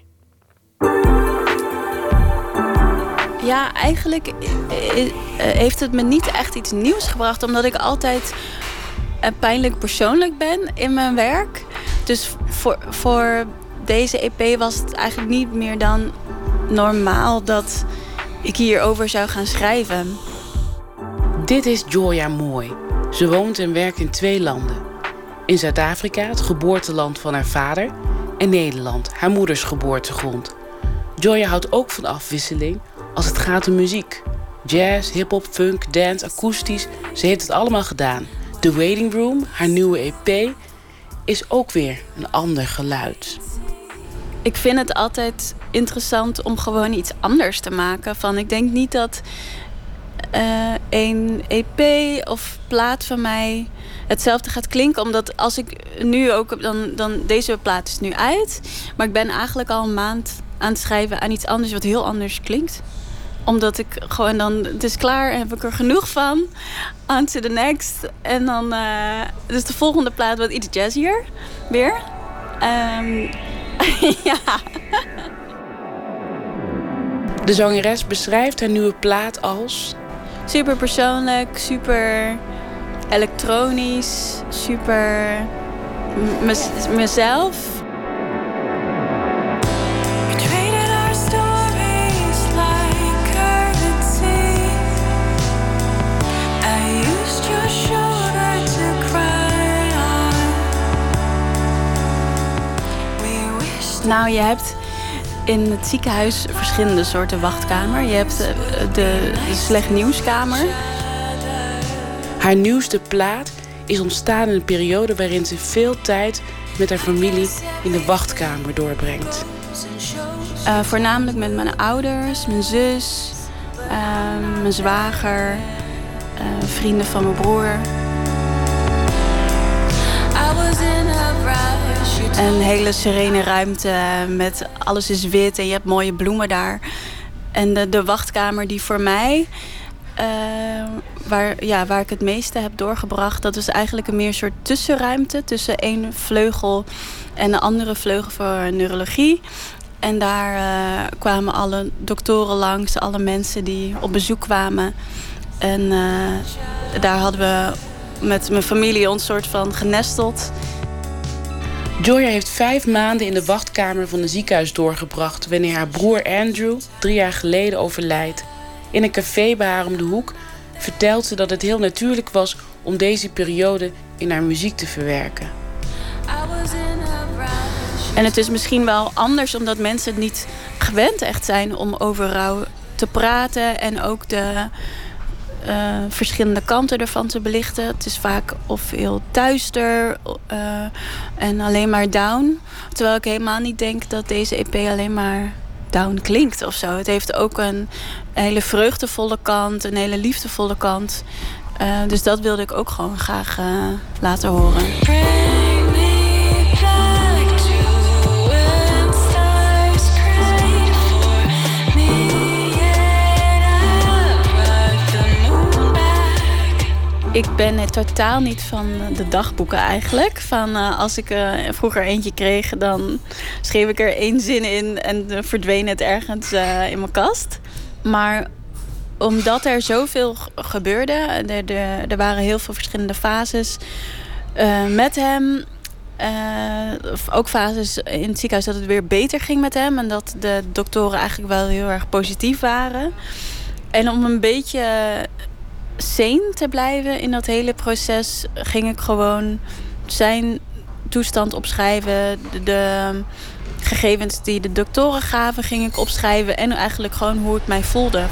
Ja, eigenlijk heeft het me niet echt iets nieuws gebracht. Omdat ik altijd pijnlijk persoonlijk ben in mijn werk. Dus voor, voor deze E P was het eigenlijk niet meer dan normaal dat ik hierover zou gaan schrijven. Dit is Joya Mooi. Ze woont en werkt in twee landen. In Zuid-Afrika, het geboorteland van haar vader. En Nederland, haar moeders geboortegrond. Joya houdt ook van afwisseling als het gaat om muziek. Jazz, hip-hop, funk, dance, akoestisch. Ze heeft het allemaal gedaan. The Waiting Room, haar nieuwe E P, is ook weer een ander geluid. Ik vind het altijd interessant om gewoon iets anders te maken. Van, ik denk niet dat uh, een E P of plaat van mij hetzelfde gaat klinken. Omdat als ik nu ook... Dan, dan, deze plaat is nu uit. Maar ik ben eigenlijk al een maand aan het schrijven aan iets anders wat heel anders klinkt. Omdat ik gewoon dan... Het is klaar en heb ik er genoeg van. On to the next. En dan... Uh, dus de volgende plaat wordt iets jazzier. Weer. Um, ja. De zangeres beschrijft haar nieuwe plaat als... super persoonlijk, super elektronisch, super m- mezelf. Nou, je hebt in het ziekenhuis verschillende soorten wachtkamer. Je hebt de, de, de slecht nieuwskamer. Haar nieuwste plaat is ontstaan in een periode waarin ze veel tijd met haar familie in de wachtkamer doorbrengt. Uh, voornamelijk met mijn ouders, mijn zus, uh, mijn zwager, uh, vrienden van mijn broer. Een hele serene ruimte met alles is wit en je hebt mooie bloemen daar. En de, de wachtkamer die voor mij, uh, waar, ja, waar ik het meeste heb doorgebracht, dat is eigenlijk een meer soort tussenruimte tussen één vleugel en een andere vleugel voor neurologie. En daar uh, kwamen alle doktoren langs, alle mensen die op bezoek kwamen. En uh, daar hadden we met mijn familie ons soort van genesteld. Gioia heeft vijf maanden in de wachtkamer van een ziekenhuis doorgebracht wanneer haar broer Andrew drie jaar geleden overlijdt. In een café bij haar om de hoek vertelt ze dat het heel natuurlijk was om deze periode in haar muziek te verwerken. En het is misschien wel anders omdat mensen het niet gewend echt zijn om over rouw te praten en ook de uh, verschillende kanten ervan te belichten. Het is vaak of heel duister uh, en alleen maar down. Terwijl ik helemaal niet denk dat deze E P alleen maar down klinkt of zo. Het heeft ook een hele vreugdevolle kant, een hele liefdevolle kant. Uh, dus dat wilde ik ook gewoon graag uh, laten horen. Ik ben uh, totaal niet van de dagboeken eigenlijk. Van, uh, als ik uh, vroeger eentje kreeg, dan schreef ik er één zin in en uh, verdween het ergens uh, in mijn kast. Maar omdat er zoveel gebeurde, er, er, er waren heel veel verschillende fases uh, met hem. Uh, ook fases in het ziekenhuis dat het weer beter ging met hem. En dat de doktoren eigenlijk wel heel erg positief waren. En om een beetje sane te blijven in dat hele proces ging ik gewoon zijn toestand opschrijven. De, de gegevens die de doktoren gaven ging ik opschrijven. En eigenlijk gewoon hoe ik mij voelde.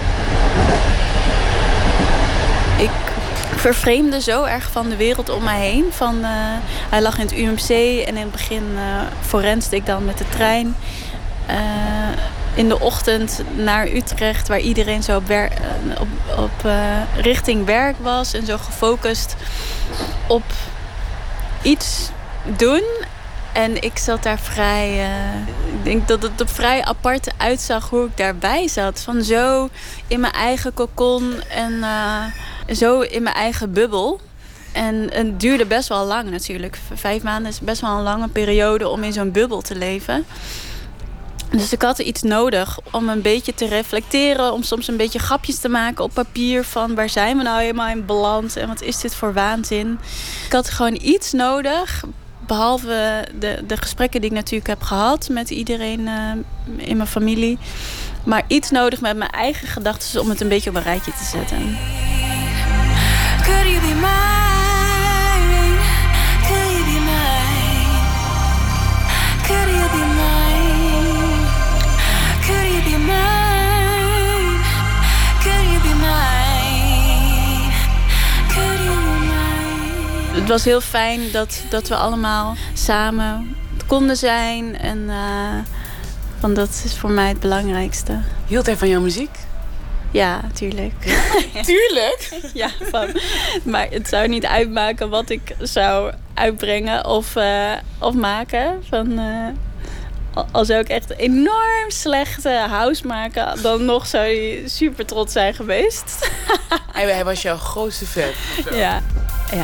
Ik vervreemde zo erg van de wereld om mij heen. Van, uh, hij lag in het U M C en in het begin uh, forenste ik dan met de trein. Uh, in de ochtend naar Utrecht, waar iedereen zo op, wer- op, op uh, richting werk was. En zo gefocust op iets doen. En ik zat daar vrij... Uh, ik denk dat het er vrij apart uitzag hoe ik daarbij zat. Van zo in mijn eigen kokon en uh, zo in mijn eigen bubbel. En het duurde best wel lang natuurlijk. Vijf maanden is best wel een lange periode om in zo'n bubbel te leven. Dus ik had iets nodig om een beetje te reflecteren. Om soms een beetje grapjes te maken op papier. Van waar zijn we nou helemaal in beland? En wat is dit voor waanzin? Ik had gewoon iets nodig. Behalve de, de gesprekken die ik natuurlijk heb gehad met iedereen uh, in mijn familie. Maar iets nodig met mijn eigen gedachten om het een beetje op een rijtje te zetten. Could you be mine? Could you be mine? Could you be mine? Could you be mine? Could you be mine? Could you be mine? Het was heel fijn dat, dat we allemaal samen konden zijn. En uh, want dat is voor mij het belangrijkste. Hield hij van jouw muziek? Ja, tuurlijk. Tuurlijk? Ja, van, maar het zou niet uitmaken wat ik zou uitbrengen of, uh, of maken. Van, uh, al zou ik echt enorm slechte house maken, dan nog zou hij super trots zijn geweest. hij, hij was jouw grootste fan. Ja, ja.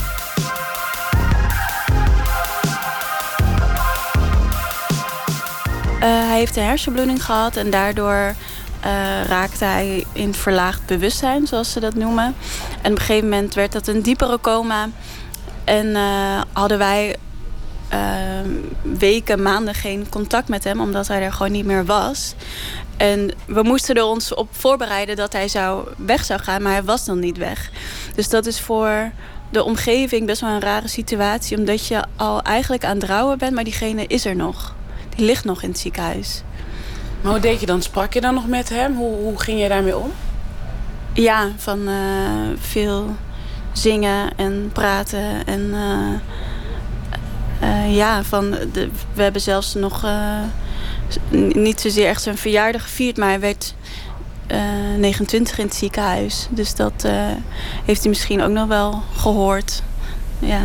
Uh, hij heeft een hersenbloeding gehad en daardoor uh, raakte hij in verlaagd bewustzijn, zoals ze dat noemen. En op een gegeven moment werd dat een diepere coma. En uh, hadden wij uh, weken, maanden geen contact met hem, omdat hij er gewoon niet meer was. En we moesten er ons op voorbereiden dat hij zou weg zou gaan, maar hij was dan niet weg. Dus dat is voor de omgeving best wel een rare situatie, omdat je al eigenlijk aan het rouwen bent, maar diegene is er nog. Die ligt nog in het ziekenhuis. Maar hoe deed je dan? Sprak je dan nog met hem? Hoe, hoe ging je daarmee om? Ja, van uh, veel zingen en praten. En uh, uh, ja, van de, we hebben zelfs nog uh, niet zozeer echt zijn verjaardag gevierd, maar hij werd uh, negenentwintig in het ziekenhuis. Dus dat uh, heeft hij misschien ook nog wel gehoord. Ja.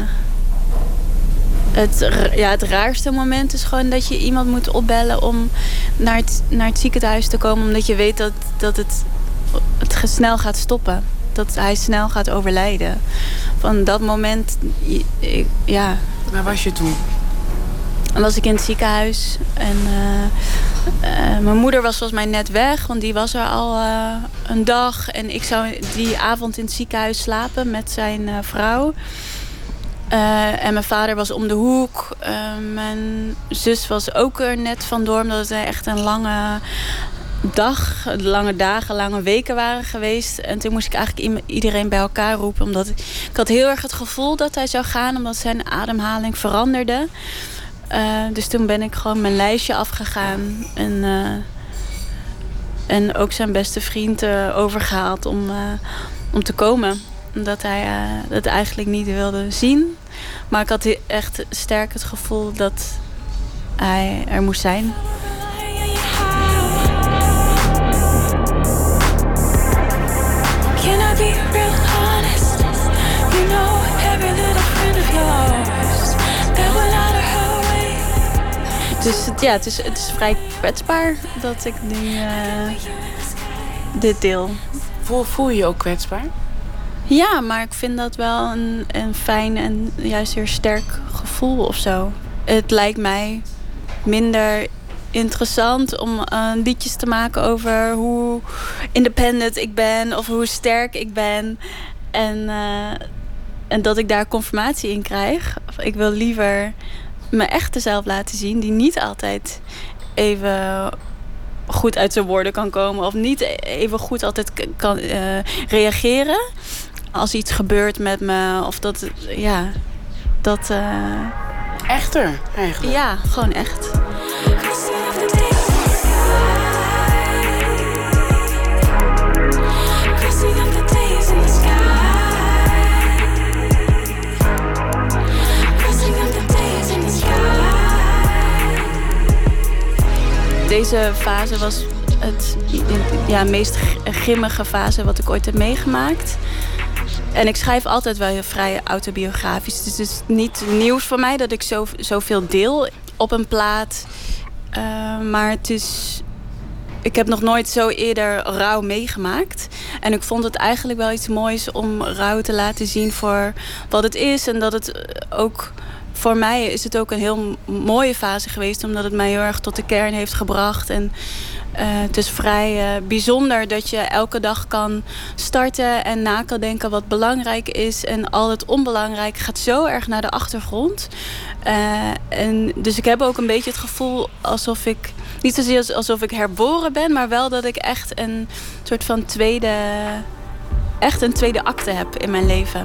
Het, ja, het raarste moment is gewoon dat je iemand moet opbellen om naar het, naar het ziekenhuis te komen. Omdat je weet dat, dat het, het snel gaat stoppen. Dat hij snel gaat overlijden. Van dat moment, ja. Waar was je toen? Dan was ik in het ziekenhuis. En uh, uh, mijn moeder was volgens mij net weg. Want die was er al uh, een dag. En ik zou die avond in het ziekenhuis slapen met zijn uh, vrouw. Uh, en mijn vader was om de hoek. Uh, mijn zus was ook er net vandoor, omdat het echt een lange dag, lange dagen, lange weken waren geweest. En toen moest ik eigenlijk iedereen bij elkaar roepen, omdat ik, ik had heel erg het gevoel dat hij zou gaan, omdat zijn ademhaling veranderde. Uh, dus toen ben ik gewoon mijn lijstje afgegaan en, uh, en ook zijn beste vriend uh, overgehaald om, uh, om te komen. Omdat hij uh, het eigenlijk niet wilde zien. Maar ik had echt sterk het gevoel dat hij er moest zijn. Can I be real honest? You know every little friend of yours that went out of her way. Dus het, ja, het is, het is vrij kwetsbaar dat ik nu uh, dit deel. Voel, voel je je ook kwetsbaar? Ja, maar ik vind dat wel een, een fijn en juist weer sterk gevoel of zo. Het lijkt mij minder interessant om uh, liedjes te maken over hoe independent ik ben of hoe sterk ik ben. En, uh, en dat ik daar confirmatie in krijg. Ik wil liever mijn echte zelf laten zien, die niet altijd even goed uit zijn woorden kan komen of niet even goed altijd kan uh, reageren als iets gebeurt met me of dat, ja, dat uh... echter eigenlijk. Ja, gewoon echt. Deze fase was het ja, meest grimmige fase wat ik ooit heb meegemaakt. En ik schrijf altijd wel heel vrij autobiografisch. Dus het is niet nieuws voor mij dat ik zo, zoveel deel op een plaat. Uh, maar het is... Ik heb nog nooit zo eerder rouw meegemaakt. En ik vond het eigenlijk wel iets moois om rouw te laten zien voor wat het is. En dat het ook... Voor mij is het ook een heel mooie fase geweest, omdat het mij heel erg tot de kern heeft gebracht. En uh, het is vrij uh, bijzonder dat je elke dag kan starten en na kan denken wat belangrijk is. En al het onbelangrijk gaat zo erg naar de achtergrond. Uh, en dus ik heb ook een beetje het gevoel alsof ik, niet zozeer alsof ik herboren ben, maar wel dat ik echt een soort van tweede, echt een tweede acte heb in mijn leven.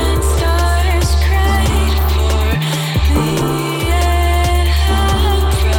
Try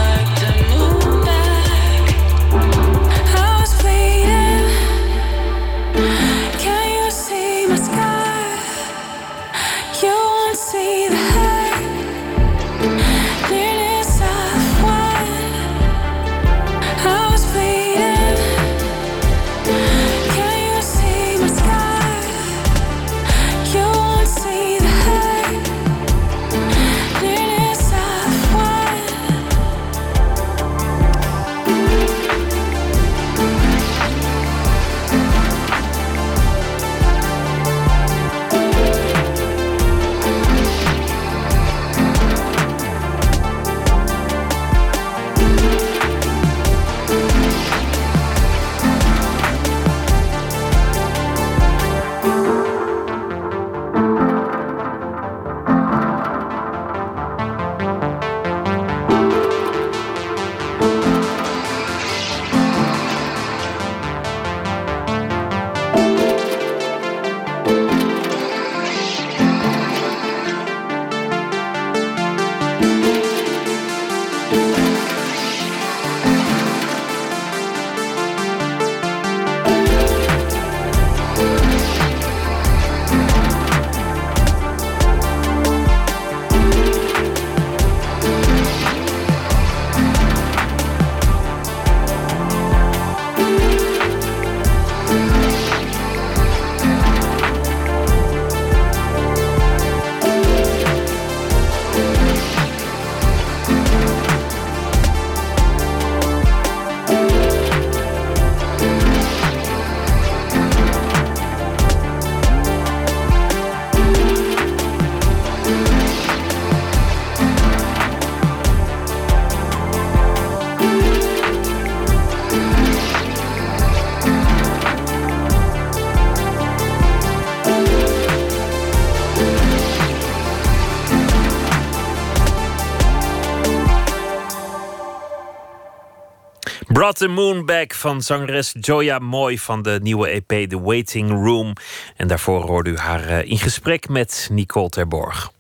Brought the Moon Back van zangeres Joya Mooi van de nieuwe E P The Waiting Room. En daarvoor hoorde u haar uh, in gesprek met Nicole Terborg.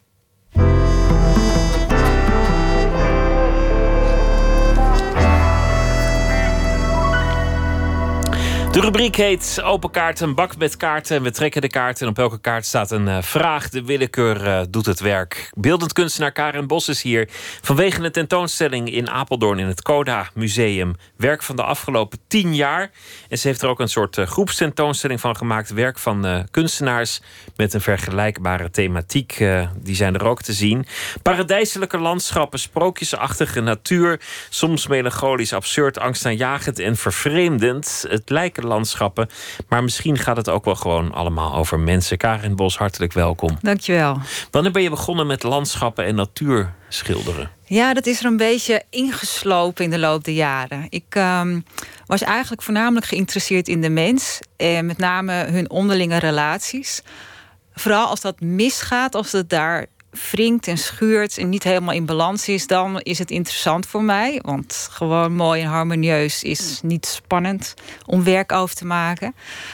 De rubriek heet Open kaarten, een bak met kaarten. En we trekken de kaarten en op elke kaart staat een uh, vraag. De willekeur uh, doet het werk. Beeldend kunstenaar Karen Bos is hier vanwege een tentoonstelling in Apeldoorn in het Coda Museum. Werk van de afgelopen tien jaar. En ze heeft er ook een soort uh, groepstentoonstelling van gemaakt. Werk van uh, kunstenaars met een vergelijkbare thematiek. Uh, die zijn er ook te zien. Paradijselijke landschappen, sprookjesachtige natuur. Soms melancholisch, absurd, angstaanjagend en vervreemdend. Het lijken landschappen, maar misschien gaat het ook wel gewoon allemaal over mensen. Karen Bos, hartelijk welkom. Dankjewel. Wanneer ben je begonnen met landschappen en natuur schilderen? Ja, dat is er een beetje ingeslopen in de loop der jaren. Ik um, was eigenlijk voornamelijk geïnteresseerd in de mens en met name hun onderlinge relaties. Vooral als dat misgaat, als het daar wringt en schuurt en niet helemaal in balans is, dan is het interessant voor mij. Want gewoon mooi en harmonieus is niet spannend om werk over te maken.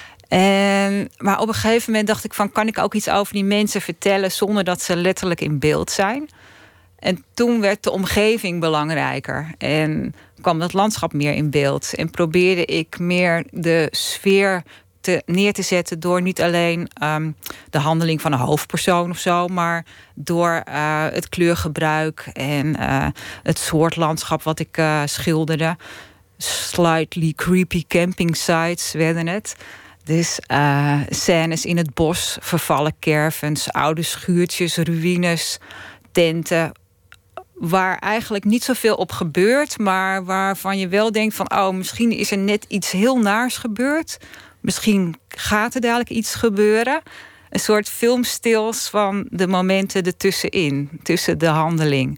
En, maar op een gegeven moment dacht ik van, kan ik ook iets over die mensen vertellen zonder dat ze letterlijk in beeld zijn? En toen werd de omgeving belangrijker en kwam dat landschap meer in beeld. En probeerde ik meer de sfeer te, neer te zetten door niet alleen um, de handeling van een hoofdpersoon of zo, maar door uh, het kleurgebruik en uh, het soort landschap wat ik uh, schilderde. Slightly creepy camping sites werden het. Dus uh, scènes in het bos, vervallen caravans, oude schuurtjes, ruïnes, tenten, waar eigenlijk niet zoveel op gebeurt, maar waarvan je wel denkt van, oh, misschien is er net iets heel naars gebeurd. Misschien gaat er dadelijk iets gebeuren. Een soort filmstils van de momenten ertussenin, tussen de handeling.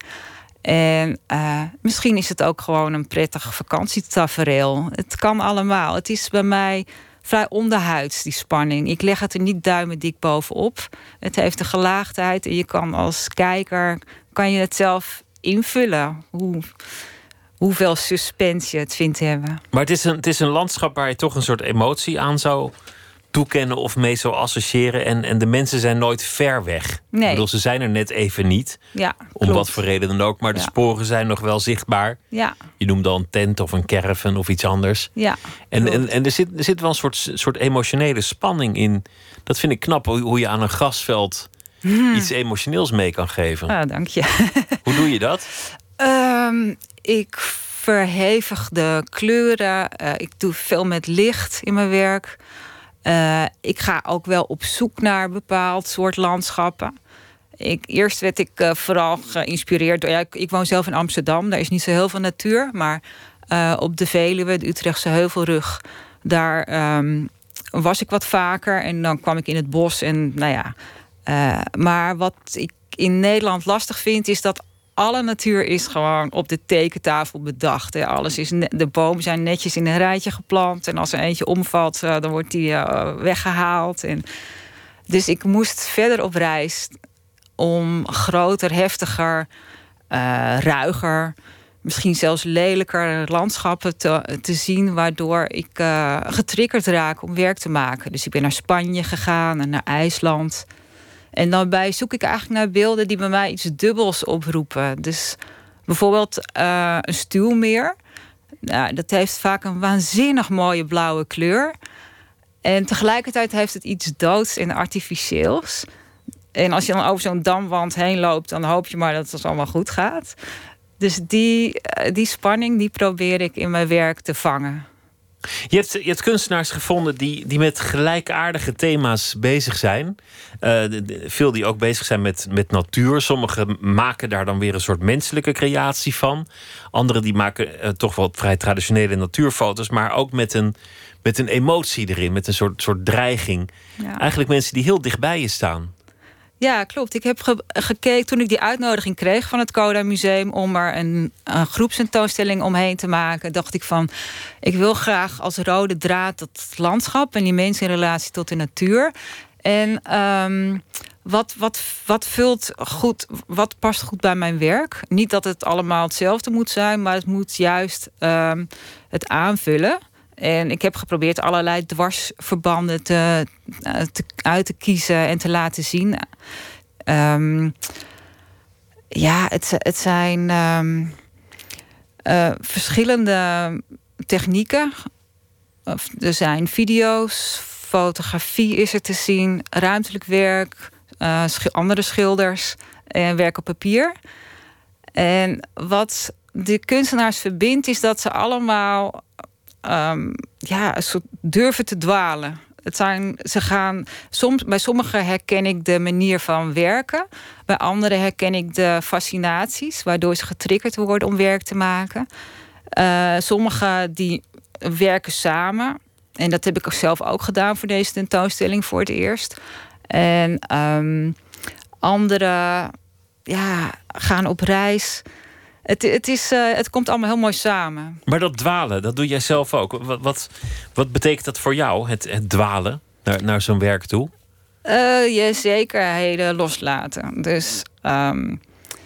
En uh, misschien is het ook gewoon een prettig vakantietafereel. Het kan allemaal. Het is bij mij vrij onderhuids, die spanning. Ik leg het er niet duimendik bovenop. Het heeft een gelaagdheid en je kan als kijker, kan je het zelf invullen. Hoe, hoeveel suspense je het vindt hebben. Maar het is, een, het is een landschap waar je toch een soort emotie aan zou toekennen of mee zou associëren. En, en de mensen zijn nooit ver weg. Nee. Ik bedoel, ze zijn er net even niet. Ja, om klopt. wat voor reden dan ook. Maar de ja. sporen zijn nog wel zichtbaar. Ja. Je noemt dan een tent of een caravan of iets anders. Ja, en en, en er, zit, er zit wel een soort, soort emotionele spanning in. Dat vind ik knap, hoe, hoe je aan een grasveld hmm. iets emotioneels mee kan geven. Ah, dank je. Hoe doe je dat? Um, ik verhevig de kleuren. Uh, ik doe veel met licht in mijn werk. Uh, ik ga ook wel op zoek naar een bepaald soort landschappen. Ik, eerst werd ik uh, vooral geïnspireerd door... Ja, ik, ik woon zelf in Amsterdam, daar is niet zo heel veel natuur. Maar uh, op de Veluwe, de Utrechtse Heuvelrug, daar um, was ik wat vaker. En dan kwam ik in het bos en nou ja. Uh, maar wat ik in Nederland lastig vind, is dat alle natuur is gewoon op de tekentafel bedacht. Hè. Alles is ne- de bomen zijn netjes in een rijtje geplant. En als er eentje omvalt, uh, dan wordt die uh, weggehaald. En dus ik moest verder op reis om groter, heftiger, uh, ruiger, misschien zelfs lelijker landschappen te, te zien, waardoor ik uh, getriggerd raak om werk te maken. Dus ik ben naar Spanje gegaan en naar IJsland. En daarbij zoek ik eigenlijk naar beelden die bij mij iets dubbels oproepen. Dus bijvoorbeeld uh, een stuwmeer. Nou, dat heeft vaak een waanzinnig mooie blauwe kleur. En tegelijkertijd heeft het iets doods en artificieels. En als je dan over zo'n damwand heen loopt, dan hoop je maar dat het allemaal goed gaat. Dus die, die spanning, die probeer ik in mijn werk te vangen. Je hebt, je hebt kunstenaars gevonden die, die met gelijkaardige thema's bezig zijn. Uh, de, de, veel die ook bezig zijn met, met natuur. Sommigen maken daar dan weer een soort menselijke creatie van. Anderen die maken uh, toch wel vrij traditionele natuurfoto's, maar ook met een, met een emotie erin, met een soort, soort dreiging. Ja. Eigenlijk mensen die heel dichtbij je staan. Ja, klopt. Ik heb ge- gekeken toen ik die uitnodiging kreeg van het Coda Museum om er een, een groepstentoonstelling omheen te maken. Dacht ik van, ik wil graag als rode draad dat landschap en die mensen in relatie tot de natuur. En um, wat, wat, wat vult goed, wat past goed bij mijn werk? Niet dat het allemaal hetzelfde moet zijn, maar het moet juist um, het aanvullen. En ik heb geprobeerd allerlei dwarsverbanden te, te, uit te kiezen en te laten zien. Um, ja, het, het zijn um, uh, verschillende technieken. Er zijn video's, fotografie is er te zien, ruimtelijk werk, uh, sch- andere schilders en werk op papier. En wat de kunstenaars verbindt, is dat ze allemaal um, ja, een soort durven te dwalen. Het zijn, ze gaan, soms, bij sommigen herken ik de manier van werken. Bij anderen herken ik de fascinaties, waardoor ze getriggerd worden om werk te maken. Uh, sommigen die werken samen. En dat heb ik zelf ook gedaan voor deze tentoonstelling voor het eerst. En um, anderen ja, gaan op reis. Het, het, is, uh, het komt allemaal heel mooi samen. Maar dat dwalen, dat doe jij zelf ook. Wat, wat, wat betekent dat voor jou, het, het dwalen naar, naar zo'n werk toe? Uh, je zekerheden loslaten. Dus um,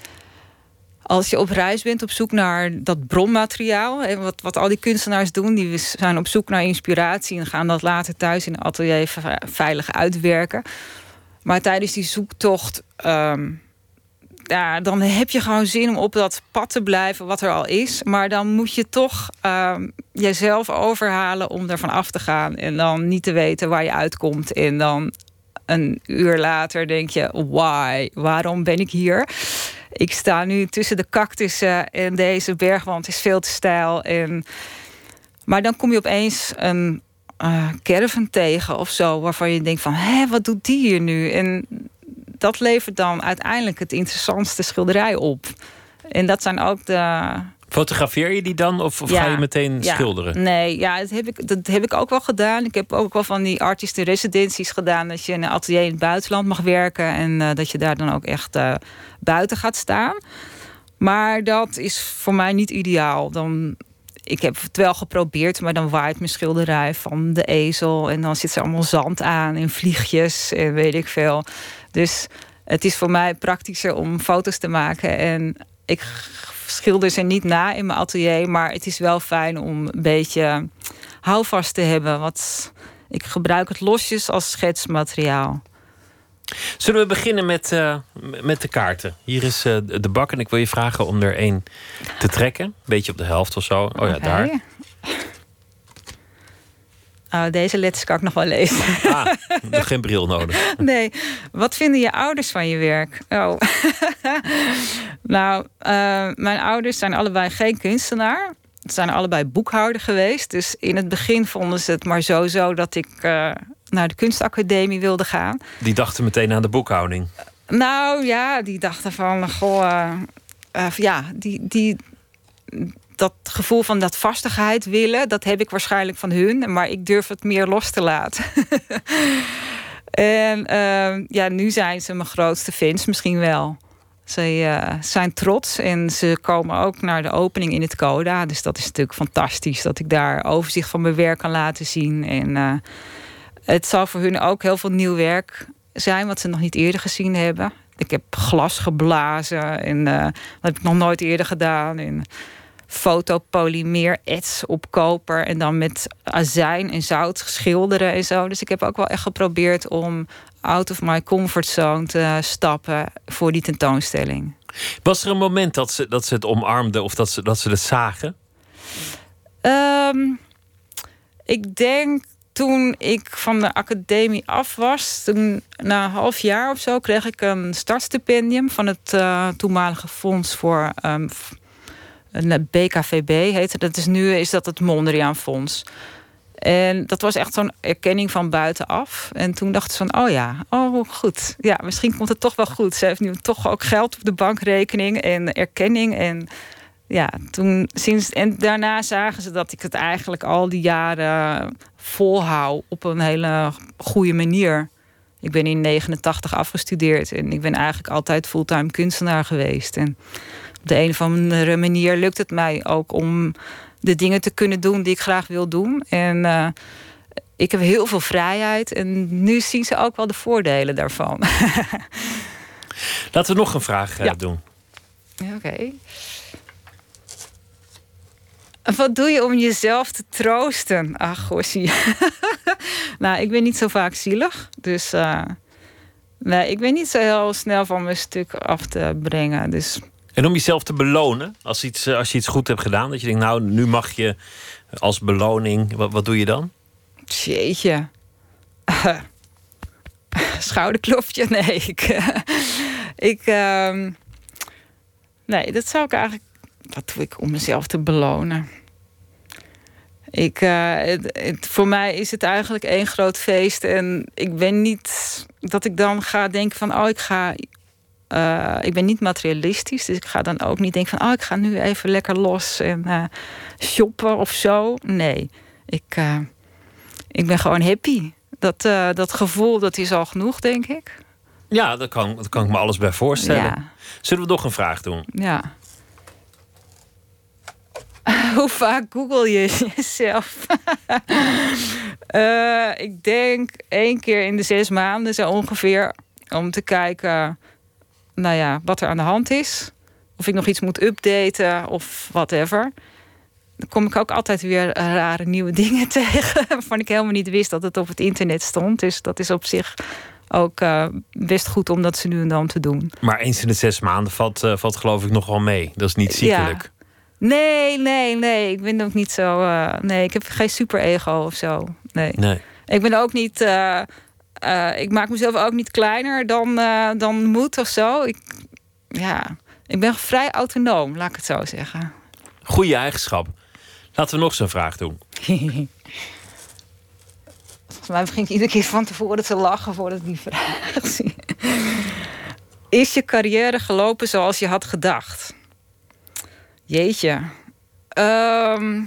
als je op reis bent, op zoek naar dat bronmateriaal, en wat, wat al die kunstenaars doen, die zijn op zoek naar inspiratie en gaan dat later thuis in een atelier veilig uitwerken. Maar tijdens die zoektocht, um, ja, dan heb je gewoon zin om op dat pad te blijven wat er al is. Maar dan moet je toch um, jezelf overhalen om ervan af te gaan en dan niet te weten waar je uitkomt. En dan een uur later denk je, why? Waarom ben ik hier? Ik sta nu tussen de cactussen en deze bergwand is veel te steil. En maar dan kom je opeens een uh, caravan tegen of zo, waarvan je denkt van, hé, wat doet die hier nu? En dat levert dan uiteindelijk het interessantste schilderij op. En dat zijn ook de... Fotografeer je die dan of, of ja, ga je meteen ja, schilderen? Nee, ja, dat, heb ik, dat heb ik ook wel gedaan. Ik heb ook wel van die artist in residenties gedaan, dat je in een atelier in het buitenland mag werken en uh, dat je daar dan ook echt uh, buiten gaat staan. Maar dat is voor mij niet ideaal. Dan, ik heb het wel geprobeerd, maar dan waait mijn schilderij van de ezel en dan zit er allemaal zand aan en vliegjes en weet ik veel. Dus het is voor mij praktischer om foto's te maken en ik schilder ze niet na in mijn atelier, maar het is wel fijn om een beetje houvast te hebben. Want ik gebruik het losjes als schetsmateriaal. Zullen we beginnen met, uh, met de kaarten? Hier is uh, de bak en ik wil je vragen om er één te trekken. Een beetje op de helft of zo. Oh ja, okay. Daar. Oh, deze letters kan ik nog wel lezen. Ah, nog geen bril nodig. Nee. Wat vinden je ouders van je werk? Oh. Nou, uh, mijn ouders zijn allebei geen kunstenaar. Ze zijn allebei boekhouder geweest. Dus in het begin vonden ze het maar zo zo dat ik uh, naar de kunstacademie wilde gaan. Die dachten meteen aan de boekhouding. Uh, nou ja, die dachten van, goh, uh, uh, ja, die... die dat gevoel van dat vastigheid willen, dat heb ik waarschijnlijk van hun. Maar ik durf het meer los te laten. En uh, ja, nu zijn ze mijn grootste fans misschien wel. Ze uh, zijn trots en ze komen ook naar de opening in het Coda. Dus dat is natuurlijk fantastisch dat ik daar overzicht van mijn werk kan laten zien. En uh, het zal voor hun ook heel veel nieuw werk zijn wat ze nog niet eerder gezien hebben. Ik heb glas geblazen en uh, dat heb ik nog nooit eerder gedaan. En fotopolymeer ets op koper en dan met azijn en zout schilderen en zo. Dus ik heb ook wel echt geprobeerd om out of my comfort zone te stappen voor die tentoonstelling. Was er een moment dat ze, dat ze het omarmden of dat ze, dat ze het zagen? Um, ik denk toen ik van de academie af was, toen, na een half jaar of zo, kreeg ik een startstipendium van het uh, toenmalige fonds voor um, een B K V B heette dat. Dus nu is dat het Mondriaan Fonds. En dat was echt zo'n erkenning van buitenaf. En toen dacht ze van, oh ja, oh goed. Ja, misschien komt het toch wel goed. Ze heeft nu toch ook geld op de bankrekening en erkenning. En ja, toen sinds en daarna zagen ze dat ik het eigenlijk al die jaren volhoud op een hele goede manier. Ik ben in negenentachtig afgestudeerd en ik ben eigenlijk altijd fulltime kunstenaar geweest. En op de een of andere manier lukt het mij ook om de dingen te kunnen doen die ik graag wil doen. En uh, ik heb heel veel vrijheid. En nu zien ze ook wel de voordelen daarvan. Laten we nog een vraag uh, ja. doen. Oké. Okay. Wat doe je om jezelf te troosten? Ach, gossie. Nou, ik ben niet zo vaak zielig. Dus uh, nee, ik ben niet zo heel snel van mijn stuk af te brengen. Dus... En om jezelf te belonen, als, iets, als je iets goed hebt gedaan... dat je denkt, nou, nu mag je als beloning... Wat, wat doe je dan? Jeetje. Uh, schouderklopje? Nee, ik... Uh, ik uh, nee, dat zou ik eigenlijk... Wat doe ik om mezelf te belonen? Ik, uh, het, het, voor mij is het eigenlijk één groot feest. En ik ben niet dat ik dan ga denken van... oh, ik ga... Uh, ik ben niet materialistisch. Dus ik ga dan ook niet denken van... oh, ik ga nu even lekker los en uh, shoppen of zo. Nee, ik, uh, ik ben gewoon happy. Dat, uh, dat gevoel, dat is al genoeg, denk ik. Ja, daar kan, daar kan ik me alles bij voorstellen. Ja. Zullen we nog een vraag doen? Ja. Hoe vaak google je jezelf? uh, ik denk één keer in de zes maanden zo ongeveer. Om te kijken, nou ja, wat er aan de hand is. Of ik nog iets moet updaten of whatever. Dan kom ik ook altijd weer rare nieuwe dingen tegen. Waarvan ik helemaal niet wist dat het op het internet stond. Dus dat is op zich ook uh, best goed om dat ze nu en dan te doen. Maar eens in de zes maanden valt, uh, valt geloof ik nog wel mee. Dat is niet ziekelijk. Ja. Nee, nee, nee. Ik ben ook niet zo... Uh, nee, ik heb geen super-ego of zo. Nee. nee. Ik ben ook niet... Uh, uh, ik maak mezelf ook niet kleiner dan, uh, dan moet of zo. Ik, ja, ik ben vrij autonoom, laat ik het zo zeggen. Goeie eigenschap. Laten we nog zo'n vraag doen. Volgens mij begin ik iedere keer van tevoren te lachen voordat ik die vraag zie. Is je carrière gelopen zoals je had gedacht? Jeetje. Um,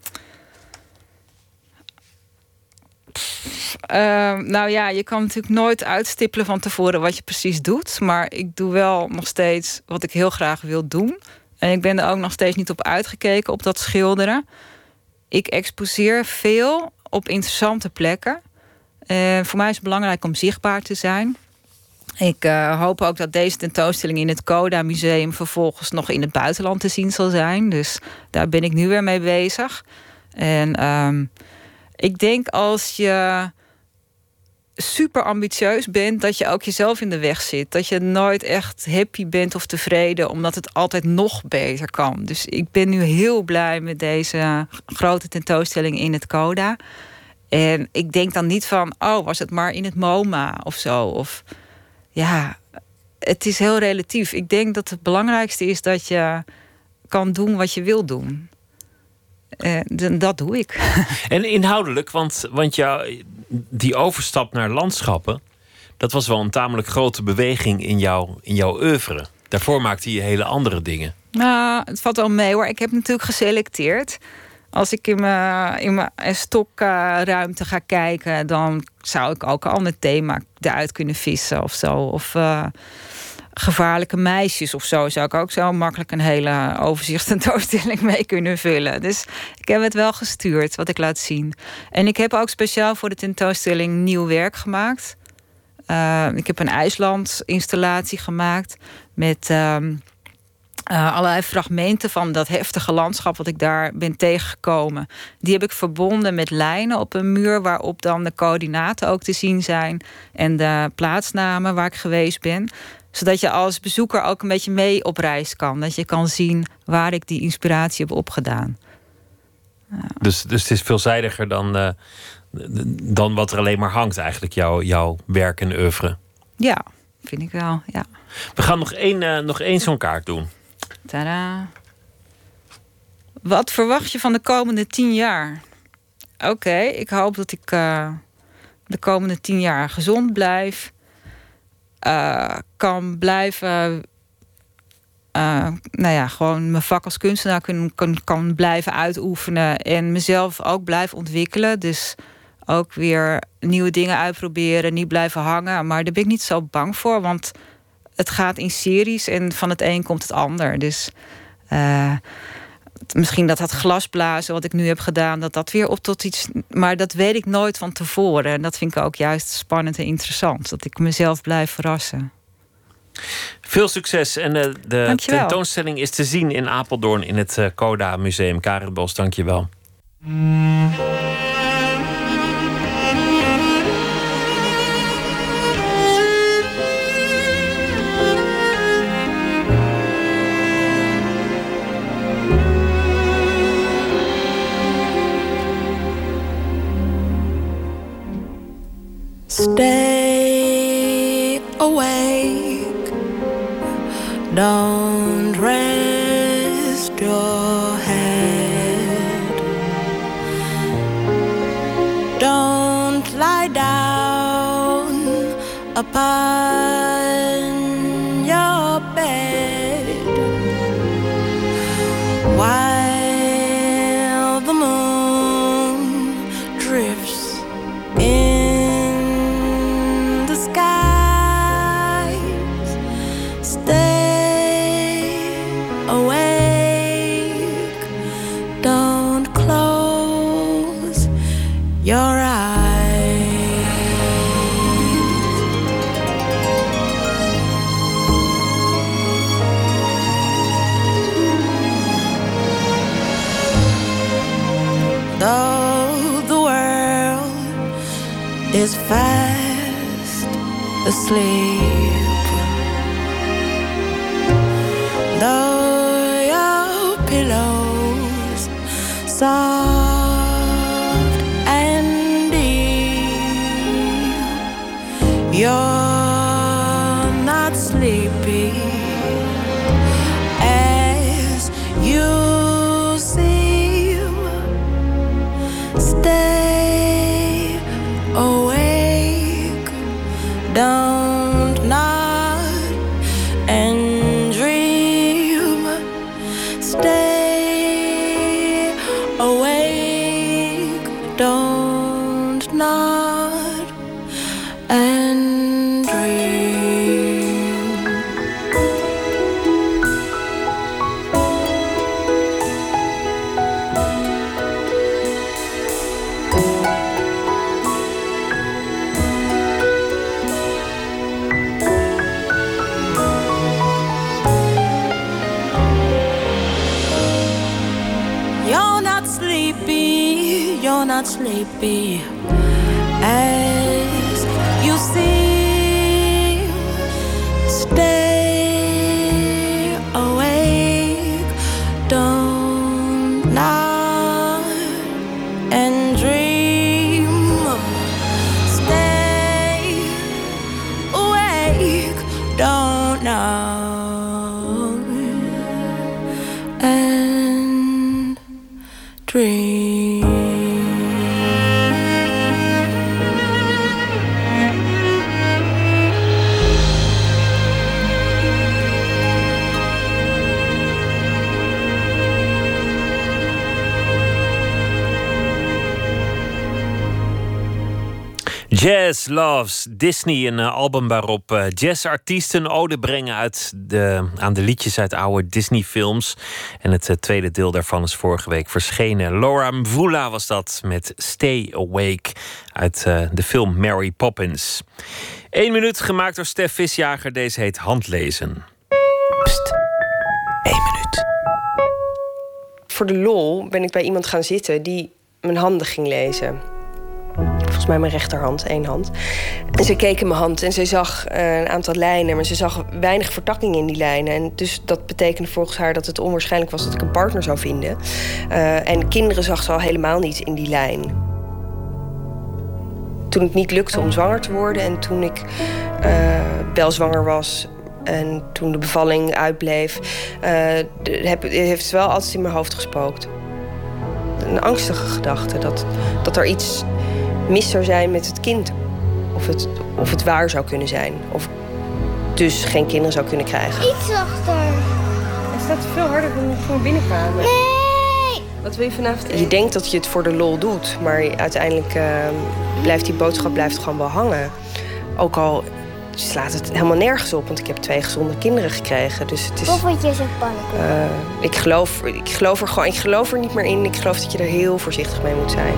pff, uh, nou ja, je kan natuurlijk nooit uitstippelen van tevoren wat je precies doet. Maar ik doe wel nog steeds wat ik heel graag wil doen. En ik ben er ook nog steeds niet op uitgekeken, op dat schilderen. Ik exposeer veel op interessante plekken. Uh, voor mij is het belangrijk om zichtbaar te zijn. Ik uh, hoop ook dat deze tentoonstelling in het Coda Museum vervolgens nog in het buitenland te zien zal zijn. Dus daar ben ik nu weer mee bezig. En um, ik denk als je super ambitieus bent, dat je ook jezelf in de weg zit. Dat je nooit echt happy bent of tevreden, omdat het altijd nog beter kan. Dus ik ben nu heel blij met deze grote tentoonstelling in het Coda. En ik denk dan niet van, oh, was het maar in het MoMA of zo. Of ja, het is heel relatief. Ik denk dat het belangrijkste is dat je kan doen wat je wil doen. Uh, dat doe ik. En inhoudelijk, want, want ja, die overstap naar landschappen, dat was wel een tamelijk grote beweging in, jou, in jouw oeuvre. Daarvoor maakte je hele andere dingen. Nou, het valt wel mee hoor. Ik heb natuurlijk geselecteerd. Als ik in mijn, in mijn stokruimte ga kijken, dan zou ik ook al een thema eruit kunnen vissen of zo. Of uh, gevaarlijke meisjes of zo. Zou ik ook zo makkelijk een hele overzichtstentoonstelling mee kunnen vullen. Dus ik heb het wel gestuurd, wat ik laat zien. En ik heb ook speciaal voor de tentoonstelling nieuw werk gemaakt. Uh, ik heb een IJsland-installatie gemaakt met Uh, Uh, allerlei fragmenten van dat heftige landschap wat ik daar ben tegengekomen. Die heb ik verbonden met lijnen op een muur, waarop dan de coördinaten ook te zien zijn en de plaatsnamen waar ik geweest ben. Zodat je als bezoeker ook een beetje mee op reis kan. Dat je kan zien waar ik die inspiratie heb opgedaan. Ja. Dus, dus het is veelzijdiger dan, uh, dan wat er alleen maar hangt eigenlijk, jouw, jouw werk en oeuvre. Ja, vind ik wel, ja. We gaan nog één, uh, nog één zo'n kaart doen. Tadaa. Wat verwacht je van de komende tien jaar? Oké, okay, ik hoop dat ik uh, de komende tien jaar gezond blijf. Uh, kan blijven... Uh, nou ja, gewoon mijn vak als kunstenaar kan, kan, kan blijven uitoefenen. En mezelf ook blijven ontwikkelen. Dus ook weer nieuwe dingen uitproberen. Niet blijven hangen. Maar daar ben ik niet zo bang voor, want het gaat in series en van het een komt het ander. Dus uh, misschien dat dat glasblazen wat ik nu heb gedaan, dat dat weer op tot iets. Maar dat weet ik nooit van tevoren. En dat vind ik ook juist spannend en interessant. Dat ik mezelf blijf verrassen. Veel succes. En de, de Dankjewel. tentoonstelling is te zien in Apeldoorn in het uh, Coda Museum. Karin Bos, dank je wel. Stay awake, don't rest your head, don't lie down upon your bed while the moon drifts in your eyes. Though the world is fast asleep, though your pillows soft you're not sleepy as you seem. Stay awake, don't nod and dream. Stay awake, don't nod and dream. You're not sleepy, you're not sleepy as you seem. Stay awake, don't nod and dream. Stay awake, don't nod and dream. Jazz Loves Disney, een album waarop uh, jazzartiesten ode brengen uit de, aan de liedjes uit oude Disney-films. En het uh, tweede deel daarvan is vorige week verschenen. Laura Mvula was dat met Stay Awake uit uh, de film Mary Poppins. Eén minuut gemaakt door Stef Visjager. Deze heet Handlezen. Pst, één minuut. Voor de lol ben ik bij iemand gaan zitten die mijn handen ging lezen. Volgens mij mijn rechterhand, één hand. En ze keek in mijn hand en ze zag uh, een aantal lijnen, maar ze zag weinig vertakking in die lijnen. En dus dat betekende volgens haar dat het onwaarschijnlijk was dat ik een partner zou vinden. Uh, en kinderen zag ze al helemaal niet in die lijn. Toen het niet lukte om zwanger te worden en toen ik uh, wel zwanger was en toen de bevalling uitbleef, uh, heb, heeft het wel altijd in mijn hoofd gespookt. Een angstige gedachte dat, dat er iets mis zou zijn met het kind. Of het, of het waar zou kunnen zijn. Of dus geen kinderen zou kunnen krijgen. Iets achter. Het staat veel harder dan voor binnenkwamen. Nee! Wat wil je vanavond eten? Je denkt dat je het voor de lol doet, maar uiteindelijk uh, blijft die boodschap blijft gewoon wel hangen. Ook al slaat het helemaal nergens op. Want ik heb twee gezonde kinderen gekregen. Dus het is... Poffertjes en pannenkoeken. Uh, ik, geloof, ik, geloof er gewoon, ik geloof er niet meer in. Ik geloof dat je er heel voorzichtig mee moet zijn.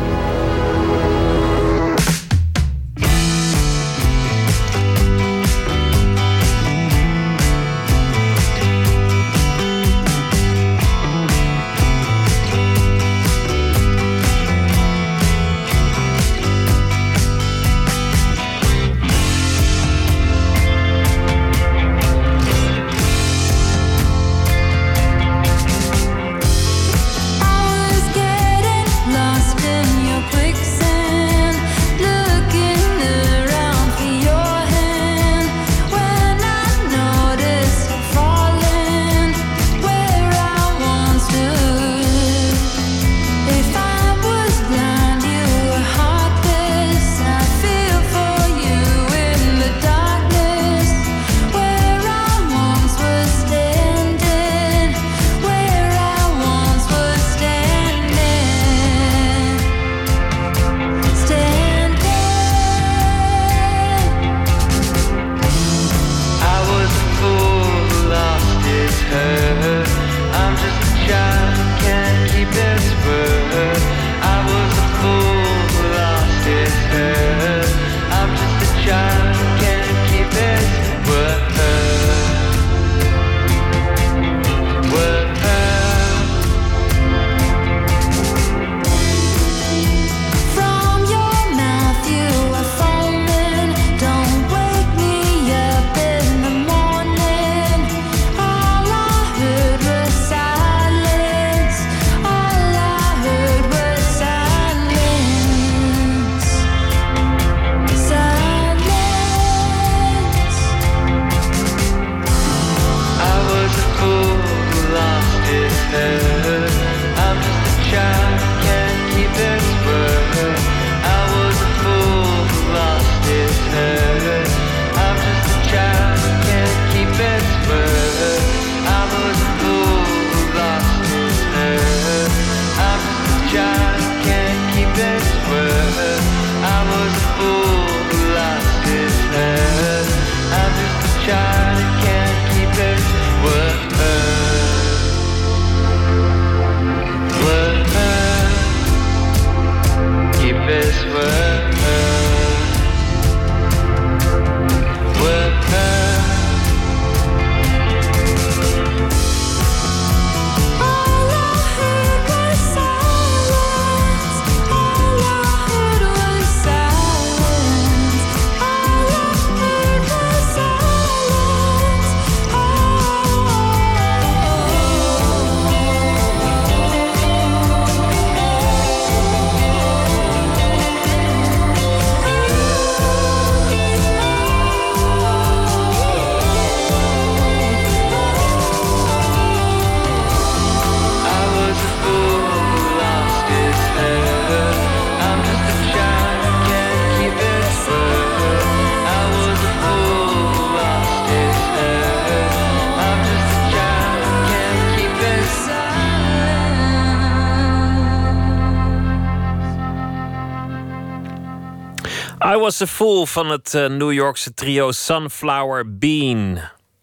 I Was a Fool van het uh, New Yorkse trio Sunflower Bean.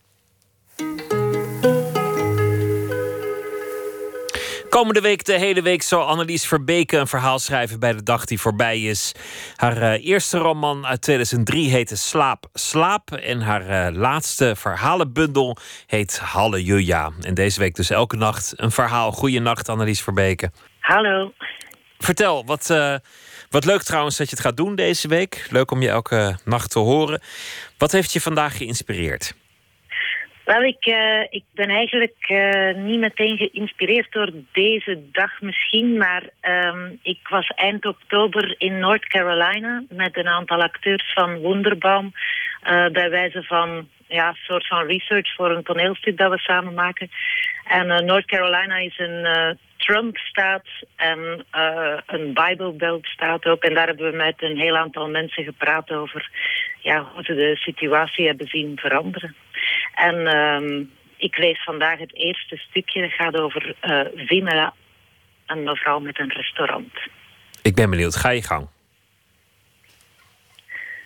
Komende week de hele week zal Annelies Verbeke een verhaal schrijven bij de dag die voorbij is. Haar uh, eerste roman uit tweeduizend drie heette Slaap, Slaap. En haar uh, laatste verhalenbundel heet Halleluja. En deze week dus elke nacht een verhaal. Goeienacht, Annelies Verbeke. Hallo. Vertel, wat, uh, wat leuk trouwens dat je het gaat doen deze week. Leuk om je elke nacht te horen. Wat heeft je vandaag geïnspireerd? Wel, ik, uh, ik ben eigenlijk uh, niet meteen geïnspireerd door deze dag misschien, maar um, ik was eind oktober in North Carolina met een aantal acteurs van Wunderbaum, uh, bij wijze van ja, een soort van research voor een toneelstuk dat we samen maken. En uh, North Carolina is een uh, Trump-staat en uh, een Bible Belt-staat ook. En daar hebben we met een heel aantal mensen gepraat over ja, hoe ze de situatie hebben zien veranderen. En um, ik lees vandaag het eerste stukje. Dat gaat over uh, Vimela, een mevrouw met een restaurant. Ik ben benieuwd. Ga je gang.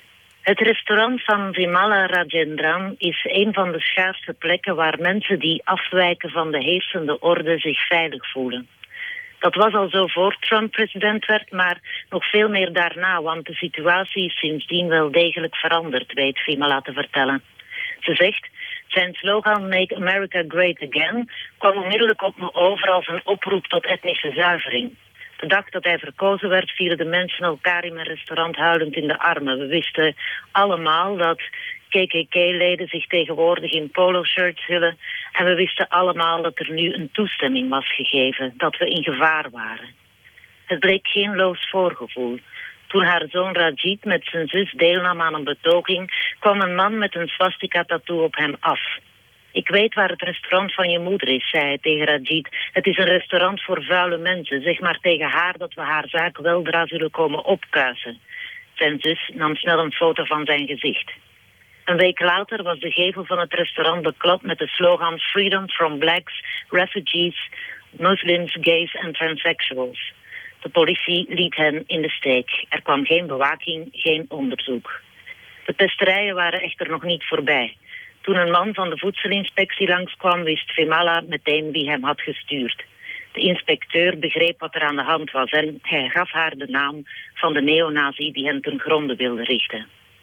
Het restaurant van Vimala Rajendran is een van de schaarse plekken waar mensen die afwijken van de heersende orde zich veilig voelen. Dat was al zo voor Trump president werd, maar nog veel meer daarna, want de situatie is sindsdien wel degelijk veranderd, weet Vimala te vertellen. Ze zegt, zijn slogan Make America Great Again kwam onmiddellijk op me over als een oproep tot etnische zuivering. De dag dat hij verkozen werd, vielen de mensen elkaar in mijn restaurant huilend in de armen. We wisten allemaal dat K K K-leden zich tegenwoordig in polo-shirts hullen. En we wisten allemaal dat er nu een toestemming was gegeven, dat we in gevaar waren. Het bleek geen loos voorgevoel. Toen haar zoon Rajit met zijn zus deelnam aan een betoging, kwam een man met een swastika-tattoo op hem af. Ik weet waar het restaurant van je moeder is, zei hij tegen Rajit. Het is een restaurant voor vuile mensen. Zeg maar tegen haar dat we haar zaak weldra zullen komen opkuisen. Zijn zus nam snel een foto van zijn gezicht. Een week later was de gevel van het restaurant bekleed met de slogan Freedom from Blacks, Refugees, Muslims, Gays en Transsexuals. De politie liet hen in de steek. Er kwam geen bewaking, geen onderzoek. De pesterijen waren echter nog niet voorbij. Toen een man van de voedselinspectie langskwam, wist Vimala meteen wie hem had gestuurd. De inspecteur begreep wat er aan de hand was en hij gaf haar de naam van de neonazi die hen ten gronde wilde richten.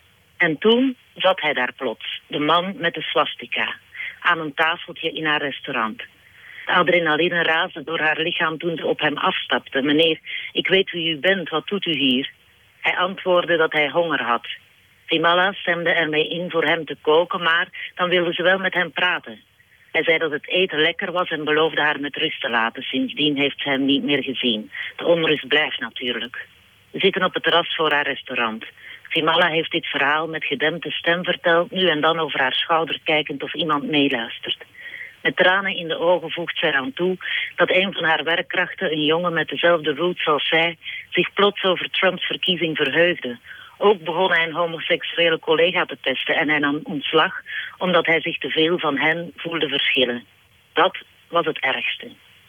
En toen zat hij daar plots, de man met de swastika, aan een tafeltje in haar restaurant. De adrenaline raasde door haar lichaam toen ze op hem afstapte. Meneer, ik weet wie u bent, wat doet u hier? Hij antwoordde dat hij honger had. Vimala stemde ermee in voor hem te koken, maar dan wilde ze wel met hem praten. Hij zei dat het eten lekker was en beloofde haar met rust te laten. Sindsdien heeft ze hem niet meer gezien. De onrust blijft natuurlijk. We zitten op het terras voor haar restaurant. Vimala heeft dit verhaal met gedempte stem verteld, nu en dan over haar schouder kijkend of iemand meeluistert. Met tranen in de ogen voegt zij aan toe dat een van haar werkkrachten, een jongen met dezelfde roots als zij, zich plots over Trumps verkiezing verheugde. Ook begon hij een homoseksuele collega te pesten en hij nam ontslag omdat hij zich te veel van hen voelde verschillen. Dat was het ergste.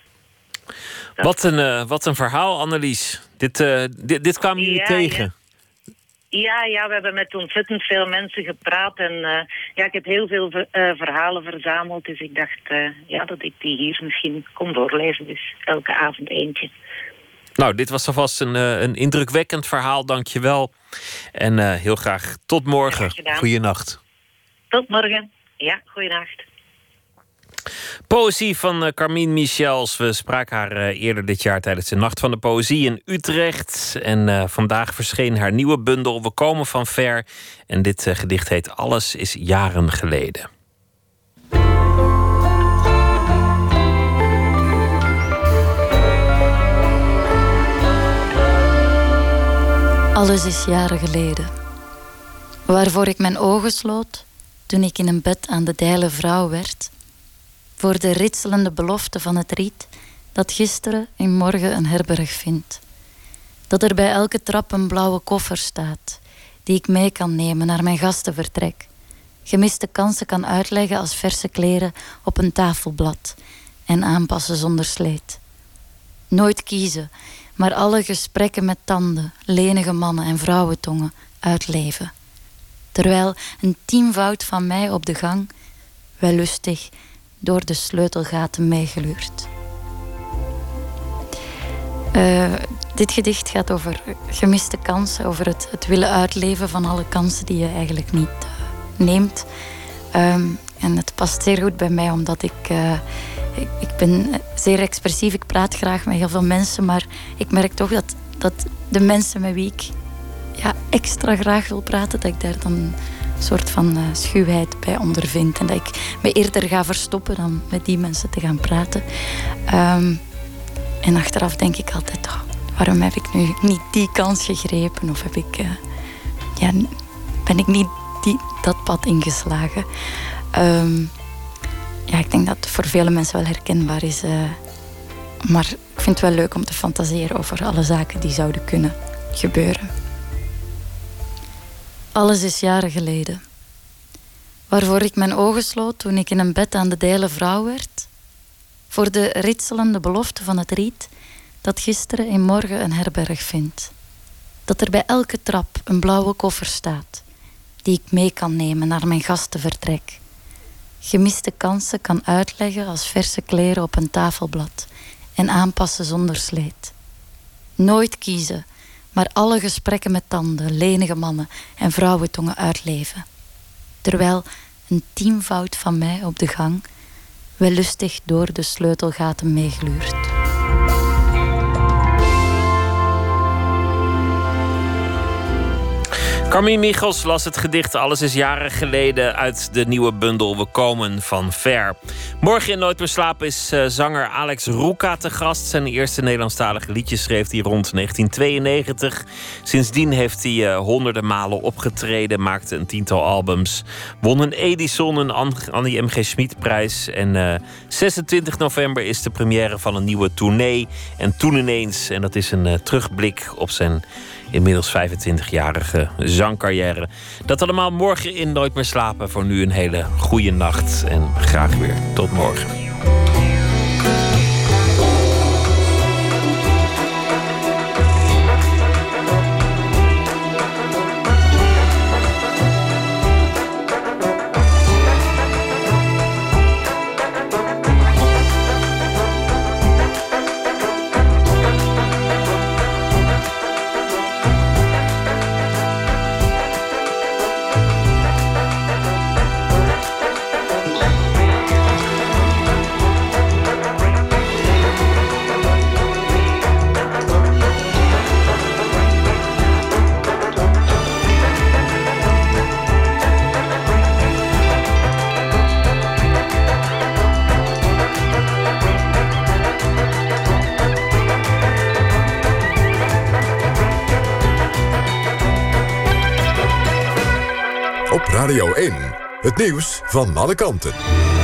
Dat. Wat een, uh, wat een verhaal, Annelies. Dit, uh, dit, dit kwamen jullie ja, tegen. Ja. Ja, ja, we hebben met ontzettend veel mensen gepraat. En uh, ja, ik heb heel veel ver, uh, verhalen verzameld. Dus ik dacht uh, ja, dat ik die hier misschien kon doorlezen. Dus elke avond eentje. Nou, dit was alvast een, uh, een indrukwekkend verhaal. Dank je wel. En uh, heel graag tot morgen. Goeienacht. Tot morgen. Ja, goeienacht. Poëzie van uh, Carmien Michels. We spraken haar uh, eerder dit jaar tijdens de Nacht van de Poëzie in Utrecht. En uh, vandaag verscheen haar nieuwe bundel We komen van ver. En dit uh, gedicht heet Alles is jaren geleden. Alles is jaren geleden. Waarvoor ik mijn ogen sloot toen ik in een bed aan de dijle vrouw werd. Voor de ritselende belofte van het riet dat gisteren in morgen een herberg vindt. Dat er bij elke trap een blauwe koffer staat die ik mee kan nemen naar mijn gastenvertrek. Gemiste kansen kan uitleggen als verse kleren op een tafelblad en aanpassen zonder sleet. Nooit kiezen, maar alle gesprekken met tanden, lenige mannen en vrouwentongen uitleven. Terwijl een tienvoud van mij op de gang, wellustig door de sleutelgaten meegluurt. Uh, dit gedicht gaat over gemiste kansen, over het, het willen uitleven van alle kansen die je eigenlijk niet uh, neemt. Um, en het past zeer goed bij mij, omdat ik, uh, ik, ik ben zeer expressief. Ik praat graag met heel veel mensen, maar ik merk toch dat, dat de mensen met wie ik ja, extra graag wil praten, dat ik daar dan een soort van uh, schuwheid bij ondervind. En dat ik me eerder ga verstoppen dan met die mensen te gaan praten. Um, en achteraf denk ik altijd, oh, waarom heb ik nu niet die kans gegrepen? Of heb ik, uh, ja, ben ik niet die, dat pad ingeslagen? Um, ja, ik denk dat het voor vele mensen wel herkenbaar is. Uh, maar ik vind het wel leuk om te fantaseren over alle zaken die zouden kunnen gebeuren. Alles is jaren geleden. Waarvoor ik mijn ogen sloot toen ik in een bed aan de dijle vrouw werd. Voor de ritselende belofte van het riet dat gisteren in morgen een herberg vindt. Dat er bij elke trap een blauwe koffer staat die ik mee kan nemen naar mijn gastenvertrek. Gemiste kansen kan uitleggen als verse kleren op een tafelblad en aanpassen zonder sleet. Nooit kiezen, maar alle gesprekken met tanden, lenige mannen en vrouwentongen uitleven. Terwijl een tienvoud van mij op de gang wellustig door de sleutelgaten meegluurt. Carmien Michels las het gedicht Alles is jaren geleden uit de nieuwe bundel We komen van ver. Morgen in Nooit meer slapen is uh, zanger Alex Roeka te gast. Zijn eerste Nederlandstalige liedjes schreef hij rond negentien tweeënnegentig. Sindsdien heeft hij uh, honderden malen opgetreden, maakte een tiental albums. Won een Edison, een Annie M G Schmid-prijs. En uh, zesentwintig november is de première van een nieuwe tournee. En Toen ineens, en dat is een uh, terugblik op zijn inmiddels vijfentwintigjarige zangcarrière. Dat allemaal morgen in Nooit meer slapen. Voor nu een hele goede nacht en graag weer tot morgen. Radio één, het nieuws van alle kanten.